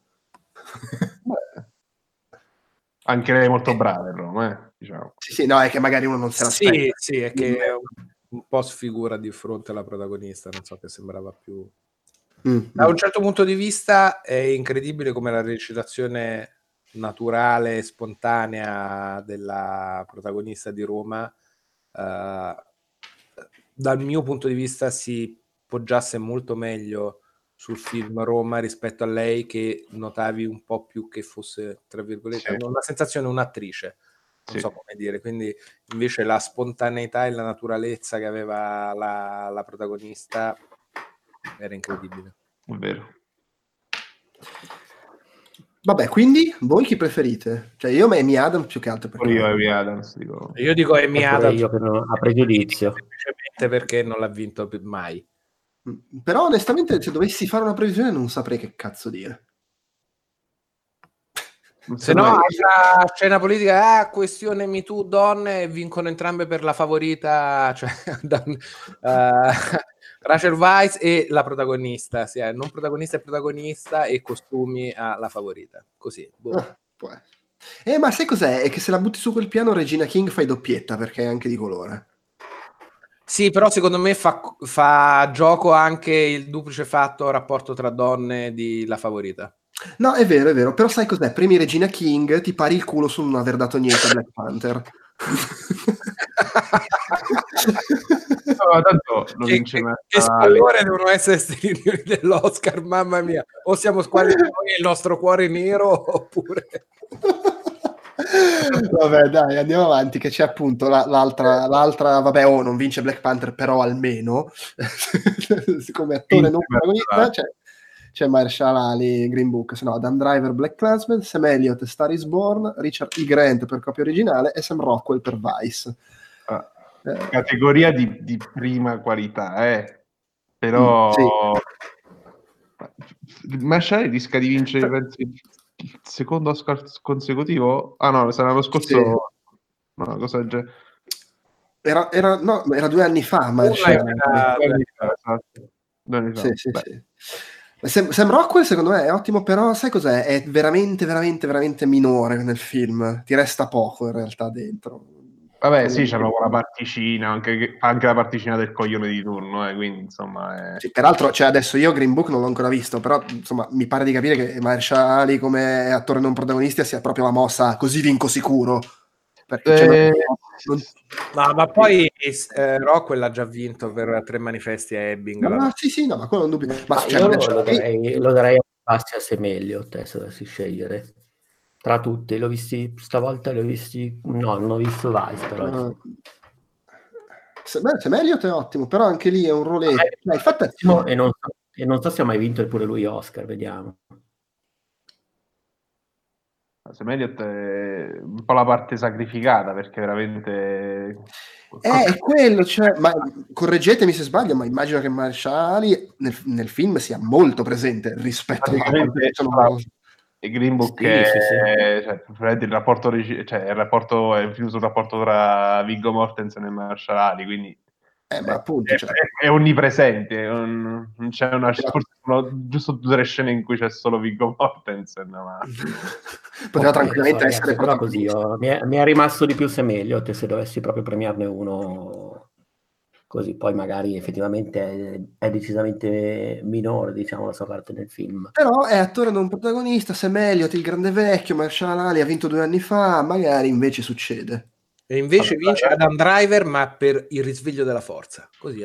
[SPEAKER 4] Anche lei è molto brava in Roma, eh, diciamo.
[SPEAKER 1] Sì, sì, no, è che magari uno non se l'aspetta.
[SPEAKER 5] Sì, sì, è che è un, un po' sfigura di fronte alla protagonista, non so, che sembrava più...
[SPEAKER 1] Mm,
[SPEAKER 5] Da
[SPEAKER 1] mm.
[SPEAKER 5] un certo punto di vista è incredibile come la recitazione naturale e spontanea della protagonista di Roma, eh, dal mio punto di vista, si poggiasse molto meglio sul film Roma rispetto a lei, che notavi un po' più che fosse, tra virgolette,
[SPEAKER 4] Sì.
[SPEAKER 5] una sensazione, un'attrice, non
[SPEAKER 4] Sì.
[SPEAKER 5] so come dire, quindi invece la spontaneità e la naturalezza che aveva la, la protagonista era incredibile.
[SPEAKER 4] È vero.
[SPEAKER 1] Vabbè, quindi voi chi preferite? Cioè io Amy Adams più che altro perché...
[SPEAKER 4] Poi io Amy Adams dico.
[SPEAKER 5] Io dico Amy
[SPEAKER 3] Eppure
[SPEAKER 5] Adams
[SPEAKER 3] io per non- a pregiudizio.
[SPEAKER 5] semplicemente perché non l'ha vinto più mai.
[SPEAKER 1] Mm, però onestamente se dovessi fare una previsione non saprei che cazzo dire.
[SPEAKER 5] Se no, altra scena politica, ah, questione Me Too, donne, e vincono entrambe per La Favorita, cioè da, uh, Rachel Weisz e la protagonista, sì, non protagonista e protagonista, e costumi a La Favorita, così. Boh.
[SPEAKER 1] Ah, può essere. Eh, ma sai cos'è? È che se la butti su quel piano Regina King fai doppietta perché è anche di colore.
[SPEAKER 5] Sì, però secondo me fa, fa gioco anche il duplice fatto rapporto tra donne di La Favorita.
[SPEAKER 1] No, è vero, è vero, però sai cos'è? Premi Regina King, ti pari il culo su non aver dato niente a Black Panther.
[SPEAKER 4] No, tanto lo
[SPEAKER 5] che,
[SPEAKER 4] vince
[SPEAKER 5] che,
[SPEAKER 4] Mahershala
[SPEAKER 5] che
[SPEAKER 4] Ali.
[SPEAKER 5] squallore devono essere questi riunioni dell'Oscar, mamma mia. O siamo squallidi noi e il nostro cuore nero, oppure...
[SPEAKER 1] Vabbè, dai, andiamo avanti, che c'è appunto la- l'altra, l'altra, vabbè, oh, non vince Black Panther, però almeno, come attore non protagonista, c'è, c'è Mahershala Ali, Green Book, se no, Dan Driver, Black Klansman, Sam Elliott, Star is Born, Richard E. Grant per copia originale e Sam Rockwell per Vice.
[SPEAKER 4] Ah,
[SPEAKER 1] Eh,
[SPEAKER 4] categoria di, di prima qualità, eh. Però
[SPEAKER 1] sì.
[SPEAKER 4] Mahershala Ali rischia di vincere penso, il secondo Oscar consecutivo? Ah no, sarà l'anno scorso.
[SPEAKER 1] Sì.
[SPEAKER 4] No, cosa del genere.
[SPEAKER 1] Era, era, no, era due anni fa, Mahershala Ali.
[SPEAKER 4] Due anni fa, esatto. Due anni fa.
[SPEAKER 1] Sì, sì, sì. Sam, Sam Rockwell secondo me è ottimo, però sai cos'è? È veramente, veramente, veramente minore nel film. Ti resta poco in realtà dentro.
[SPEAKER 4] Vabbè, sì, c'è proprio la particina, anche, anche la particina del coglione di turno, eh, quindi insomma... È...
[SPEAKER 1] Sì, peraltro, cioè adesso io Green Book non l'ho ancora visto, però insomma mi pare di capire che Mahershala Ali come attore non protagonista sia proprio la mossa così vinco sicuro. Perché, cioè,
[SPEAKER 4] Eh,
[SPEAKER 1] non, non...
[SPEAKER 5] No, ma poi eh, Rockwell ha già vinto per tre manifesti a Ebbing.
[SPEAKER 1] No,
[SPEAKER 5] la...
[SPEAKER 1] no, sì, sì, no, ma quello non dubbio. Ma,
[SPEAKER 3] Ma
[SPEAKER 1] cioè,
[SPEAKER 3] io lo,
[SPEAKER 1] Mahershala
[SPEAKER 3] lo,
[SPEAKER 1] Ali-
[SPEAKER 3] darei, lo darei a Bastia Semelio, te se dovessi scegliere. Tra tutti, l'ho visti stavolta, li ho visti... No, non ho visto Vice, però...
[SPEAKER 1] Uh, se, beh, Sam Elliott è ottimo, però anche lì è un roletto.
[SPEAKER 3] Ah,
[SPEAKER 1] il fatto è...
[SPEAKER 3] e, non so, e non so se ha mai vinto pure lui Oscar, vediamo.
[SPEAKER 4] Sam Elliott è un po' la parte sacrificata perché veramente
[SPEAKER 1] Eh, è quello, cioè, ma correggetemi se sbaglio, ma immagino che Mahershala Ali nel, nel film sia molto presente rispetto a sono...
[SPEAKER 4] e Green Book
[SPEAKER 3] Sì,
[SPEAKER 4] è,
[SPEAKER 3] sì, sì.
[SPEAKER 4] Cioè, il rapporto cioè il rapporto è un film sul rapporto tra Viggo Mortensen e Mahershala Ali, quindi
[SPEAKER 1] Eh, ma appunto,
[SPEAKER 4] è,
[SPEAKER 1] cioè...
[SPEAKER 4] è, è onnipresente, è un, non c'è una forse sono giusto due o tre scene in cui c'è solo Viggo Mortensen, ma
[SPEAKER 1] poteva
[SPEAKER 3] Ok,
[SPEAKER 1] tranquillamente
[SPEAKER 3] so,
[SPEAKER 1] essere
[SPEAKER 3] ragazzi, però così io, mi, è, mi è rimasto di più Semelio, se dovessi proprio premiarne uno così, poi magari effettivamente è, è decisamente minore, diciamo, la sua parte nel film.
[SPEAKER 1] Però è attore non protagonista, Sam Elliott, il grande vecchio, Mahershala Ali ha vinto due anni fa, magari invece succede.
[SPEAKER 5] E invece vince Adam Driver, ma per Il risveglio della forza. Così,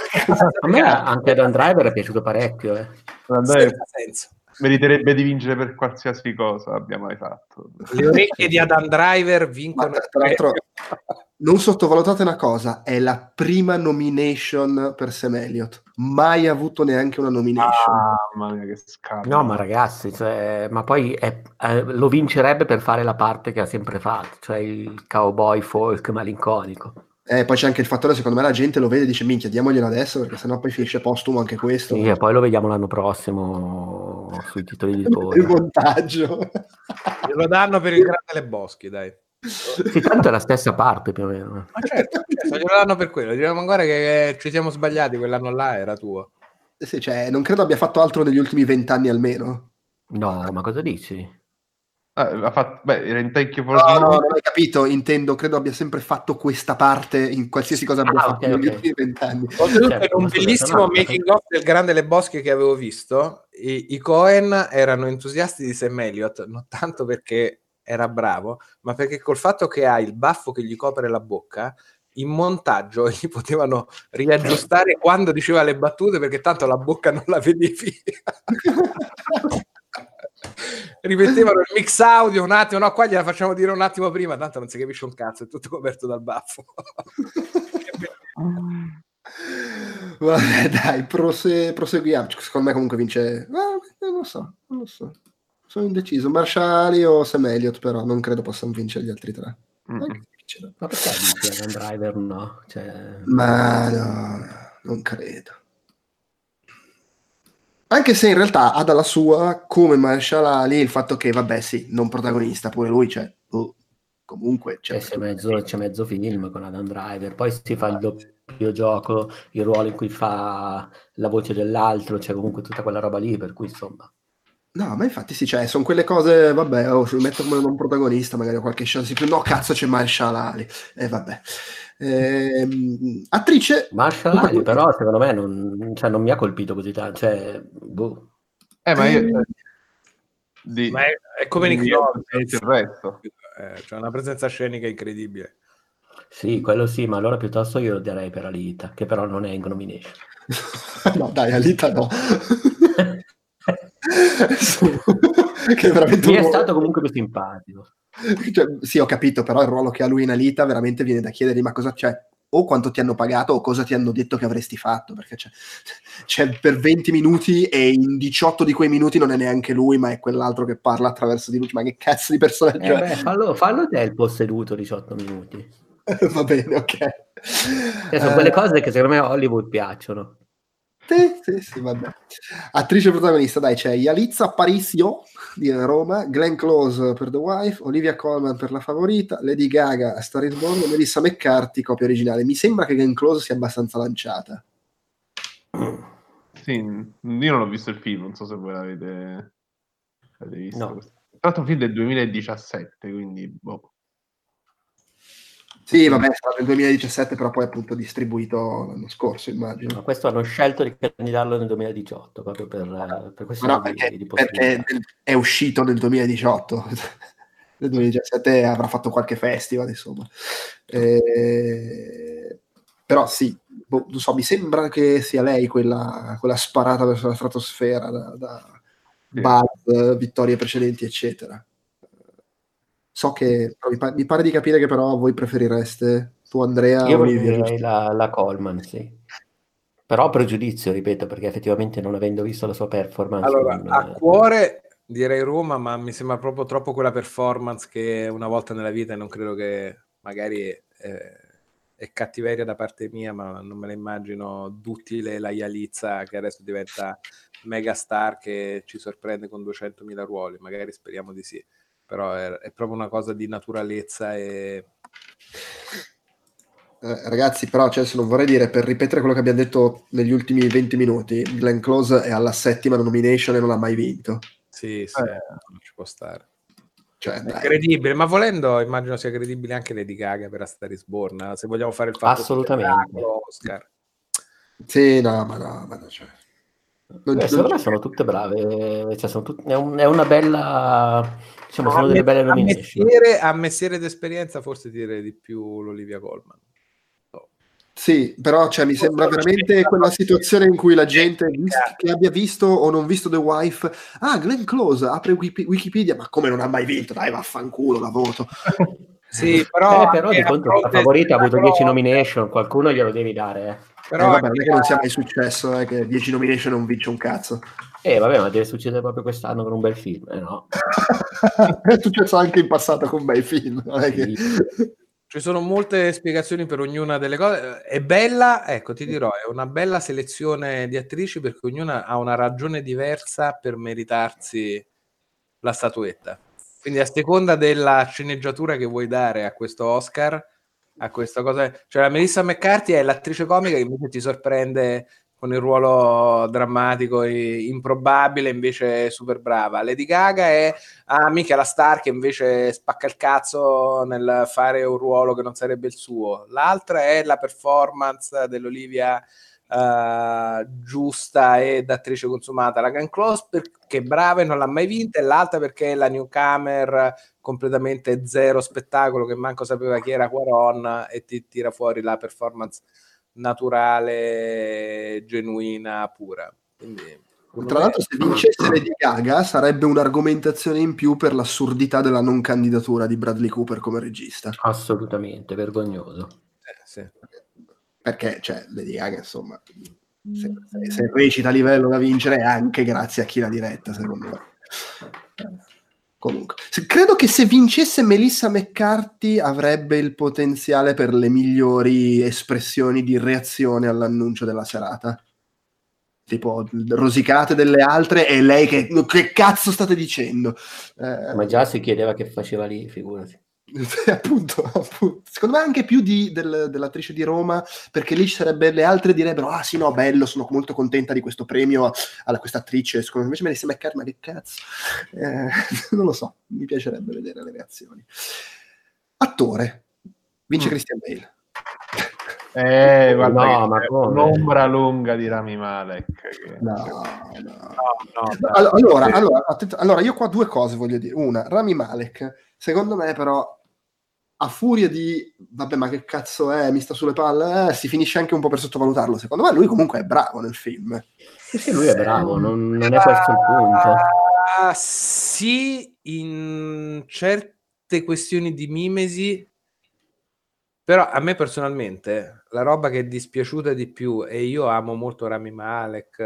[SPEAKER 3] a me anche Adam Driver è piaciuto parecchio. Eh.
[SPEAKER 5] Senza senso.
[SPEAKER 4] Meriterebbe di vincere per qualsiasi cosa abbia mai fatto.
[SPEAKER 5] Le orecchie di Adam Driver vincono.
[SPEAKER 1] Ma, tra l'altro, non sottovalutate una cosa, è la prima nomination per Sam Elliott. Mai avuto neanche una nomination.
[SPEAKER 4] Ah, mamma mia, che scandalo.
[SPEAKER 3] No, ma ragazzi, cioè, ma poi è, eh, lo vincerebbe per fare la parte che ha sempre fatto, cioè il cowboy folk malinconico.
[SPEAKER 1] Eh, poi c'è anche il fattore, secondo me la gente lo vede e dice minchia, diamoglielo adesso perché sennò poi finisce postumo anche questo.
[SPEAKER 3] Sì, e poi lo vediamo l'anno prossimo sui titoli di coda.
[SPEAKER 1] Il montaggio.
[SPEAKER 5] Lo danno per il Grande Le Boschi, dai.
[SPEAKER 3] Sì, tanto è la stessa parte più o meno.
[SPEAKER 5] Ma certo, certo glielo danno per quello. Diciamo guarda che ci siamo sbagliati, quell'anno là era tuo.
[SPEAKER 1] Sì, cioè, non credo abbia fatto altro negli ultimi vent'anni almeno.
[SPEAKER 3] No, ma cosa dici?
[SPEAKER 4] Ah, ha fatto, beh, era in Thank You for
[SPEAKER 1] No, no,
[SPEAKER 4] Smoking.
[SPEAKER 1] non hai capito, intendo, credo abbia sempre fatto questa parte in qualsiasi cosa abbia
[SPEAKER 3] Ah,
[SPEAKER 1] fatto
[SPEAKER 3] ok,
[SPEAKER 1] negli
[SPEAKER 3] ok.
[SPEAKER 1] ultimi vent'anni.
[SPEAKER 5] Oltretutto,
[SPEAKER 3] Certo,
[SPEAKER 5] in un
[SPEAKER 3] ma scusa,
[SPEAKER 5] bellissimo
[SPEAKER 3] no,
[SPEAKER 5] making of del Grande Le Boschi che avevo visto, i, i Coen erano entusiasti di Sam Elliott, non tanto perché era bravo, ma perché col fatto che ha il baffo che gli copre la bocca, in montaggio gli potevano riaggiustare quando diceva le battute, perché tanto la bocca non la vedevi. Rimettevano il mix audio un attimo, no, qua gliela facciamo dire un attimo prima, tanto non si capisce un cazzo, è tutto coperto dal baffo.
[SPEAKER 1] Vabbè, dai, prose- proseguiamo. Secondo me comunque vince... Ah, non lo so, non lo so. Sono indeciso. Marshall o Sam Elliott, però non credo possano vincere gli altri tre.
[SPEAKER 4] Mm-mm.
[SPEAKER 3] Ma perché dici Adam Driver no? Cioè...
[SPEAKER 1] Ma no, non credo. Anche se in realtà ha dalla sua, come Mahershala Ali, il fatto che, vabbè, sì, non protagonista, pure lui, cioè, oh, comunque...
[SPEAKER 3] C'è, c'è, mezzo, c'è mezzo film con Adam Driver, poi si fa il doppio gioco, il ruolo in cui fa la voce dell'altro, c'è comunque tutta quella roba lì, per cui insomma...
[SPEAKER 1] No, ma infatti sì, cioè, sono quelle cose, vabbè, oh, mi metto come non protagonista, magari ho qualche chance di più. No, cazzo, c'è Marshall Ali. E eh, vabbè. Ehm, attrice...
[SPEAKER 3] Marshall Ali, però, secondo me, non, cioè, non mi ha colpito così tanto. Cioè, boh.
[SPEAKER 4] Eh, ma io...
[SPEAKER 1] Eh,
[SPEAKER 4] Di,
[SPEAKER 2] Ma è, è come
[SPEAKER 4] di-
[SPEAKER 2] Nick
[SPEAKER 4] di-
[SPEAKER 2] Nolte,
[SPEAKER 4] il resto.
[SPEAKER 2] eh, c'è una presenza scenica incredibile.
[SPEAKER 3] Sì, quello sì, ma allora piuttosto io lo darei per Alita, che però non è in nomination.
[SPEAKER 1] no, dai, Alita no. che è veramente
[SPEAKER 3] Mi
[SPEAKER 1] un
[SPEAKER 3] è
[SPEAKER 1] ruolo...
[SPEAKER 3] stato comunque più simpatico.
[SPEAKER 1] Cioè, sì, ho capito, però il ruolo che ha lui in Alita veramente viene da chiedergli ma cosa c'è, o quanto ti hanno pagato o cosa ti hanno detto che avresti fatto, perché c'è, c'è per venti minuti e in diciotto di quei minuti non è neanche lui, ma è quell'altro che parla attraverso di lui. Ma che cazzo di personaggio
[SPEAKER 3] Eh
[SPEAKER 1] è?
[SPEAKER 3] beh, fallo, fallo te il posseduto diciotto minuti.
[SPEAKER 1] Va bene, ok.
[SPEAKER 3] Cioè, sono
[SPEAKER 1] Eh,
[SPEAKER 3] quelle cose che secondo me a Hollywood piacciono.
[SPEAKER 1] Sì, sì, sì, vabbè. Attrice protagonista, dai, c'è Yalitza Aparicio di Roma, Glenn Close per The Wife, Olivia Colman per La Favorita, Lady Gaga a Star is Born e Melissa McCarthy, copia originale. Mi sembra che Glenn Close sia abbastanza lanciata.
[SPEAKER 4] Sì, io non ho visto il film, non so se voi l'avete, l'avete visto.
[SPEAKER 3] No.
[SPEAKER 4] Tra l'altro un film del duemiladiciassette, quindi boh.
[SPEAKER 1] Sì, vabbè, è stato nel duemiladiciassette, però poi appunto distribuito l'anno scorso, immagino.
[SPEAKER 3] Ma questo hanno scelto di candidarlo nel duemiladiciotto proprio per, per
[SPEAKER 1] Ma
[SPEAKER 3] questione
[SPEAKER 1] no,
[SPEAKER 3] di,
[SPEAKER 1] perché,
[SPEAKER 3] di
[SPEAKER 1] perché
[SPEAKER 3] possibilità.
[SPEAKER 1] è uscito nel duemiladiciotto. Nel duemiladiciassette avrà fatto qualche festival, insomma. Eh, però sì, boh, non so, mi sembra che sia lei quella, quella sparata verso la stratosfera da, da
[SPEAKER 4] Sì.
[SPEAKER 1] Buzz, vittorie precedenti, eccetera. So che però mi, pa- mi pare di capire che però voi preferireste tu Andrea
[SPEAKER 3] Io
[SPEAKER 1] Olivia,
[SPEAKER 3] preferirei
[SPEAKER 1] giusto?
[SPEAKER 3] la, la Coleman, sì. Però pregiudizio, ripeto, perché effettivamente non avendo visto la sua performance...
[SPEAKER 2] Allora,
[SPEAKER 3] non-
[SPEAKER 2] a cuore direi Roma, ma mi sembra proprio troppo quella performance che una volta nella vita, e non credo che magari eh, è cattiveria da parte mia, ma non me la immagino duttile la Yalitza che adesso diventa mega star che ci sorprende con duecentomila ruoli, magari speriamo di sì, però è, è proprio una cosa di naturalezza e...
[SPEAKER 1] Eh, ragazzi, però cioè, se non vorrei dire, per ripetere quello che abbiamo detto negli ultimi venti minuti, Glenn Close è alla settima nomination e non ha mai vinto.
[SPEAKER 2] Sì, sì,
[SPEAKER 4] Eh.
[SPEAKER 2] non ci può stare.
[SPEAKER 1] Cioè,
[SPEAKER 2] È
[SPEAKER 1] dai.
[SPEAKER 2] credibile, ma volendo immagino sia credibile anche Lady Gaga per A Star is Born, eh, se vogliamo fare il fatto
[SPEAKER 3] Assolutamente.
[SPEAKER 2] spettacolo, Oscar.
[SPEAKER 1] Sì, no, ma no, ma no, cioè. Non-
[SPEAKER 3] Beh,
[SPEAKER 1] non-
[SPEAKER 3] secondo me sono tutte brave, cioè, sono tut- è, un- è una bella, diciamo, sono
[SPEAKER 2] A
[SPEAKER 3] delle
[SPEAKER 2] me-
[SPEAKER 3] belle
[SPEAKER 2] a
[SPEAKER 3] nomination.
[SPEAKER 2] mestiere, a mestiere d'esperienza forse direi di più l'Olivia Colman. No.
[SPEAKER 1] Sì, però cioè, mi sembra veramente quella situazione in cui la gente vis- che abbia visto o non visto The Wife, ah, Glenn Close apre Wiki- Wikipedia, ma come non ha mai vinto? Dai, vaffanculo, la voto.
[SPEAKER 2] Sì, però,
[SPEAKER 3] Eh, però
[SPEAKER 2] anche
[SPEAKER 3] di
[SPEAKER 2] a
[SPEAKER 3] contro la
[SPEAKER 2] fronte
[SPEAKER 3] favorita ha avuto
[SPEAKER 2] spettacolo
[SPEAKER 3] dieci
[SPEAKER 2] Oscar,
[SPEAKER 3] nomination, qualcuno glielo devi dare. Eh,
[SPEAKER 1] Eh,
[SPEAKER 2] però
[SPEAKER 1] vabbè, non è
[SPEAKER 2] anche
[SPEAKER 1] che non sia
[SPEAKER 2] a-
[SPEAKER 1] mai successo, eh, che dieci nomination non vince un cazzo.
[SPEAKER 3] Eh, vabbè, ma deve succedere proprio quest'anno con un bel film, eh, no?
[SPEAKER 1] È successo anche in passato con bei film, non è che...
[SPEAKER 2] ci sono molte spiegazioni per ognuna delle cose. È bella, ecco, ti dirò, è una bella selezione di attrici perché ognuna ha una ragione diversa per meritarsi la statuetta. Quindi a seconda della sceneggiatura che vuoi dare a questo Oscar, a questa cosa, cioè la Melissa McCarthy è l'attrice comica che invece ti sorprende con il ruolo drammatico e improbabile, invece super brava. Lady Gaga è ah, mica la star che invece spacca il cazzo nel fare un ruolo che non sarebbe il suo. L'altra è la performance dell'Olivia uh, giusta e d'attrice consumata. La Glenn Close perché è brava e non l'ha mai vinta, e l'altra perché è la newcomer completamente zero spettacolo che manco sapeva chi era Quaron e ti tira fuori la performance naturale, genuina, pura. Quindi,
[SPEAKER 1] Tra l'altro, se vincesse Lady Gaga sarebbe un'argomentazione in più per l'assurdità della non candidatura di Bradley Cooper come regista.
[SPEAKER 3] Assolutamente, vergognoso.
[SPEAKER 2] Eh, sì.
[SPEAKER 1] Perché, cioè, Lady Gaga, insomma, se, se, se recita a livello da vincere è anche grazie a chi l'ha diretta, secondo me. Comunque, se, credo che se vincesse Melissa McCarthy avrebbe il potenziale per le migliori espressioni di reazione all'annuncio della serata. Tipo rosicate delle altre e lei che, che cazzo state dicendo? Eh,
[SPEAKER 3] Ma già si chiedeva che faceva lì, figurati.
[SPEAKER 1] appunto, appunto, secondo me anche più di, del, dell'attrice di Roma, perché lì ci sarebbe, le altre direbbero ah sì no bello, sono molto contenta di questo premio a questa attrice, secondo me invece Melissa McCarthy, ma che cazzo, eh, non lo so, mi piacerebbe vedere le reazioni. Attore vince mm. Christian Bale.
[SPEAKER 4] Eh, guarda,
[SPEAKER 3] no, ma come?
[SPEAKER 4] Un'ombra lunga di Rami Malek. Che...
[SPEAKER 1] No, no.
[SPEAKER 5] no, no
[SPEAKER 1] allora, allora, att- allora, io qua due cose voglio dire. Una, Rami Malek, secondo me però, a furia di, vabbè ma che cazzo è, mi sta sulle palle, eh, si finisce anche un po' per sottovalutarlo. Secondo me lui comunque è bravo nel film.
[SPEAKER 3] Sì, sì, lui è bravo, non, non è questo il punto.
[SPEAKER 5] Uh, sì, in certe questioni di mimesi. Però a me personalmente la roba che è dispiaciuta di più, e io amo molto Rami Malek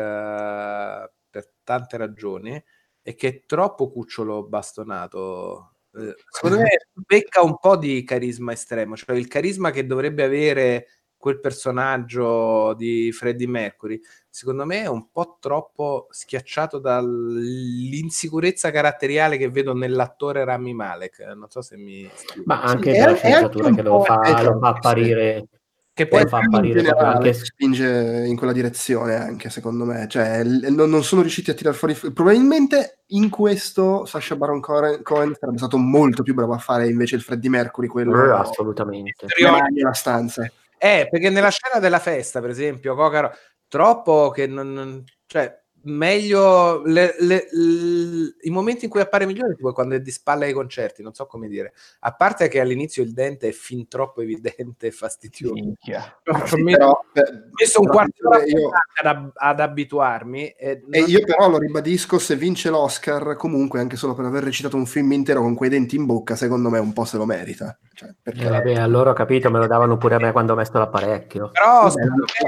[SPEAKER 5] uh, per tante ragioni, è che è troppo cucciolo bastonato. Eh, secondo me becca un po' di carisma estremo, cioè il carisma che dovrebbe avere quel personaggio di Freddie Mercury, secondo me è un po' troppo schiacciato dall'insicurezza caratteriale che vedo nell'attore Rami Malek. Non so se mi...
[SPEAKER 3] Ma anche
[SPEAKER 1] sì,
[SPEAKER 3] per la
[SPEAKER 1] è,
[SPEAKER 3] sceneggiatura che lo fa,
[SPEAKER 1] è,
[SPEAKER 3] lo fa apparire...
[SPEAKER 1] Sì.
[SPEAKER 5] Che poi
[SPEAKER 3] fa apparire proprio anche...
[SPEAKER 1] spinge in quella direzione anche secondo me, cioè l- non, non sono riusciti a tirar fuori, probabilmente in questo Sacha Baron Cohen, Cohen sarebbe stato molto più bravo a fare invece il Freddie Mercury, quello
[SPEAKER 3] eh, assolutamente
[SPEAKER 1] nella stanza,
[SPEAKER 5] eh perché nella scena della festa per esempio Cocaro troppo che non, cioè meglio le, le, le, i momenti in cui appare migliore tipo quando è di spalle ai concerti, non so come dire, a parte che all'inizio il dente è fin troppo evidente e fastidioso.
[SPEAKER 1] No, sì, però,
[SPEAKER 5] ho messo un
[SPEAKER 1] però,
[SPEAKER 5] quarto d'ora
[SPEAKER 1] io...
[SPEAKER 5] ad, ad abituarmi e,
[SPEAKER 1] e io però lo ribadisco, se vince l'Oscar comunque anche solo per aver recitato un film intero con quei denti in bocca, secondo me un po' se lo merita, cioè, perché...
[SPEAKER 3] eh, vabbè, allora ho capito, me lo davano pure a me quando ho messo l'apparecchio,
[SPEAKER 5] però
[SPEAKER 1] vabbè,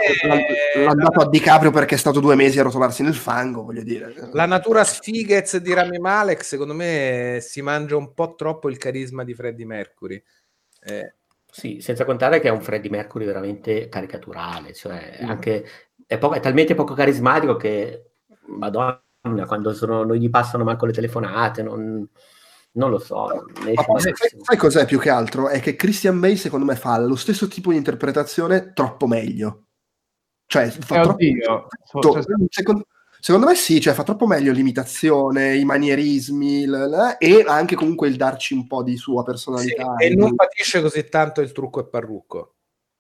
[SPEAKER 1] me... l'ha dato a DiCaprio perché è stato due mesi a rotolarsi nel fango, voglio dire.
[SPEAKER 5] La natura sfighez di Rami Malek secondo me si mangia un po' troppo il carisma di Freddie Mercury, eh.
[SPEAKER 3] Sì, senza contare che è un Freddie Mercury veramente caricaturale, cioè mm. anche è, po- è talmente poco carismatico che madonna, quando sono, non gli passano manco le telefonate, non, non lo so.
[SPEAKER 1] No,
[SPEAKER 3] non
[SPEAKER 1] ma sai, sai cos'è più che altro? È che Christian Bale secondo me fa lo stesso tipo di interpretazione troppo meglio. Cioè, fa
[SPEAKER 4] eh,
[SPEAKER 1] troppo...
[SPEAKER 4] Oddio.
[SPEAKER 1] To- cioè, secondo... Secondo me sì, cioè fa troppo meglio l'imitazione, i manierismi l- l- e anche comunque il darci un po' di sua personalità.
[SPEAKER 5] Sì, e non patisce così tanto il trucco e parrucco.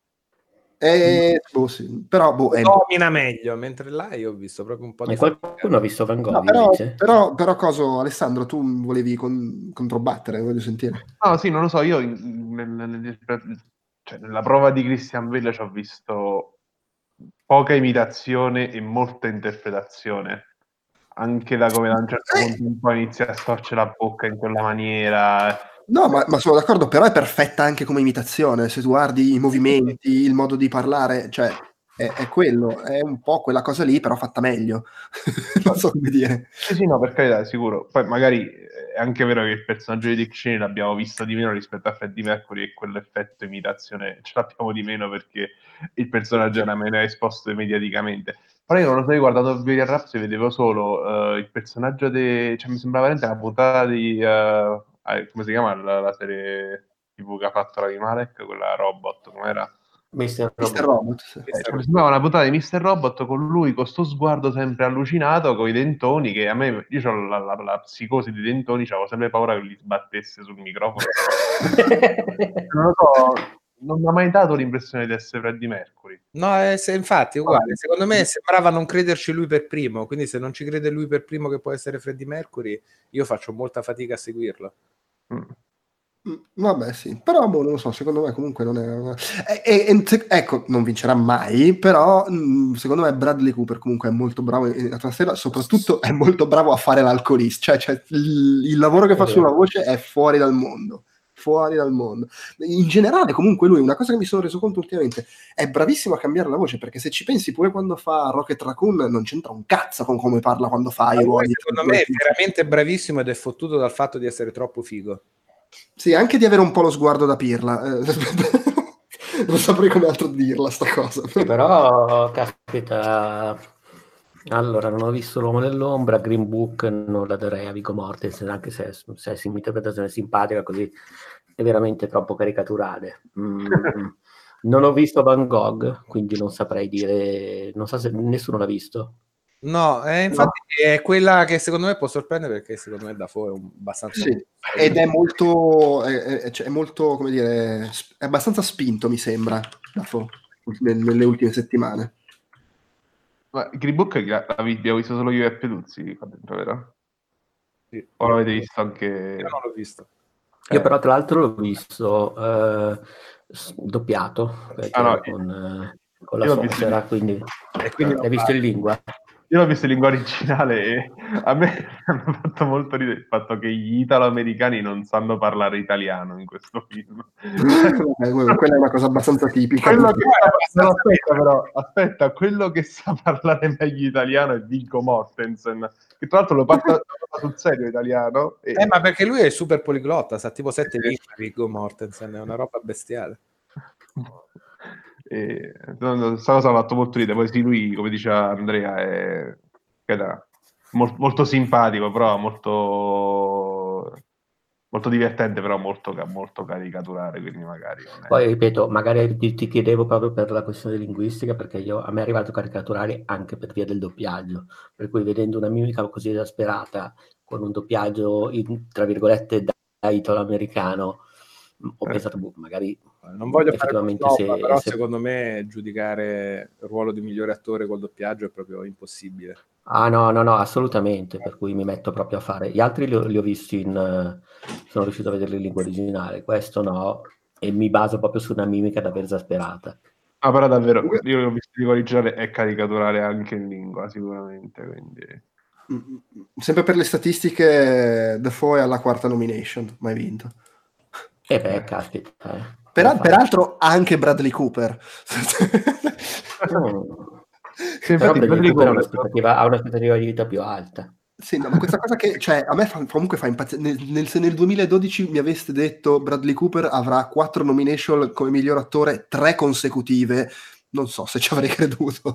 [SPEAKER 1] Eh, boh, sì. Però boh, è...
[SPEAKER 5] domina meglio, mentre là io ho visto proprio un po' di...
[SPEAKER 3] E qualcuno ha visto Van Gogh,
[SPEAKER 1] no, però,
[SPEAKER 3] invece?
[SPEAKER 1] però, però coso, Alessandro, tu volevi con- controbattere, voglio sentire.
[SPEAKER 4] No, sì, non lo so, io in, nel, nel, cioè, nella prova di Christian Bale ci ho visto poca imitazione e molta interpretazione, anche da come da un certo
[SPEAKER 1] eh.
[SPEAKER 4] punto un po' inizia a storcere la bocca in quella maniera.
[SPEAKER 1] No, ma, ma sono d'accordo, però è perfetta anche come imitazione, se tu guardi i movimenti, il modo di parlare, cioè è, è quello, è un po' quella cosa lì, però fatta meglio. Non so come dire.
[SPEAKER 4] Sì, sì, no, per carità, sicuro. Poi magari è anche vero che il personaggio di Dick Cheney l'abbiamo visto di meno rispetto a Freddie Mercury e quell'effetto imitazione ce l'abbiamo di meno perché il personaggio era meno esposto mediaticamente. Però io non lo so, io guardando il video Rhapsody vedevo solo uh, il personaggio di... cioè mi sembrava veramente una puntata di... Uh, come si chiama la, la serie tivù che ha fatto Rami Malek, quella Robot, com'era?
[SPEAKER 3] mister
[SPEAKER 1] mister Robot, sì.
[SPEAKER 4] Eh, cioè, mi sembrava una puntata di mister Robot con lui con sto sguardo sempre allucinato con i dentoni che a me, io ho la, la, la psicosi dei dentoni, avevo sempre paura che li sbattesse sul microfono. Non lo so, non mi ha mai dato l'impressione di essere Freddie Mercury.
[SPEAKER 5] No, eh, se, infatti è uguale, secondo me sembrava non crederci lui per primo, quindi se non ci crede lui per primo che può essere Freddie Mercury io faccio molta fatica a seguirlo.
[SPEAKER 1] Mm. Vabbè sì, però boh, non lo so, secondo me comunque non è... E, e, e, ecco, non vincerà mai, però mh, secondo me Bradley Cooper comunque è molto bravo a trasferire, soprattutto è molto bravo a fare l'alcolista, cioè, cioè il, il lavoro che fa sulla voce è fuori dal mondo, fuori dal mondo. In generale comunque lui, una cosa che mi sono reso conto ultimamente, è bravissimo a cambiare la voce, perché se ci pensi pure quando fa Rocket Raccoon non c'entra un cazzo con come parla quando fa i ruoli.
[SPEAKER 5] Secondo me è veramente bravissimo ed è fottuto dal fatto di essere troppo figo.
[SPEAKER 1] Sì, anche di avere un po' lo sguardo da pirla. Non saprei come altro dirla sta cosa.
[SPEAKER 3] Sì, però, caspita, allora non ho visto L'uomo nell'ombra, Green Book non la darei a Viggo Mortensen, anche se, se è un'interpretazione simpatica così. è veramente troppo caricaturale. Mm, non ho visto Van Gogh, quindi non saprei dire, non so se nessuno l'ha visto.
[SPEAKER 5] No, eh, infatti no. È quella che secondo me può sorprendere, perché secondo me Dafoe è un, abbastanza...
[SPEAKER 1] Sì, ed è molto, è, è, è molto, come dire, è abbastanza spinto, mi sembra, Dafoe, nelle ultime settimane.
[SPEAKER 4] Ma Green Book l'abbiamo visto solo io e Peduzzi qua dentro, vero?
[SPEAKER 5] Sì.
[SPEAKER 4] O l'avete visto anche...
[SPEAKER 5] Io non l'ho visto.
[SPEAKER 3] Io
[SPEAKER 4] eh.
[SPEAKER 3] però tra l'altro l'ho visto eh, doppiato, perché
[SPEAKER 4] ah, no,
[SPEAKER 3] con, eh, con la
[SPEAKER 4] suocera,
[SPEAKER 3] quindi,
[SPEAKER 5] e quindi
[SPEAKER 3] l'hai visto in lingua?
[SPEAKER 4] Io l'ho visto in lingua originale e a me hanno fatto molto ridere il fatto che gli italo-americani non sanno parlare italiano in questo film.
[SPEAKER 1] eh, quella è una cosa abbastanza tipica.
[SPEAKER 4] Quello che sa... no, aspetta, però, aspetta, quello che sa parlare meglio italiano è Viggo Mortensen, che tra l'altro lo parla sul serio italiano. E...
[SPEAKER 5] Eh, ma perché lui è super poliglotta, sa tipo sette lingue, Viggo Mortensen, è una roba bestiale.
[SPEAKER 4] E, questa cosa ha fatto molto ridere. Poi sì, lui, come diceva Andrea, è era molto, molto simpatico, però molto molto divertente, però molto, molto caricaturale, quindi magari non è...
[SPEAKER 3] Poi ripeto, magari ti, ti chiedevo proprio per la questione linguistica, perché io, a me è arrivato caricaturale anche per via del doppiaggio, per cui vedendo una mimica così esasperata con un doppiaggio in, tra virgolette da, da italo-americano, ho eh. pensato, boh, magari
[SPEAKER 5] non voglio
[SPEAKER 3] effettivamente
[SPEAKER 5] fare
[SPEAKER 3] se,
[SPEAKER 5] troppa, però
[SPEAKER 3] se...
[SPEAKER 5] secondo me giudicare il ruolo di migliore attore col doppiaggio è proprio impossibile.
[SPEAKER 3] Ah no, no, no, assolutamente, per cui mi metto proprio a fare. Gli altri li ho, li ho visti in... sono riuscito a vederli in lingua originale, questo no, e mi baso proprio su una mimica davvero esasperata.
[SPEAKER 4] Ah, però davvero, io l'ho visto in lingua originale e caricaturale anche in lingua, sicuramente, quindi...
[SPEAKER 1] Sempre per le statistiche, Dafoe è alla quarta nomination, mai vinto.
[SPEAKER 3] E eh beh, caspita. Eh.
[SPEAKER 1] Per, peraltro anche Bradley Cooper.
[SPEAKER 3] oh. Sì, però Bradley Cooper ha un'aspettativa, ha un'aspettativa di vita più alta.
[SPEAKER 1] Sì, no, ma questa cosa che, cioè, a me fa, comunque fa impazzire. Nel, nel, se nel duemiladodici mi aveste detto Bradley Cooper avrà quattro nomination come miglior attore, tre consecutive, non so se ci avrei creduto.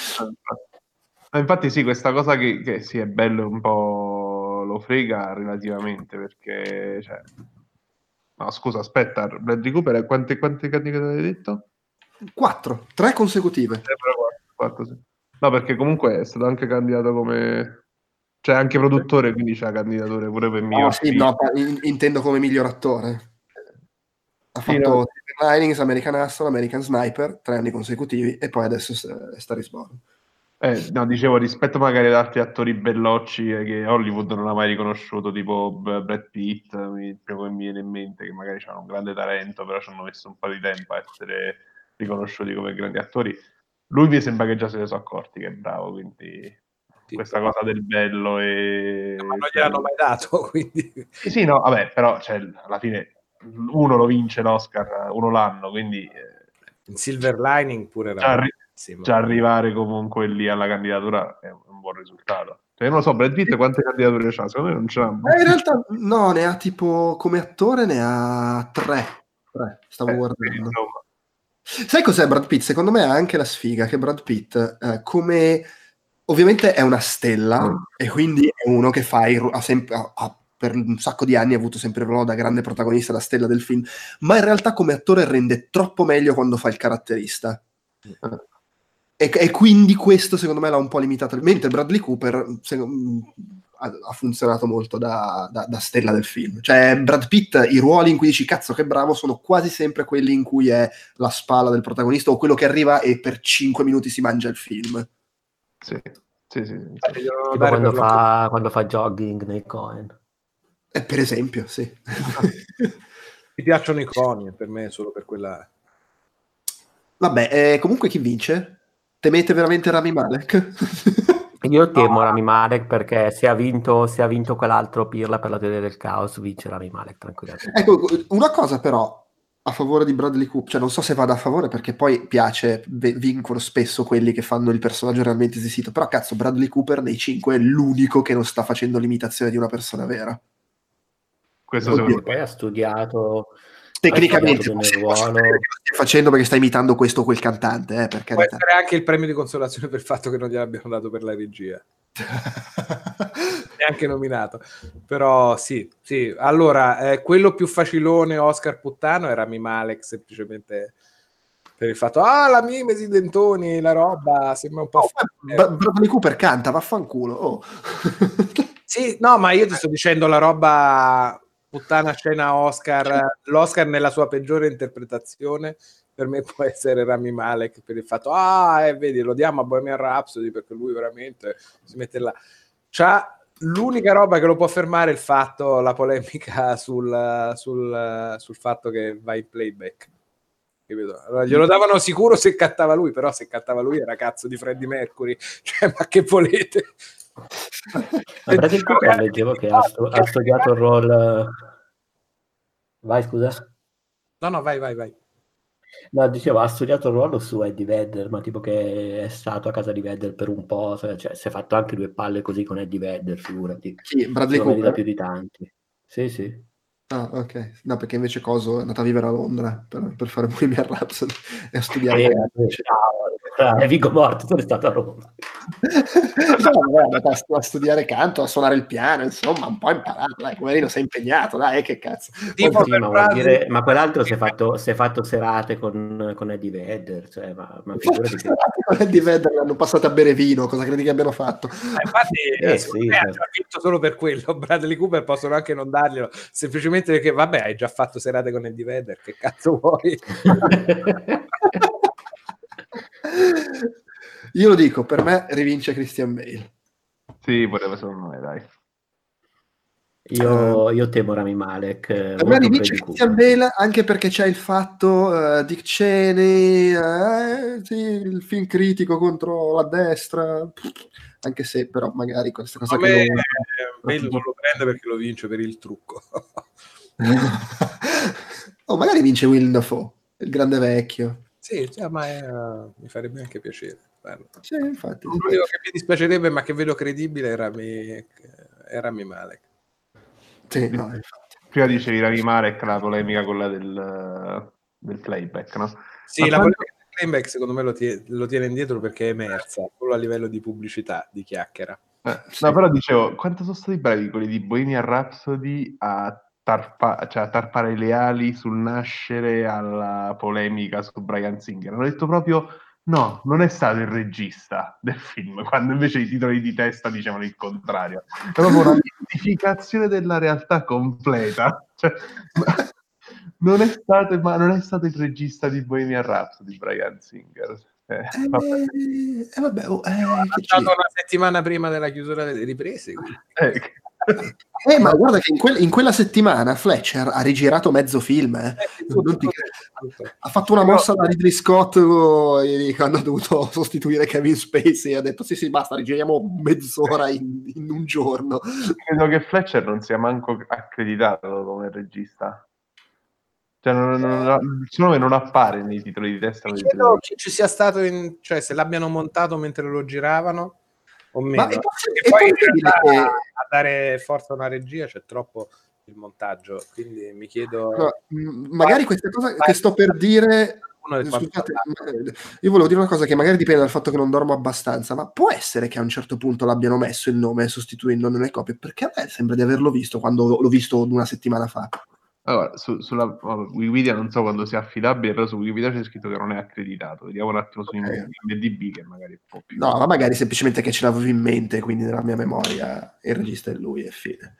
[SPEAKER 4] Infatti sì, questa cosa che, che sì, è bello, un po' lo frega relativamente, perché, cioè... No, scusa, aspetta, Bradley Cooper, quante, quante candidature hai detto?
[SPEAKER 1] Quattro, tre consecutive.
[SPEAKER 4] Eh, quattro, quattro, sì. No, perché comunque è stato anche candidato come... Cioè anche produttore, quindi c'ha candidature pure per miglior
[SPEAKER 1] oh, sì, no, in, intendo come miglior attore. Ha
[SPEAKER 4] sì,
[SPEAKER 1] fatto
[SPEAKER 4] no.
[SPEAKER 1] Silver Linings, American Hustle, American Sniper, tre anni consecutivi, e poi adesso è Star is Born.
[SPEAKER 4] Eh, no, dicevo, rispetto magari ad altri attori bellocci eh, che Hollywood non ha mai riconosciuto, tipo Brad Pitt, il primo che mi viene in mente, che magari hanno un grande talento, però ci hanno messo un po' di tempo a essere riconosciuti come grandi attori. Lui mi sembra che già se ne sono accorti che è bravo, quindi sì, questa però... cosa del bello e...
[SPEAKER 5] Ma non gliel'hanno mai dato, quindi...
[SPEAKER 4] Sì, sì, no, vabbè, però cioè, alla fine uno lo vince l'Oscar, uno l'anno, quindi...
[SPEAKER 5] In Silver Lining pure era...
[SPEAKER 4] Arri- già arrivare comunque lì alla candidatura è un buon risultato. Cioè, io non lo so, Brad Pitt quante candidature c'ha? Secondo me non ce l'ha.
[SPEAKER 1] Eh, in realtà no, ne ha tipo come attore ne ha tre. tre stavo eh, guardando. Sì, sai cos'è Brad Pitt? Secondo me ha anche la sfiga che Brad Pitt eh, come ovviamente è una stella mm. e quindi è uno che fa il, ha sempre ha, ha, per un sacco di anni ha avuto sempre il ruolo da grande protagonista, la stella del film, ma in realtà come attore rende troppo meglio quando fa il caratterista. Mm. E, e quindi questo secondo me l'ha un po' limitato, mentre Bradley Cooper secondo, ha, ha funzionato molto da, da, da stella del film. Cioè Brad Pitt, i ruoli in cui dici cazzo che bravo sono quasi sempre quelli in cui è la spalla del protagonista o quello che arriva e per cinque minuti si mangia il film.
[SPEAKER 4] Sì, sì, sì, sì.
[SPEAKER 3] Tipo quando fa, quando fa jogging nei Coen.
[SPEAKER 1] Eh, per esempio, sì.
[SPEAKER 5] Mi piacciono i coni, per me solo per quella...
[SPEAKER 1] Vabbè, eh, comunque chi vince? Temete veramente Rami Malek?
[SPEAKER 3] Io temo no. Rami Malek perché se ha vinto se ha vinto quell'altro Pirla per la teoria del caos, vince Rami Malek tranquillamente.
[SPEAKER 1] Ecco, una cosa però a favore di Bradley Cooper, cioè non so se vada a favore perché poi piace, vincono spesso quelli che fanno il personaggio realmente esistito, però cazzo Bradley Cooper nei cinque è l'unico che non sta facendo l'imitazione di una persona vera.
[SPEAKER 4] Questo secondo
[SPEAKER 3] poi ha studiato
[SPEAKER 1] tecnicamente non stai facendo perché stai imitando questo o quel cantante, eh, per
[SPEAKER 5] può essere anche il premio di consolazione per il fatto che non gliel'abbiano dato per la regia.
[SPEAKER 2] neanche nominato. Però sì, sì. Allora, eh, quello più facilone Oscar puttano era Rami Malek, semplicemente per il fatto, ah, la mimesi, i dentoni, la roba, sembra un po'...
[SPEAKER 1] Oh, Bra- Bradley Cooper canta, vaffanculo. Oh.
[SPEAKER 2] Sì, no, ma io ti sto dicendo la roba puttana scena Oscar, l'Oscar nella sua peggiore interpretazione, per me può essere Rami Malek, per il fatto, ah, eh, vedi, lo diamo a Bohemian Rhapsody, perché lui veramente si mette là. C'ha l'unica roba che lo può fermare è il fatto, la polemica sul, sul, sul fatto che va in playback. Allora, glielo davano sicuro se cantava lui, però se cantava lui era cazzo di Freddie Mercury, cioè, ma che volete?
[SPEAKER 3] Ma Bradley Cooper leggevo che ha, stu- ha studiato il ruolo. Vai, scusa.
[SPEAKER 2] No, no, vai, vai, vai.
[SPEAKER 3] No, dicevo, ha studiato il ruolo su Eddie Vedder, ma tipo che è stato a casa di Vedder per un po', cioè si è fatto anche due palle così con Eddie Vedder, figurati.
[SPEAKER 1] Chi? Bradley
[SPEAKER 3] Se lo merita
[SPEAKER 1] Cooper?
[SPEAKER 3] più di tanti. Sì, sì.
[SPEAKER 1] Ah, ok. No, perché invece Coso è andato a vivere a Londra per, per fare Bohemian Rhapsody e a studiare.
[SPEAKER 3] Eh, ciao, è Viggo Mortensen è stato a Roma.
[SPEAKER 1] No, vabbè, è andato a, a studiare canto, a suonare il piano, insomma, un po' imparato, dai, poverino si è impegnato, dai, che cazzo.
[SPEAKER 2] Tipo
[SPEAKER 3] Sì, ma, vuol dire, ma quell'altro si è fatto, si è fatto serate con, con Eddie Vedder, cioè, ma, ma figurati che...
[SPEAKER 1] Con Eddie Vedder l'hanno passato a bere vino, cosa credi che abbiano fatto?
[SPEAKER 2] Eh, infatti,
[SPEAKER 3] Eh,
[SPEAKER 2] eh,
[SPEAKER 3] sì,
[SPEAKER 2] ha
[SPEAKER 3] certo.
[SPEAKER 2] vinto solo per quello. Bradley Cooper possono anche non darglielo, semplicemente perché, vabbè, hai già fatto serate con Eddie Vedder, che cazzo vuoi?
[SPEAKER 1] Io lo dico, per me rivince Christian Bale.
[SPEAKER 4] Sì, potrebbe secondo me, dai.
[SPEAKER 3] Io, io temo Rami Malek. eh,
[SPEAKER 1] Per me
[SPEAKER 3] molto
[SPEAKER 1] rivince
[SPEAKER 3] Brady
[SPEAKER 1] Christian
[SPEAKER 3] Cooper.
[SPEAKER 1] Bale anche perché c'è il fatto uh, Dick Cheney, eh, sì, il film critico contro la destra, anche se però magari questa cosa
[SPEAKER 2] Come
[SPEAKER 1] che
[SPEAKER 2] eh,
[SPEAKER 1] lo...
[SPEAKER 2] Bale non lo prende perché lo vince per il trucco.
[SPEAKER 1] O magari vince Willem Dafoe, il grande vecchio.
[SPEAKER 2] Sì, cioè, ma è, uh, mi farebbe anche piacere. Bello.
[SPEAKER 1] Sì, infatti. Sì.
[SPEAKER 2] L'unico che mi dispiacerebbe, ma che vedo credibile, era Rami, era Rami Malek.
[SPEAKER 1] Sì, no, infatti.
[SPEAKER 4] Prima dicevi Rami Malek, la polemica quella del, del playback, no?
[SPEAKER 2] Sì,
[SPEAKER 4] Ma
[SPEAKER 2] la
[SPEAKER 4] quanto...
[SPEAKER 2] polemica del playback secondo me lo tiene, lo tiene indietro perché è emersa, solo a livello di pubblicità, di chiacchiera.
[SPEAKER 4] Eh,
[SPEAKER 1] Sì.
[SPEAKER 4] no, però dicevo, quanto sono stati bravi quelli di Bohemian Rhapsody a, tarpa- cioè a tarpare le ali sul nascere alla polemica su Bryan Singer? Hanno detto proprio, no, non è stato il regista del film, quando invece i titoli di testa dicevano il contrario. È proprio una mistificazione della realtà completa. Cioè, non, è stato, ma non è stato il regista di Bohemian Rhapsody, Bryan Singer. Eh, vabbè.
[SPEAKER 1] Eh, eh, vabbè, oh, eh,
[SPEAKER 2] È
[SPEAKER 1] che
[SPEAKER 2] stato
[SPEAKER 1] ci...
[SPEAKER 2] una settimana prima della chiusura delle riprese.
[SPEAKER 4] Eh,
[SPEAKER 1] Eh, ma guarda che in, que- in quella settimana Fletcher ha rigirato mezzo film, eh.
[SPEAKER 2] Eh,
[SPEAKER 1] Non
[SPEAKER 2] tutto,
[SPEAKER 1] ti-
[SPEAKER 2] tutto.
[SPEAKER 1] ha fatto una mossa da Ridley Scott oh, e quando ha dovuto sostituire Kevin Spacey ha detto sì sì basta, rigiriamo mezz'ora in, in un giorno.
[SPEAKER 4] Credo che Fletcher non sia manco accreditato come regista. Cioè, non, non, non, il suo nome non appare nei titoli di testa.
[SPEAKER 2] Mi
[SPEAKER 4] dei
[SPEAKER 2] chiedo
[SPEAKER 4] titoli.
[SPEAKER 2] chi ci sia stato, in, cioè se l'abbiano montato mentre lo giravano o meno.
[SPEAKER 1] Ma è possi-
[SPEAKER 2] Perché
[SPEAKER 1] è
[SPEAKER 2] poi in
[SPEAKER 1] possibile
[SPEAKER 2] realtà
[SPEAKER 1] che-
[SPEAKER 2] a dare forza a una regia c'è troppo il montaggio, quindi mi chiedo...
[SPEAKER 1] No, mh, magari questa cosa che sto per dire,
[SPEAKER 2] Uno del
[SPEAKER 1] scusate,
[SPEAKER 2] quattro.
[SPEAKER 1] ma- io volevo dire una cosa che magari dipende dal fatto che non dormo abbastanza, ma può essere che a un certo punto l'abbiano messo il nome sostituendo nelle copie, perché a me sembra di averlo visto quando l'ho visto una settimana fa.
[SPEAKER 4] Allora, su, sulla Wikipedia non so quando sia affidabile, però su Wikipedia c'è scritto che non è accreditato. Vediamo un attimo su
[SPEAKER 1] Ok.
[SPEAKER 4] I M D B che magari è un po' più...
[SPEAKER 1] No, ma magari semplicemente che ce l'avevo in mente, quindi nella mia memoria il regista è lui e fine.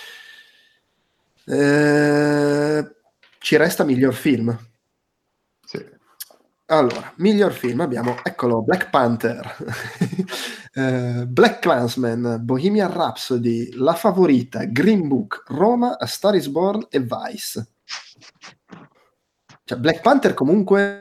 [SPEAKER 1] Eh, ci resta miglior film.
[SPEAKER 4] Sì.
[SPEAKER 1] Allora, miglior film abbiamo, eccolo, Black Panther, eh, Black Klansman, Bohemian Rhapsody, La Favorita, Green Book, Roma, A Star is Born e Vice. Cioè, Black Panther comunque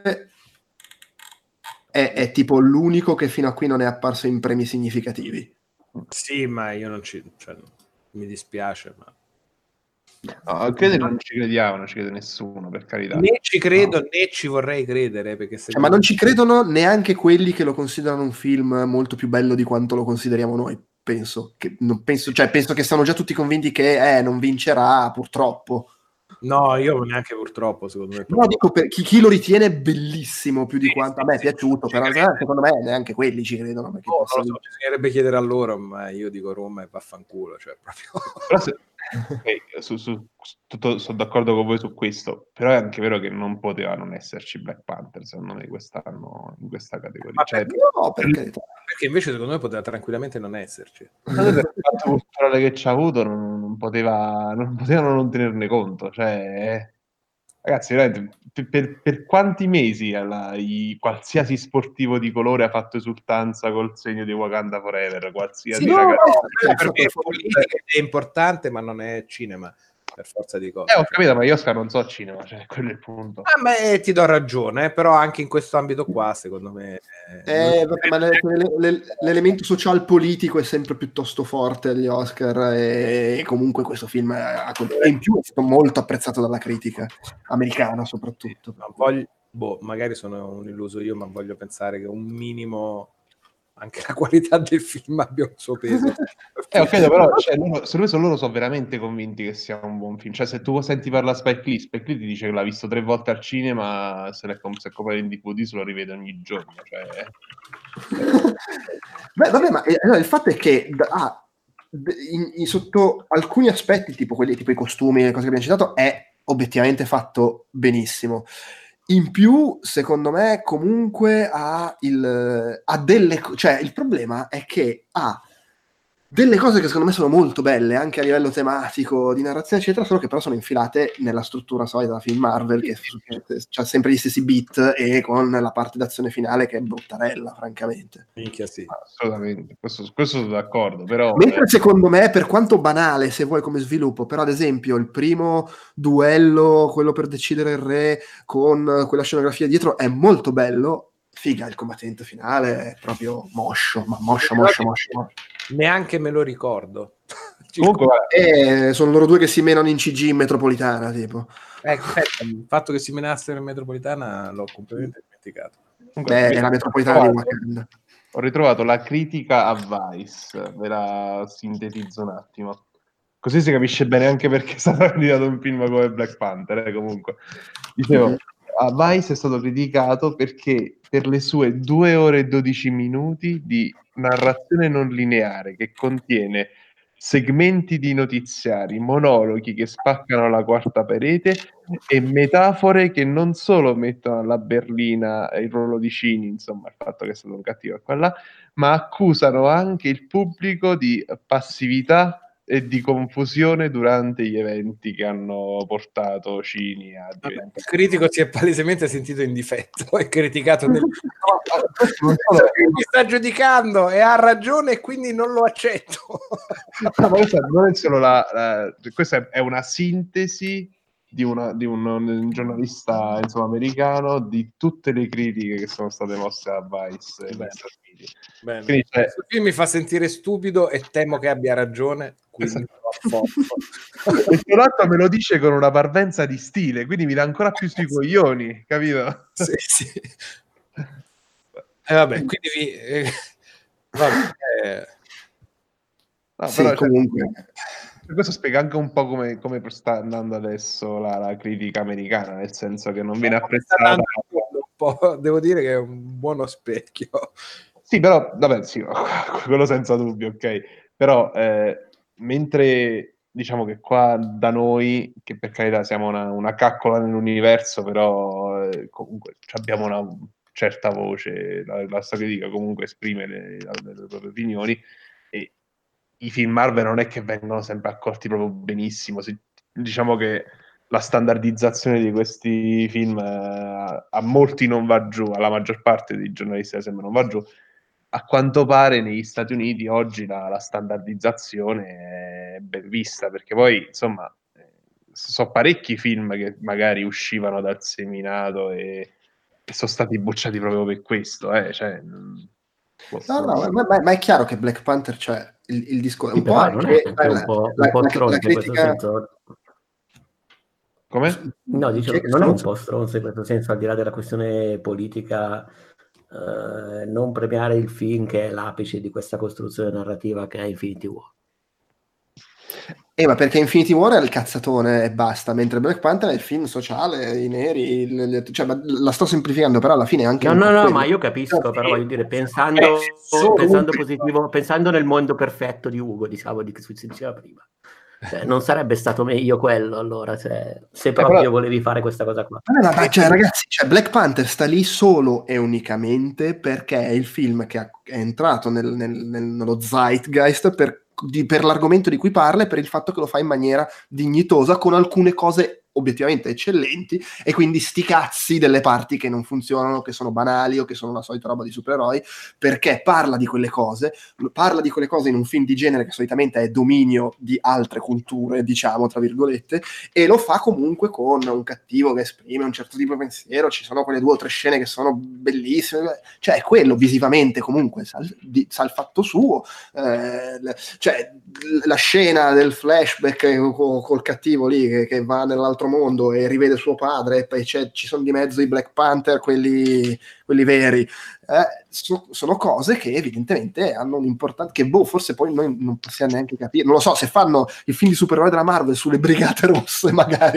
[SPEAKER 1] è, è tipo l'unico che fino a qui non è apparso in premi significativi.
[SPEAKER 2] Sì, ma io non ci... Cioè, mi dispiace, ma...
[SPEAKER 4] No, credo che non ci crediamo, non ci crede nessuno, per carità.
[SPEAKER 2] Né ci credo, no. Né ci vorrei credere, perché se
[SPEAKER 1] Cioè, ma non ci credono neanche quelli che lo considerano un film molto più bello di quanto lo consideriamo noi, penso. Che, non penso, cioè, penso che siano già tutti convinti che eh, non vincerà, purtroppo.
[SPEAKER 5] No, io neanche purtroppo, secondo me.
[SPEAKER 1] No, dico per chi, chi lo ritiene bellissimo più di quanto a me è piaciuto, però secondo me neanche quelli ci credono. Perché
[SPEAKER 5] Oh,
[SPEAKER 1] posso
[SPEAKER 5] non lo so, bisognerebbe chiedere a loro, ma io dico Roma e vaffanculo, cioè proprio...
[SPEAKER 4] Però se, okay, su, su, tutto, sono d'accordo con voi su questo, però è anche vero che non poteva non esserci Black Panther, secondo me, quest'anno in questa categoria.
[SPEAKER 5] Ma
[SPEAKER 4] Cioè,
[SPEAKER 5] perché,
[SPEAKER 1] no, per carità.
[SPEAKER 5] perché invece secondo me poteva tranquillamente non esserci.
[SPEAKER 4] per il fatto culturale che ci ha avuto non, non poteva, non potevano non tenerne conto, cioè... Ragazzi, veramente, per, per, per quanti mesi alla, i, qualsiasi sportivo di colore ha fatto esultanza col segno di Wakanda Forever, qualsiasi
[SPEAKER 1] Sì, no,
[SPEAKER 4] ragazzo...
[SPEAKER 1] no,
[SPEAKER 5] Per me è
[SPEAKER 1] no,
[SPEAKER 5] politica, è importante, ma non è cinema, per forza di cose.
[SPEAKER 4] Eh, ho capito, ma io Oscar non so cinema, cioè, quello è il punto.
[SPEAKER 5] A me ti do ragione, però anche in questo ambito qua, secondo me...
[SPEAKER 1] Eh,
[SPEAKER 5] non-
[SPEAKER 1] vabbè, ma l'e- l'e- l'elemento social politico è sempre piuttosto forte agli Oscar e, e comunque questo film ha- e in più è stato molto apprezzato dalla critica americana soprattutto.
[SPEAKER 5] non voglio, boh, magari sono un illuso io, ma voglio pensare che un minimo anche la qualità del film abbia un suo peso.
[SPEAKER 4] Eh, ho capito, però cioè, loro, secondo me sono loro sono veramente convinti che sia un buon film. Cioè, se tu senti parlare Spike Lee, Spike Lee ti dice che l'ha visto tre volte al cinema, se l'è com- se è comprato in D V D se lo rivede ogni giorno. Cioè...
[SPEAKER 1] Beh, vabbè, ma eh, no, il fatto è che da- ah, d- in- in- sotto alcuni aspetti, tipo quelli, tipo i costumi e le cose che abbiamo citato, è obiettivamente fatto benissimo. In più, secondo me, comunque ha, il, ha delle... co- cioè, il problema è che ha delle cose che secondo me sono molto belle, anche a livello tematico, di narrazione, eccetera, solo che però sono infilate nella struttura solita della film Marvel, che ha sempre gli stessi beat e con la parte d'azione finale che è bruttarella, francamente.
[SPEAKER 5] Minchia, sì.
[SPEAKER 4] Assolutamente, questo, questo sono d'accordo, però...
[SPEAKER 1] Mentre
[SPEAKER 4] eh,
[SPEAKER 1] secondo me, per quanto banale, se vuoi come sviluppo, però ad esempio il primo duello, quello per decidere il re, con quella scenografia dietro, è molto bello. Figa, il combattimento finale è proprio moscio, ma moscio, moscio, moscio, moscio.
[SPEAKER 5] Neanche me lo ricordo.
[SPEAKER 4] comunque, guarda,
[SPEAKER 1] E sono loro due che si menano in C G in metropolitana, tipo.
[SPEAKER 5] Ecco, ecco, il fatto che si menassero in metropolitana l'ho completamente dimenticato.
[SPEAKER 4] comunque,
[SPEAKER 1] Beh,
[SPEAKER 4] vi-
[SPEAKER 1] è la metropolitana di Wakanda.
[SPEAKER 4] ho ritrovato la critica a Vice, ve la sintetizzo un attimo. Così si capisce bene anche perché è stato candidato un film come Black Panther, eh, comunque. Dicevo,
[SPEAKER 1] Mhm.
[SPEAKER 4] a Vice è stato criticato perché per le sue due ore e dodici minuti di narrazione non lineare che contiene segmenti di notiziari, monologhi che spaccano la quarta parete e metafore che non solo mettono alla berlina il ruolo di Cini, insomma, il fatto che è stato un cattivo e quella, ma accusano anche il pubblico di passività e di confusione durante gli eventi che hanno portato Cini a diventare...
[SPEAKER 5] Il critico si è palesemente sentito in difetto e criticato nel...
[SPEAKER 4] Non solo-
[SPEAKER 5] mi sta giudicando e ha ragione e quindi non lo accetto.
[SPEAKER 4] No, ma questa non è solo la, la- questa è una sintesi di, una, di un, un giornalista insomma, americano di tutte le critiche che sono state mosse a Vice negli
[SPEAKER 5] Bene.
[SPEAKER 4] Stati Uniti.
[SPEAKER 5] Bene.
[SPEAKER 4] Quindi, cioè,
[SPEAKER 5] Questo film mi fa sentire stupido e temo che abbia ragione, quindi lo affosso.
[SPEAKER 4] e tra l'altro me lo dice con una parvenza di stile, quindi mi dà ancora più sui coglioni, capito?
[SPEAKER 5] Sì, sì. E vabbè, quindi vi... eh, vabbè, eh,
[SPEAKER 4] No,
[SPEAKER 1] Sì,
[SPEAKER 4] però, cioè,
[SPEAKER 1] comunque.
[SPEAKER 4] questo spiega anche un po' come, come sta andando adesso la, la critica americana, nel senso che non viene
[SPEAKER 5] sta
[SPEAKER 4] apprezzata.
[SPEAKER 5] dando un po', devo dire che è un buono specchio.
[SPEAKER 4] Sì, però, vabbè, sì, quello senza dubbio, ok. Però, eh, mentre diciamo che qua da noi, che per carità siamo una, una caccola nell'universo, però eh, comunque abbiamo una certa voce, la, la storia critica comunque esprime le, le, le proprie opinioni, e i film Marvel non è che vengono sempre accolti proprio benissimo. Si, diciamo che la standardizzazione di questi film eh, a molti non va giù, alla maggior parte dei giornalisti sembra non va giù. A quanto pare negli Stati Uniti oggi la, la standardizzazione è ben vista, perché poi insomma eh, sono parecchi film che magari uscivano dal seminato e, e sono stati bocciati proprio per questo, eh, cioè, non posso-
[SPEAKER 1] No, no, ma, ma- ma è chiaro che Black Panther, cioè il, il discorso,
[SPEAKER 3] Sì,
[SPEAKER 1] un po'
[SPEAKER 3] però non è
[SPEAKER 1] anche
[SPEAKER 3] anche
[SPEAKER 1] la,
[SPEAKER 3] un po',
[SPEAKER 1] la-
[SPEAKER 3] un po'
[SPEAKER 1] la-
[SPEAKER 3] stronzo
[SPEAKER 1] la
[SPEAKER 3] in questo
[SPEAKER 1] critica.
[SPEAKER 3] senso.
[SPEAKER 4] Come?
[SPEAKER 3] No,
[SPEAKER 1] Chi
[SPEAKER 3] dicevo,
[SPEAKER 1] è che
[SPEAKER 3] non è un
[SPEAKER 1] stronzo?
[SPEAKER 3] po' stronzo in questo senso, al di là della questione politica, eh, non premiare il film che è l'apice di questa costruzione narrativa che è Infinity War.
[SPEAKER 1] Eh, ma perché Infinity War è il cazzatone e basta, mentre Black Panther è il film sociale, i neri, il- il- cioè, ma la sto semplificando, però alla fine è anche
[SPEAKER 3] No,
[SPEAKER 1] un
[SPEAKER 3] no,
[SPEAKER 1] po'
[SPEAKER 3] no,
[SPEAKER 1] quello.
[SPEAKER 3] ma io capisco,
[SPEAKER 1] Cioè,
[SPEAKER 3] però voglio dire,
[SPEAKER 2] Beh,
[SPEAKER 3] pensando,
[SPEAKER 2] solo
[SPEAKER 3] pensando
[SPEAKER 2] un-
[SPEAKER 3] positivo, pensando nel mondo perfetto di Ugo, diciamo, di cui si diceva prima. Cioè, non sarebbe stato meglio quello, allora, se, se proprio
[SPEAKER 4] però-
[SPEAKER 3] volevi fare questa cosa qua.
[SPEAKER 1] vabbè, ma- ma- cioè, ragazzi, cioè, Black Panther sta lì solo e unicamente perché è il film che ha- è entrato nel- nel- nel- nello zeitgeist per, di- per l'argomento di cui parla e per il fatto che lo fa in maniera dignitosa con alcune cose obiettivamente eccellenti e quindi sti cazzi delle parti che non funzionano, che sono banali o che sono la solita roba di supereroi, perché parla di quelle cose, parla di quelle cose in un film di genere che solitamente è dominio di altre culture, diciamo, tra virgolette, e lo fa comunque con un cattivo che esprime un certo tipo di pensiero, ci sono quelle due o tre scene che sono bellissime, cioè è quello visivamente comunque sa, di, sa il fatto suo, eh, l- cioè la scena del flashback co- col cattivo lì che, che va nell'altro mondo e rivede suo padre e poi c'è, ci sono di mezzo i Black Panther, quelli, quelli veri, eh, so, sono cose che evidentemente hanno un'importanza che boh, forse poi noi non possiamo neanche capire, non lo so, se fanno il film di supereroi della Marvel sulle Brigate Rosse magari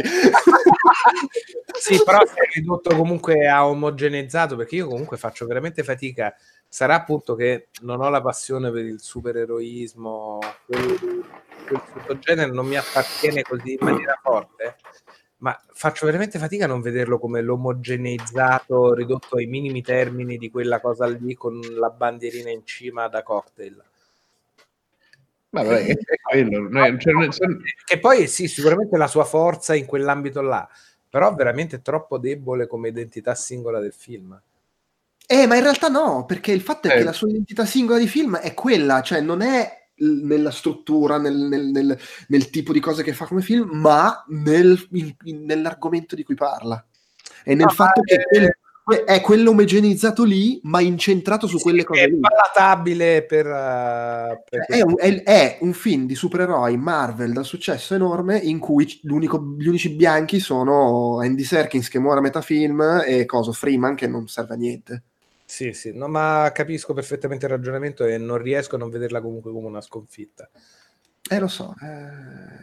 [SPEAKER 5] Sì, però si è ridotto comunque a omogeneizzato, perché io comunque faccio veramente fatica. Sarà appunto che non ho la passione per il supereroismo, quel, quel sottogenere non mi appartiene così in maniera forte, ma faccio veramente fatica a non vederlo come l'omogeneizzato ridotto ai minimi termini di quella cosa lì con la bandierina in cima da cocktail.
[SPEAKER 4] Ma vabbè, è, è quello. Noi- cioè, noi- se-
[SPEAKER 5] Che poi sì, sicuramente la sua forza in quell'ambito là, però veramente troppo debole come identità singola del film.
[SPEAKER 1] Eh, ma in realtà no, perché il fatto è
[SPEAKER 4] Eh.
[SPEAKER 1] che la sua identità singola di film è quella, cioè non è l- nella struttura, nel, nel- nel- nel tipo di cose che fa come film, ma nel- in- in- nell'argomento di cui parla. E nel
[SPEAKER 5] No,
[SPEAKER 1] fatto
[SPEAKER 5] ma
[SPEAKER 1] che quel-
[SPEAKER 5] è-
[SPEAKER 1] que- è quello omogeneizzato lì, ma incentrato su
[SPEAKER 5] sì,
[SPEAKER 1] quelle
[SPEAKER 5] che
[SPEAKER 1] cose
[SPEAKER 5] è
[SPEAKER 1] lì.
[SPEAKER 5] palatabile per, uh, per
[SPEAKER 1] Cioè, È un, è- è un film di supereroi Marvel da successo enorme in cui c- l'unico- gli unici bianchi sono Andy Serkins che muore a metà film e coso Freeman che non serve a niente.
[SPEAKER 5] Sì, sì, no, ma capisco perfettamente il ragionamento e non riesco a non vederla comunque come una sconfitta.
[SPEAKER 1] Eh, lo so. eh.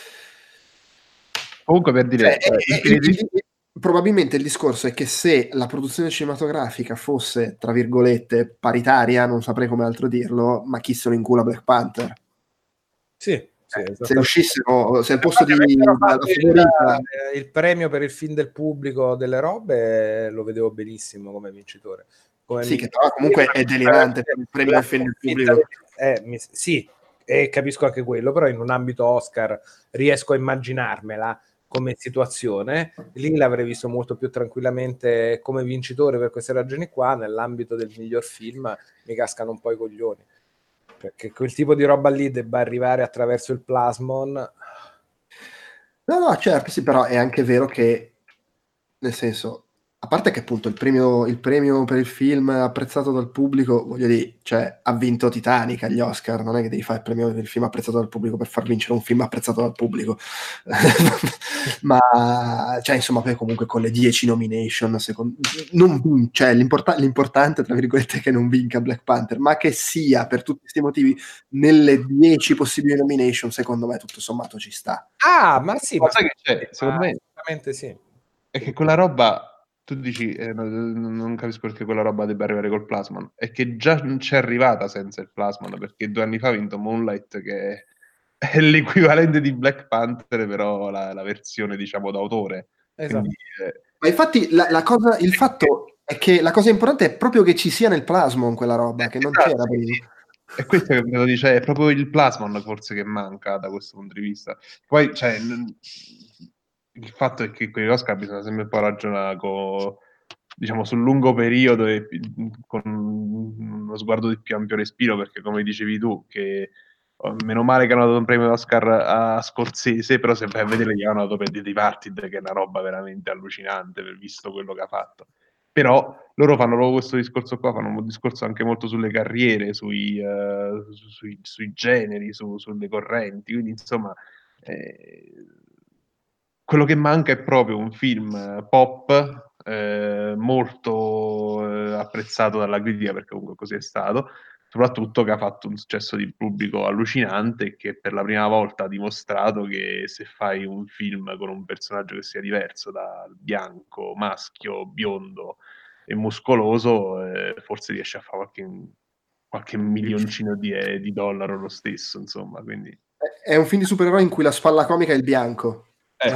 [SPEAKER 4] Comunque per dire,
[SPEAKER 1] Cioè,
[SPEAKER 4] eh,
[SPEAKER 1] eh,
[SPEAKER 4] Infinity-
[SPEAKER 1] il- il- probabilmente il discorso è che se la produzione cinematografica fosse, tra virgolette, paritaria, non saprei come altro dirlo, ma chi se lo incula Black Panther?
[SPEAKER 5] Sì, sì,
[SPEAKER 1] Se
[SPEAKER 5] esattamente.
[SPEAKER 1] uscissero, se al posto di
[SPEAKER 5] Avrebbero
[SPEAKER 1] la, la
[SPEAKER 5] fatto il,
[SPEAKER 1] favorita,
[SPEAKER 5] eh, il premio per il film del pubblico delle robe, lo vedevo benissimo come vincitore. Come
[SPEAKER 1] sì,
[SPEAKER 5] mi-
[SPEAKER 1] che però comunque è delirante per il premio
[SPEAKER 5] La
[SPEAKER 1] del film del
[SPEAKER 5] sconfitta
[SPEAKER 1] pubblico.
[SPEAKER 5] del- eh, mi- sì, e capisco anche quello, però in un ambito Oscar riesco a immaginarmela come situazione, lì l'avrei visto molto più tranquillamente come vincitore per queste ragioni qua, nell'ambito del miglior film mi cascano un po' i coglioni, perché quel tipo di roba lì debba arrivare attraverso il plasmon.
[SPEAKER 1] No, no, certo, sì, però è anche vero che, nel senso, a parte che appunto il premio, il premio per il film apprezzato dal pubblico, voglio dire, cioè, ha vinto Titanic agli Oscar, non è che devi fare il premio per il film apprezzato dal pubblico per far vincere un film apprezzato dal pubblico. Ma, cioè, insomma, poi comunque con le dieci nomination, secondo, non vin- cioè, l'importa- l'importante, tra virgolette, è che non vinca Black Panther, ma che sia, per tutti questi motivi, nelle dieci possibili nomination, secondo me, tutto sommato ci sta.
[SPEAKER 5] Ah, ma sì,
[SPEAKER 4] Ma
[SPEAKER 5] ma
[SPEAKER 4] sai che c'è? Secondo me
[SPEAKER 5] assolutamente sì.
[SPEAKER 4] è che quella roba, tu dici, eh, non, non capisco perché quella roba debba arrivare col Plasman, è che già non c'è arrivata senza il Plasman, perché due anni fa ha vinto Moonlight, che è l'equivalente di Black Panther, però la, la versione, diciamo, d'autore.
[SPEAKER 5] Esatto.
[SPEAKER 4] Quindi, eh,
[SPEAKER 1] Ma infatti la, la cosa, il fatto è che la cosa importante è proprio che ci sia nel plasmon quella roba, che non
[SPEAKER 4] esatto,
[SPEAKER 1] c'era
[SPEAKER 4] sì,
[SPEAKER 1] prima.
[SPEAKER 4] sì. È questo che me lo dice, è proprio il Plasmon forse che manca da questo punto di vista. Poi, cioè, n- il fatto è che con gli Oscar bisogna sempre un po' ragionare con, diciamo, sul lungo periodo e con uno sguardo di più ampio respiro, perché come dicevi tu, che oh, meno male che hanno dato un premio Oscar a Scorsese, però se vai a vedere gli hanno dato per The Departed, che è una roba veramente allucinante, per visto quello che ha fatto. Però loro fanno proprio questo discorso qua, fanno un discorso anche molto sulle carriere, sui, uh, su, sui, sui generi, su, sulle correnti, quindi insomma eh, quello che manca è proprio un film pop eh, molto eh, apprezzato dalla critica, perché comunque così è stato, soprattutto che ha fatto un successo di pubblico allucinante e che per la prima volta ha dimostrato che se fai un film con un personaggio che sia diverso dal bianco, maschio, biondo e muscoloso, eh, forse riesce a fare qualche, qualche milioncino di, eh, di dollaro lo stesso, insomma, quindi...
[SPEAKER 1] È un film di supereroi in cui la spalla comica è il bianco.
[SPEAKER 4] Eh,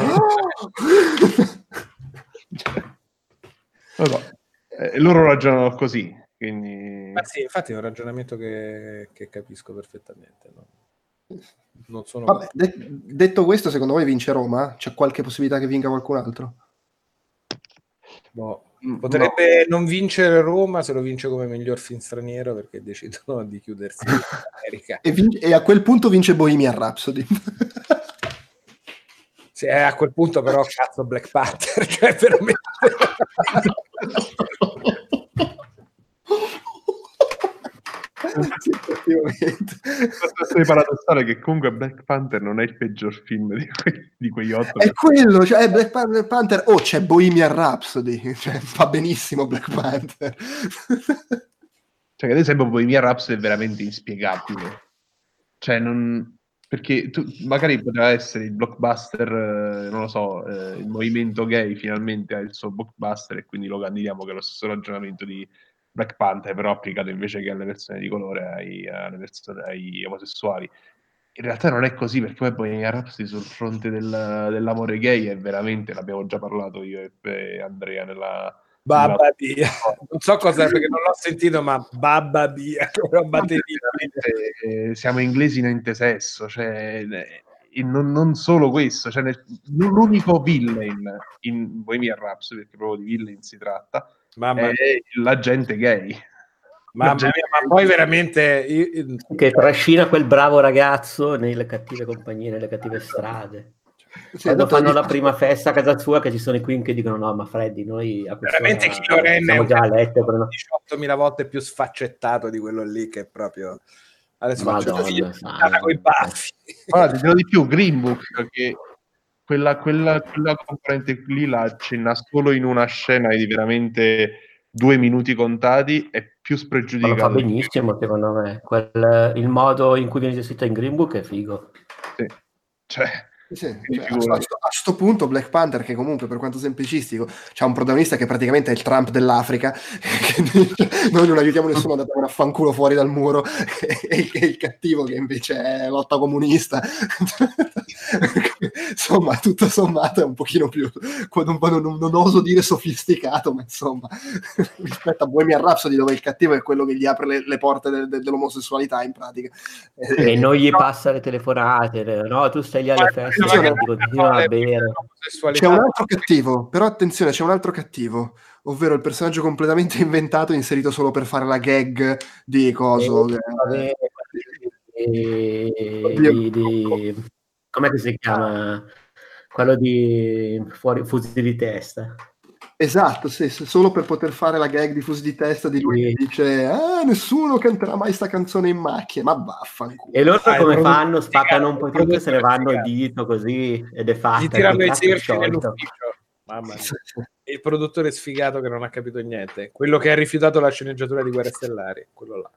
[SPEAKER 4] non so. Eh, loro ragionano così, quindi...
[SPEAKER 5] Ma sì, infatti è un ragionamento che, che capisco perfettamente, no? Non sono...
[SPEAKER 1] Vabbè, de- detto questo, secondo voi vince Roma? C'è qualche possibilità che vinca qualcun altro?
[SPEAKER 5] Boh. Potrebbe no. non vincere Roma se lo vince come miglior film straniero, perché decidono di chiudersi in America.
[SPEAKER 1] e, vince- e a quel punto vince Bohemian Rhapsody.
[SPEAKER 5] Sì, eh, a quel punto però cazzo Black Panther, cioè veramente...
[SPEAKER 1] Sì, effettivamente.
[SPEAKER 4] È paradossale che comunque Black Panther non è il peggior film di, que- di quegli otto.
[SPEAKER 1] È quello, cioè Black Panther, oh c'è Bohemian Rhapsody, cioè, fa benissimo Black Panther.
[SPEAKER 4] Cioè, ad esempio Bohemian Rhapsody è veramente inspiegabile. Cioè, non... Perché tu, magari poteva essere il blockbuster, eh, non lo so, eh, il movimento gay finalmente ha il suo blockbuster e quindi lo candidiamo, che è lo stesso ragionamento di Black Panther, però applicato invece che alle persone di colore, ai, alle persone, ai omosessuali. In realtà non è così, perché poi Bohemian Rhapsody sul fronte del, dell'amore gay è veramente, l'abbiamo già parlato io e Andrea nella...
[SPEAKER 5] Babba Dia, non so cosa perché non l'ho sentito, ma Babba Dia,
[SPEAKER 4] eh, siamo inglesi in sesso, cioè eh, non, non solo questo, cioè nel, l'unico villain in Bohemian Rhapsody, perché proprio di villain si tratta, Mamma è mia. l'agente gay.
[SPEAKER 5] Mamma mia, ma poi veramente io...
[SPEAKER 3] che trascina quel bravo ragazzo nelle cattive compagnie, nelle cattive strade. Quando fanno la prima festa a casa sua, che ci sono i Queen che dicono no ma Freddy, noi a
[SPEAKER 5] veramente Kylo Ren
[SPEAKER 3] siamo già a letto per una...
[SPEAKER 5] diciottomila volte più sfaccettato di quello lì, che è proprio adesso
[SPEAKER 3] Madonna,
[SPEAKER 5] faccio con i baffi.
[SPEAKER 4] Guarda, ti dirò di più, Green Book, che quella, quella, quella componente lì la accenna solo in una scena di veramente due minuti contati, è più spregiudicato.
[SPEAKER 3] Ma lo fa benissimo secondo me, Quel, il modo in cui viene gestito in Green Book è figo.
[SPEAKER 4] Sì, cioè...
[SPEAKER 1] Sì, cioè, a, sto, a, sto, a sto punto Black Panther, che comunque per quanto semplicistico c'ha un protagonista che praticamente è il Trump dell'Africa, che noi non aiutiamo nessuno ad andare a fanculo fuori dal muro, e, e il cattivo che invece è lotta comunista. Insomma, tutto sommato è un pochino più, non, non, non oso dire sofisticato, ma insomma rispetto a Bohemian Rhapsody, dove il cattivo è quello che gli apre le, le porte de, de, dell'omosessualità in pratica
[SPEAKER 3] e, e non gli no. passa le telefonate, no, tu stai lì alle feste, continua a bere.
[SPEAKER 1] C'è un altro cattivo, però attenzione, c'è un altro cattivo, ovvero il personaggio completamente inventato, inserito solo per fare la gag di coso.
[SPEAKER 3] E, e, di, di, com'è che si chiama? Quello di fuori fusi di testa.
[SPEAKER 1] Esatto, sì, solo per poter fare la gag di fusi di testa di lui sì. Che dice ah, nessuno canterà mai sta canzone in macchina, ma vaffanculo.
[SPEAKER 3] E loro ah, come fanno? Spaccano un po' tutto e se ne vanno il dito così ed è fatta.
[SPEAKER 5] Gli tirano i cerci nell'ufficio. Mamma mia. Il produttore sfigato che non ha capito niente, quello che ha rifiutato la sceneggiatura di Guerre Stellari, quello là.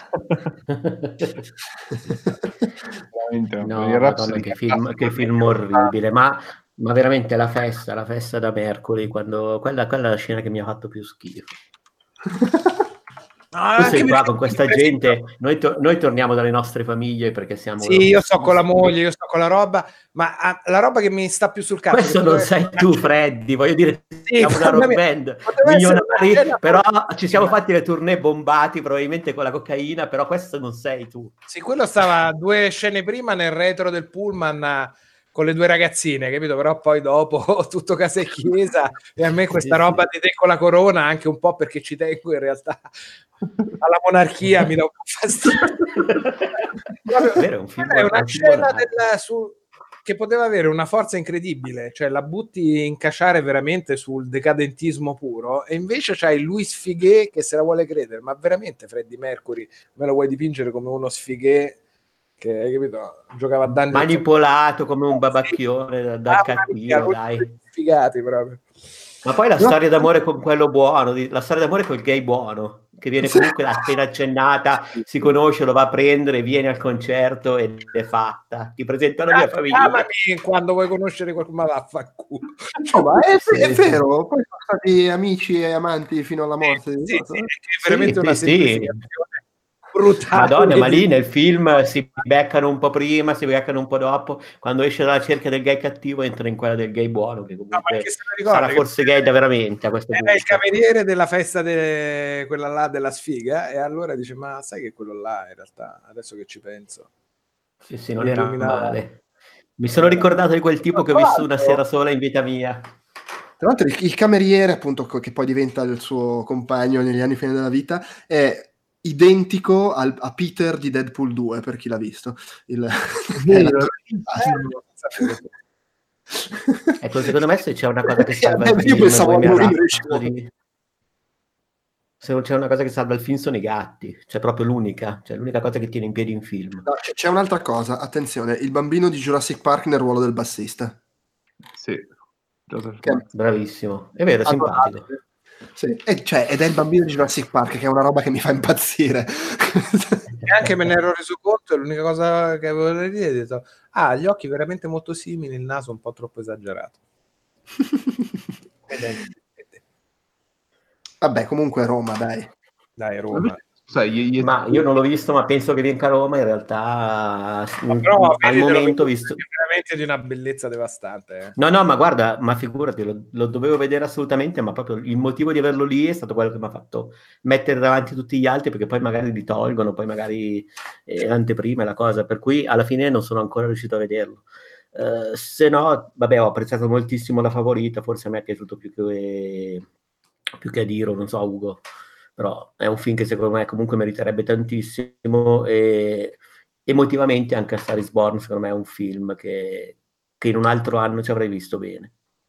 [SPEAKER 3] No, Madonna, che film, che film orribile, ma ma veramente la festa, la festa da Mercury, quando quella, quella è la scena che mi ha fatto più schifo. Ah, tu sei qua con questa gente, noi, to- noi torniamo dalle nostre famiglie perché siamo...
[SPEAKER 5] Sì, io sto con la moglie, io sto con la roba, ma ah, la roba che mi sta più sul cazzo...
[SPEAKER 3] Questo non sei tu, Freddy, voglio dire, sì, siamo una rock band, milionari, però ci siamo fatti le tournée bombati, probabilmente con la cocaina, però questo non sei tu.
[SPEAKER 5] Sì, quello stava due scene prima nel retro del pullman... con le due ragazzine, capito? Però poi dopo tutto casa e chiesa, e a me questa roba di te con la corona, anche un po' perché ci tengo in realtà alla monarchia, mi dà un po' fastidio.
[SPEAKER 3] Vero, un film
[SPEAKER 5] è una scena del, su, che poteva avere una forza incredibile, cioè la butti in caciare veramente sul decadentismo puro, e invece c'hai Louis Figuet che se la vuole credere, ma veramente Freddie Mercury me lo vuoi dipingere come uno sfighe che, hai capito, giocava a danni
[SPEAKER 3] manipolato come un babacchione da, dal ah, cattivo, dai,
[SPEAKER 5] sfigati proprio.
[SPEAKER 3] Ma poi la no. storia d'amore con quello buono, la storia d'amore col gay buono, che viene comunque appena accennata, si conosce, lo va a prendere, viene al concerto ed è fatta. Ti presento la mia famiglia.
[SPEAKER 5] Chiamami quando vuoi conoscere qualcuno, ma vaffanculo.
[SPEAKER 1] No, ma è,
[SPEAKER 3] Sì,
[SPEAKER 1] è
[SPEAKER 3] sì.
[SPEAKER 1] vero, poi sono stati amici e amanti fino alla morte.
[SPEAKER 5] Sì, sì,
[SPEAKER 1] no?
[SPEAKER 5] sì, è veramente
[SPEAKER 3] Sì,
[SPEAKER 5] una
[SPEAKER 3] sì, sì.
[SPEAKER 5] semplificazione brutale.
[SPEAKER 3] Madonna, ma lì nel film si beccano un po' prima, si beccano un po' dopo. Quando esce dalla cerchia del gay cattivo entra in quella del gay buono, che
[SPEAKER 5] No, ma
[SPEAKER 3] comunque
[SPEAKER 5] che se lo ricorda,
[SPEAKER 3] sarà
[SPEAKER 5] che
[SPEAKER 3] forse gay da veramente a questo
[SPEAKER 5] era
[SPEAKER 3] punto.
[SPEAKER 5] il cameriere della festa de... quella là della sfiga, e allora dice: ma sai che quello là in realtà, adesso che ci penso,
[SPEAKER 3] Sì, sì, non
[SPEAKER 5] nel
[SPEAKER 3] era
[SPEAKER 5] duemila
[SPEAKER 3] male. Mi sono ricordato di quel tipo che ho visto una sera sola in vita mia.
[SPEAKER 1] Tra l'altro il, il cameriere, appunto, co- che poi diventa il suo compagno negli anni fine della vita, è identico al- a Peter di Deadpool due, per chi l'ha visto. Il, è la-
[SPEAKER 3] Ecco, secondo me se c'è una cosa che salva
[SPEAKER 1] Eh,
[SPEAKER 3] il
[SPEAKER 1] io
[SPEAKER 3] film,
[SPEAKER 1] pensavo
[SPEAKER 3] voi mi
[SPEAKER 1] a morire,
[SPEAKER 3] arrasto di- se non c'è una cosa che salva il film sono i gatti, cioè proprio l'unica, cioè l'unica cosa che tiene in piedi un film.
[SPEAKER 1] No, c'è- c'è un'altra cosa, attenzione, il bambino di Jurassic Park nel ruolo del bassista.
[SPEAKER 4] Sì, Joseph
[SPEAKER 1] Che-
[SPEAKER 4] Martin.
[SPEAKER 3] Bravissimo, è vero, è simpatico.
[SPEAKER 1] Adorabile. Sì, e cioè, ed è il bambino di Jurassic Park, che è una roba che mi fa impazzire.
[SPEAKER 5] Neanche me ne ero reso conto, e l'unica cosa che avevo da dire è detto: ah, gli occhi veramente molto simili, il naso un po' troppo esagerato. Ed è-
[SPEAKER 1] Vabbè, comunque Roma, dai.
[SPEAKER 5] Dai, Roma.
[SPEAKER 4] Sai, gli, gli
[SPEAKER 3] Ma io non l'ho visto, ma penso che venga a Roma. In realtà,
[SPEAKER 5] Ma però,
[SPEAKER 3] al
[SPEAKER 5] veditelo,
[SPEAKER 3] momento,
[SPEAKER 5] perché
[SPEAKER 3] visto.
[SPEAKER 5] è veramente di una bellezza devastante. Eh.
[SPEAKER 3] No, no, ma guarda, ma figurati, lo, lo dovevo vedere assolutamente, ma proprio il motivo di averlo lì è stato quello che mi ha fatto mettere davanti tutti gli altri, perché poi magari li tolgono, poi magari è l'anteprima e la cosa, per cui alla fine non sono ancora riuscito a vederlo. Uh, se no, vabbè, ho apprezzato moltissimo La Favorita, forse a me è piaciuto più che, più che a Diro, non so, Ugo, però è un film che secondo me comunque meriterebbe tantissimo, e emotivamente anche A Star is Born secondo me è un film che, che in un altro anno ci avrei visto bene.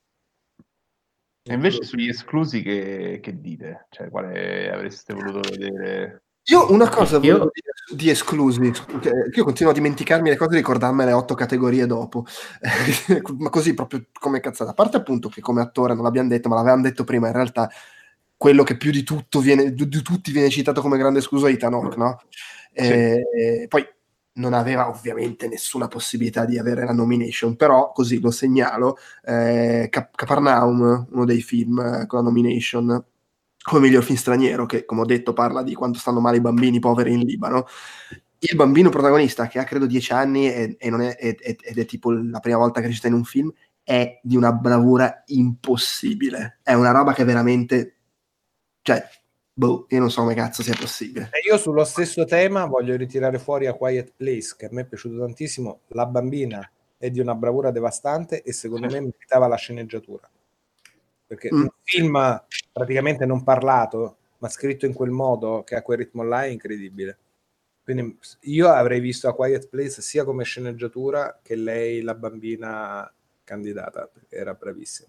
[SPEAKER 4] E invece sugli esclusi che, che dite? Cioè, quale avreste voluto vedere?
[SPEAKER 1] Io una cosa
[SPEAKER 3] Io-
[SPEAKER 1] volevo dire di esclusi, che io continuo a dimenticarmi le cose e ricordarmele otto categorie dopo, ma così proprio come cazzata. A parte appunto che come attore non l'abbiamo detto, ma l'avevamo detto prima, in realtà quello che più di tutto viene, di, di tutti viene citato come grande escluso è Ethan Hawke, no? E, e poi non aveva ovviamente nessuna possibilità di avere la nomination, però così lo segnalo, eh, Cap- Capernaum, uno dei film eh, con la nomination come miglior film straniero, che come ho detto parla di quanto stanno male i bambini poveri in Libano. Il bambino protagonista, che ha credo dieci anni e, e non è, ed, ed è tipo la prima volta che recita in un film, è di una bravura impossibile. È una roba che veramente, cioè, boh, io non so come cazzo sia possibile.
[SPEAKER 5] E io sullo stesso tema voglio ritirare fuori A Quiet Place, che a me è piaciuto tantissimo. La bambina è di una bravura devastante e secondo me meritava la sceneggiatura, perché
[SPEAKER 1] Mm.
[SPEAKER 5] un film praticamente non parlato ma scritto in quel modo, che ha quel ritmo là, è incredibile. Quindi io avrei visto A Quiet Place sia come sceneggiatura che lei, la bambina candidata, perché era bravissima.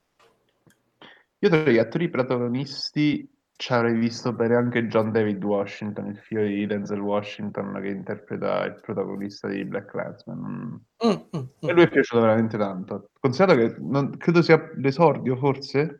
[SPEAKER 4] Io tra gli attori protagonisti ci avrei visto bene anche John David Washington, il figlio di Denzel Washington, che interpreta il protagonista di Black Klansman.
[SPEAKER 5] Mm, mm, mm.
[SPEAKER 4] E lui è piaciuto veramente tanto. Considerato che non, credo sia l'esordio, forse?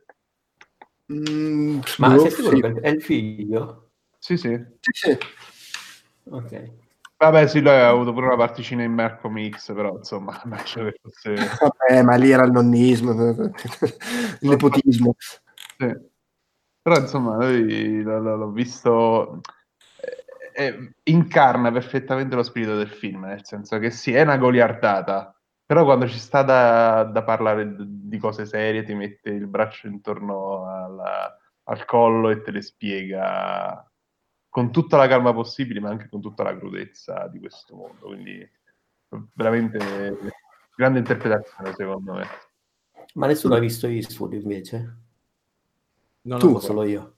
[SPEAKER 1] Mm,
[SPEAKER 3] Ma
[SPEAKER 1] boh,
[SPEAKER 3] sei sicuro
[SPEAKER 1] sì.
[SPEAKER 3] che è il figlio?
[SPEAKER 4] Sì, sì.
[SPEAKER 1] Sì, sì.
[SPEAKER 3] Ok.
[SPEAKER 4] Vabbè, sì, lui aveva avuto pure una particina in Malcolm X, però insomma, immagino che fosse...
[SPEAKER 1] Vabbè, ma lì era il nonnismo, il nepotismo.
[SPEAKER 4] Sì. Però insomma, lui l- l- l'ho visto, eh, eh, incarna perfettamente lo spirito del film, nel senso che sì, è una goliardata, però quando ci sta da, da parlare d- di cose serie ti mette il braccio intorno alla- al collo e te le spiega con tutta la calma possibile, ma anche con tutta la crudezza di questo mondo. Quindi veramente grande interpretazione, secondo me.
[SPEAKER 3] Ma nessuno ha visto Eastwood invece?
[SPEAKER 5] Non
[SPEAKER 1] Tu?
[SPEAKER 3] O
[SPEAKER 5] ancora.
[SPEAKER 3] solo io?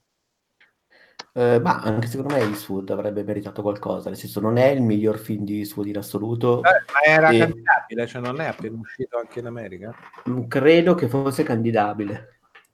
[SPEAKER 3] Eh, ma anche secondo me Eastwood avrebbe meritato qualcosa, nel senso non è il miglior film di Eastwood in assoluto,
[SPEAKER 5] Eh, ma era
[SPEAKER 3] e
[SPEAKER 5] candidabile, cioè non è appena uscito anche in America?
[SPEAKER 3] mm, credo che fosse candidabile.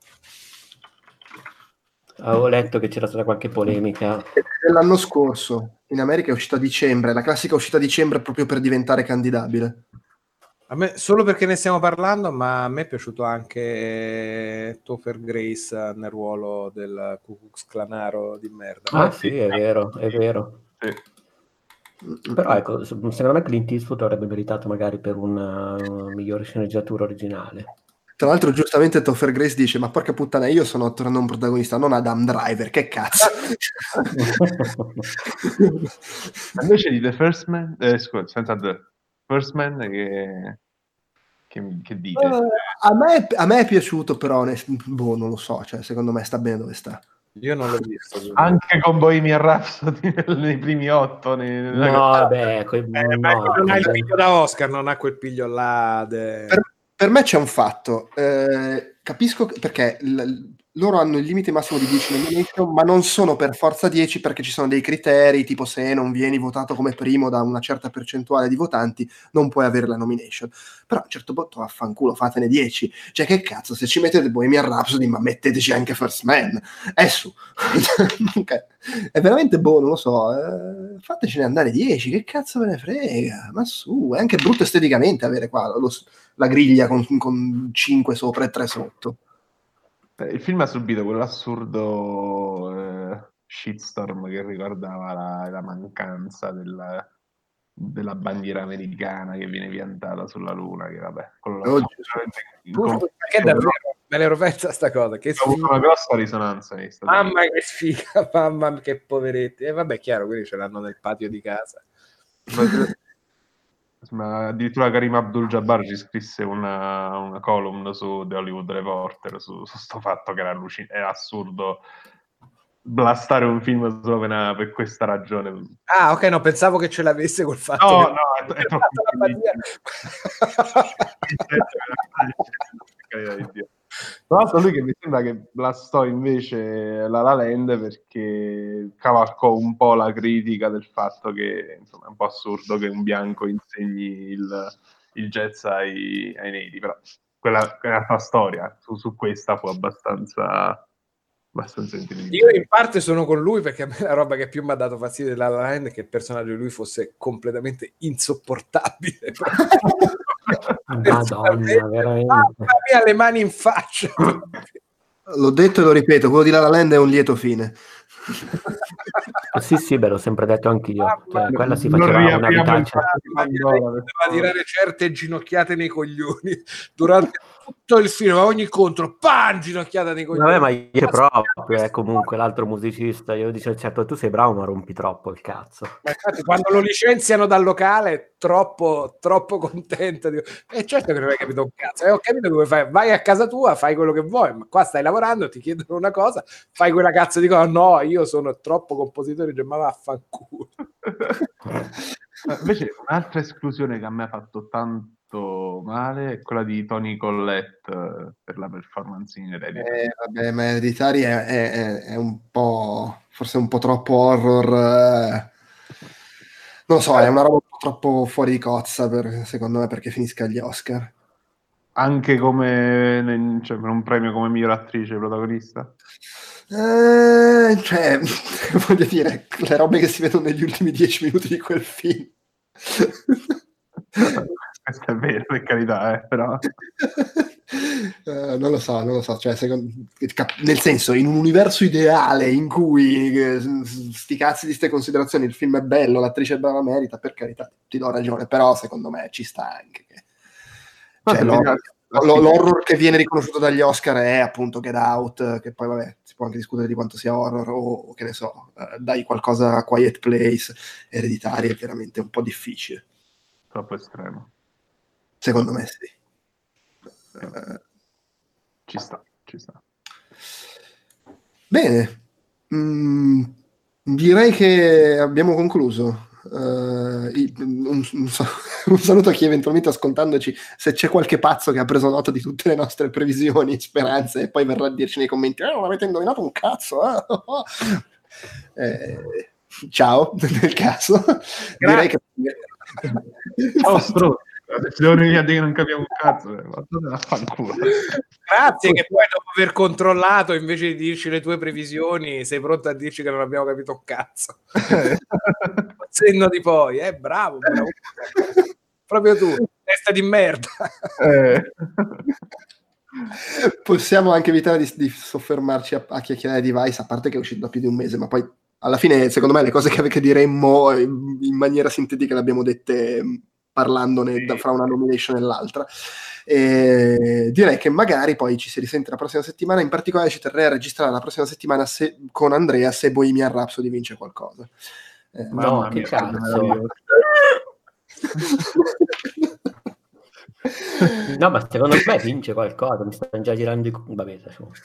[SPEAKER 3] Avevo letto che c'era stata qualche polemica.
[SPEAKER 1] L'anno scorso in America è uscita a dicembre, la classica uscita a dicembre proprio per diventare candidabile.
[SPEAKER 5] A me, solo perché ne stiamo parlando, ma a me è piaciuto anche Topher Grace nel ruolo del Ku Klux Klanaro di merda.
[SPEAKER 3] Ah sì, è vero, è vero.
[SPEAKER 4] Sì.
[SPEAKER 3] Però ecco, se- secondo me Clint Eastwood avrebbe meritato magari per una, una migliore sceneggiatura originale.
[SPEAKER 1] Tra l'altro, giustamente Topher Grace dice: ma porca puttana, io sono tornando un protagonista, non Adam Driver, che cazzo.
[SPEAKER 4] Invece di The First Man, eh, scusa, senza The First Man, che, che, che dite?
[SPEAKER 1] Uh, a, me, a me è piaciuto, però onest- boh, non lo so, cioè, secondo me sta bene dove sta.
[SPEAKER 5] Io non l'ho visto.
[SPEAKER 4] Anche con Bohemian Rhapsody nei primi otto. Nei,
[SPEAKER 3] no, vabbè, quei,
[SPEAKER 5] Eh, ma
[SPEAKER 3] no,
[SPEAKER 5] non ha il
[SPEAKER 3] vabbè.
[SPEAKER 5] piglio da Oscar, non ha quel piglio là. De...
[SPEAKER 1] Per, per me c'è un fatto, eh, capisco che- perché l- loro hanno il limite massimo di dieci nomination, ma non sono per forza dieci, perché ci sono dei criteri, tipo se non vieni votato come primo da una certa percentuale di votanti non puoi avere la nomination. Però a un certo punto vaffanculo, fatene dieci. Cioè che cazzo, se ci mettete Bohemian Rhapsody, ma metteteci anche First Man, è su. È veramente boh, non lo so, eh, fatecene andare dieci, che cazzo ve ne frega, ma su, è anche brutto esteticamente avere qua lo- la griglia con, con cinque sopra e tre sotto.
[SPEAKER 4] Eh, Il film ha subito quell'assurdo eh, shitstorm che ricordava la, la mancanza della, della bandiera americana che viene piantata sulla Luna, che vabbè, quello l'ha
[SPEAKER 1] Oh,
[SPEAKER 4] assolutamente
[SPEAKER 5] Perché davvero me l'ero persa sta cosa, che
[SPEAKER 4] ha avuto
[SPEAKER 5] sfiga.
[SPEAKER 4] una grossa risonanza negli Stati Uniti.
[SPEAKER 5] Mamma che sfiga, mamma mia, che poveretti. E vabbè, chiaro, quelli ce l'hanno nel patio di casa.
[SPEAKER 4] Ma addirittura Karim Abdul-Jabbar ci scrisse una, una column su The Hollywood Reporter su, su sto fatto che era, allucin- era assurdo blastare un film solo per, una- per questa ragione.
[SPEAKER 5] Ah, ok, no, pensavo che ce l'avesse col fatto
[SPEAKER 4] No,
[SPEAKER 5] che...
[SPEAKER 4] no, è, è troppo
[SPEAKER 5] la bandiera.
[SPEAKER 4] carità di Dio. Tra l'altro lui che mi sembra che blastò invece La La Land perché cavalcò un po' la critica del fatto che insomma è un po' assurdo che un bianco insegni il, il jazz ai, ai neri, però quella è la sua storia, su, su questa fu abbastanza abbastanza intelligente.
[SPEAKER 5] Io in parte sono con lui, perché a me la roba che più mi ha dato fastidio della La La Land è che il personaggio di lui fosse completamente insopportabile.
[SPEAKER 3] Madonna, veramente.
[SPEAKER 5] Mamma mia, le mani in faccia.
[SPEAKER 1] L'ho detto e lo ripeto, quello di La La Land è un lieto fine.
[SPEAKER 3] Sì, sì, beh, l'ho sempre detto anch'io. Cioè, quella si
[SPEAKER 4] Non
[SPEAKER 3] faceva una
[SPEAKER 4] riapriamo il
[SPEAKER 3] vitaccia.
[SPEAKER 5] Doveva tirare certe ginocchiate nei coglioni durante tutto il film, a ogni contro, pan, ginocchiata nei coglioni.
[SPEAKER 3] Vabbè, ma io proprio, è comunque l'altro musicista, io dicevo, certo, tu sei bravo, ma rompi troppo il cazzo.
[SPEAKER 5] Ma infatti quando lo licenziano dal locale troppo troppo contento di... E certo che non hai capito un cazzo, eh, ho capito come fai, vai a casa tua, fai quello che vuoi, ma qua stai lavorando, ti chiedono una cosa, fai quella cazzo di cosa. No, io sono troppo compositore, cioè, ma vaffanculo.
[SPEAKER 4] Invece un'altra esclusione che a me ha fatto tanto male è quella di Toni Collette eh, per la performance in Hereditary.
[SPEAKER 1] Eh, vabbè, ma Hereditary è, è, è- è un po', forse un po' troppo horror, eh. Non lo so, è una roba un po' troppo fuori di cozza per, secondo me, perché finisca agli Oscar.
[SPEAKER 4] Anche come nel- cioè, per un premio come miglior attrice protagonista.
[SPEAKER 1] Eh, cioè, voglio dire, le robe che si vedono negli ultimi dieci minuti di quel film.
[SPEAKER 4] Questo è vero, per carità, eh, però
[SPEAKER 1] Eh, non lo so, non lo so, cioè, secondo- cap- nel senso, in un universo ideale in cui eh, sti cazzi di ste considerazioni, il film è bello, l'attrice è brava, merita, per carità, ti do ragione, però secondo me ci sta anche che... Cioè,
[SPEAKER 4] Guarda,
[SPEAKER 1] l'horror,
[SPEAKER 4] la- la-
[SPEAKER 1] lo- l'horror che viene riconosciuto dagli Oscar è appunto Get Out, che poi vabbè, si può anche discutere di quanto sia horror, o, o che ne so, eh, dai qualcosa a Quiet Place, Ereditari è veramente un po' difficile.
[SPEAKER 4] troppo estremo.
[SPEAKER 1] Secondo me sì. Eh,
[SPEAKER 4] Ci sta, ci sta.
[SPEAKER 1] Bene, Mm, direi che abbiamo concluso. Eh, i- un, un sa- un saluto a chi eventualmente ascoltandoci, se c'è qualche pazzo che ha preso nota di tutte le nostre previsioni, speranze, e poi verrà a dirci nei commenti: "Eh, non avete indovinato un cazzo, eh?" Eh, ciao, nel caso. Direi che
[SPEAKER 4] Ciao, stronzo. Ci devono venire a dire che non capiamo un cazzo. eh, ma dove fanculo.
[SPEAKER 5] Grazie che poi dopo aver controllato, invece di dirci le tue previsioni, sei pronto a dirci che non abbiamo capito un cazzo. Senno di poi, eh, bravo, bravo. Proprio tu. testa di merda.
[SPEAKER 4] Eh.
[SPEAKER 1] Possiamo anche evitare di, di soffermarci a, a chiacchierare di Vice, a parte che è uscito da più di un mese, ma poi alla fine secondo me le cose che, che diremmo in, in maniera sintetica le abbiamo dette parlandone da, fra una nomination e l'altra. E direi che magari poi ci si risente la prossima settimana. In particolare ci terrei a registrare la prossima settimana se, con Andrea se Bohemian Rhapsody vince qualcosa. Eh,
[SPEAKER 3] no, che cazzo. No, ma secondo me vince qualcosa. Mi stanno già girando i... Vabbè,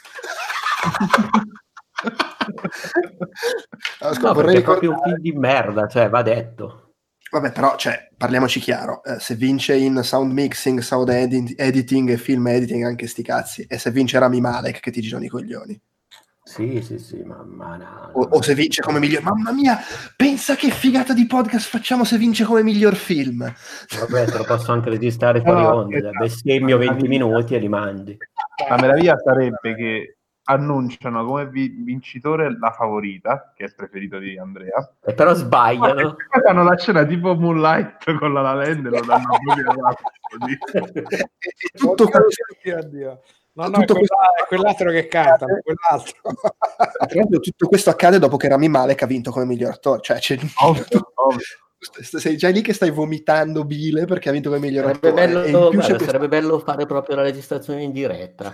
[SPEAKER 1] Ascolta,
[SPEAKER 3] no,
[SPEAKER 1] vorrei
[SPEAKER 3] perché è proprio un
[SPEAKER 1] ricordare...
[SPEAKER 3] film di merda, cioè va detto.
[SPEAKER 1] Vabbè, però, cioè, parliamoci chiaro, eh, se vince in sound mixing, sound edit- editing e film editing, anche sti cazzi, e se vince Rami Malek che ti girano i coglioni.
[SPEAKER 3] Sì, sì, sì, mamma no,
[SPEAKER 1] O,
[SPEAKER 3] no.
[SPEAKER 1] o se vince come miglior... Mamma mia, pensa che figata di podcast facciamo se vince come miglior film.
[SPEAKER 3] Vabbè, te lo posso anche registrare fuori
[SPEAKER 4] No,
[SPEAKER 3] onda,
[SPEAKER 4] aspetta.
[SPEAKER 3] bestemmio venti
[SPEAKER 4] Meraviglia.
[SPEAKER 3] minuti e li mandi.
[SPEAKER 4] La meraviglia sarebbe che annunciano come vi- vincitore la favorita, che è il preferito di Andrea.
[SPEAKER 3] E però sbagliano.
[SPEAKER 4] Poi fanno la scena tipo Moonlight con la La Land e lo danno proprio a
[SPEAKER 1] E, e tutto
[SPEAKER 5] Oddio,
[SPEAKER 1] questo...
[SPEAKER 5] oddio, oddio. No, no,
[SPEAKER 1] tutto
[SPEAKER 5] è,
[SPEAKER 1] questo-
[SPEAKER 5] quella- è quell'altro che canta, quell'altro.
[SPEAKER 1] Tra l'altro tutto questo accade dopo che Rami Malek ha vinto come miglior attore, cioè c'è...
[SPEAKER 4] Ovvio, ovvio.
[SPEAKER 1] sei già lì che stai vomitando bile perché ha vinto come miglior
[SPEAKER 3] Sarebbe
[SPEAKER 1] attore
[SPEAKER 3] bello,
[SPEAKER 1] e in più
[SPEAKER 3] guarda,
[SPEAKER 1] c'è questo...
[SPEAKER 3] sarebbe bello fare proprio la registrazione in diretta.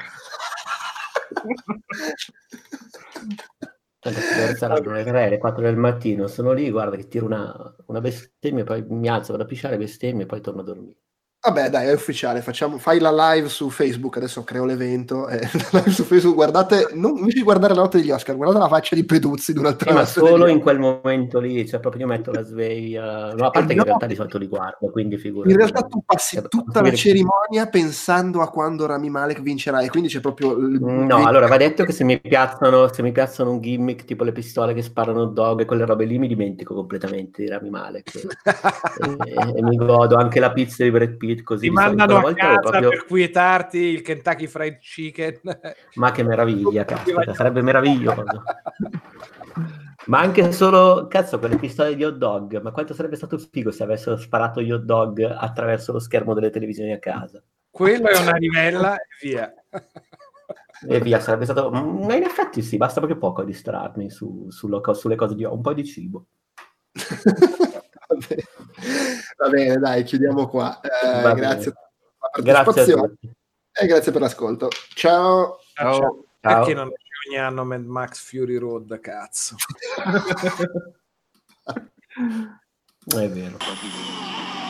[SPEAKER 3] Tanto che saranno le tre, le quattro del mattino, sono lì, guarda che tiro una, una bestemmia, poi mi alzo, vado a pisciare bestemmia e poi torno a dormire.
[SPEAKER 1] Vabbè, dai, è ufficiale, facciamo, fai la live su Facebook, adesso creo l'evento, eh, la live su Facebook, guardate, non invece di guardare la notte degli Oscar, guardate la faccia di Peduzzi durante
[SPEAKER 3] Sì,
[SPEAKER 1] la
[SPEAKER 3] ma
[SPEAKER 1] notte
[SPEAKER 3] solo
[SPEAKER 1] degli
[SPEAKER 3] in quel momento lì, cioè proprio io metto la sveglia, no, a parte che
[SPEAKER 1] no,
[SPEAKER 3] in realtà di solito li guardo, quindi figurati.
[SPEAKER 1] In realtà tu passi
[SPEAKER 3] Eh,
[SPEAKER 1] tutta la cerimonia pensando a quando Rami Malek vincerà e quindi c'è proprio... il-
[SPEAKER 3] No, allora va detto che se mi piacciono, se mi piacciono un gimmick tipo le pistole che sparano hot dog e quelle robe lì mi dimentico completamente di Rami Malek e, e mi godo anche la pizza di Brad Pitt così.
[SPEAKER 5] Ti
[SPEAKER 3] di solito.
[SPEAKER 5] mandano
[SPEAKER 3] Quella
[SPEAKER 5] a
[SPEAKER 3] volta ero
[SPEAKER 5] casa
[SPEAKER 3] proprio...
[SPEAKER 5] per quietarti il Kentucky Fried Chicken.
[SPEAKER 3] Ma che meraviglia, caspita, sarebbe meraviglioso. Ma anche solo, cazzo, quelle pistole di hot dog, ma quanto sarebbe stato figo se avessero sparato gli hot dog attraverso lo schermo delle televisioni a casa.
[SPEAKER 5] Quello è una livella e via.
[SPEAKER 3] E via, sarebbe stato... Ma in effetti sì, basta proprio poco a distrarmi su, sulle, co- sulle cose di... un po' di cibo.
[SPEAKER 1] Va bene. Va bene, dai, chiudiamo qua. Eh,
[SPEAKER 3] Va
[SPEAKER 1] grazie
[SPEAKER 3] bene.
[SPEAKER 1] per la
[SPEAKER 3] Grazie a
[SPEAKER 1] partecipazione
[SPEAKER 3] tutti.
[SPEAKER 1] e grazie per l'ascolto. Ciao.
[SPEAKER 5] Ciao.
[SPEAKER 3] Ciao.
[SPEAKER 5] Perché non esce ogni anno Mad Max Fury Road, cazzo?
[SPEAKER 3] È vero.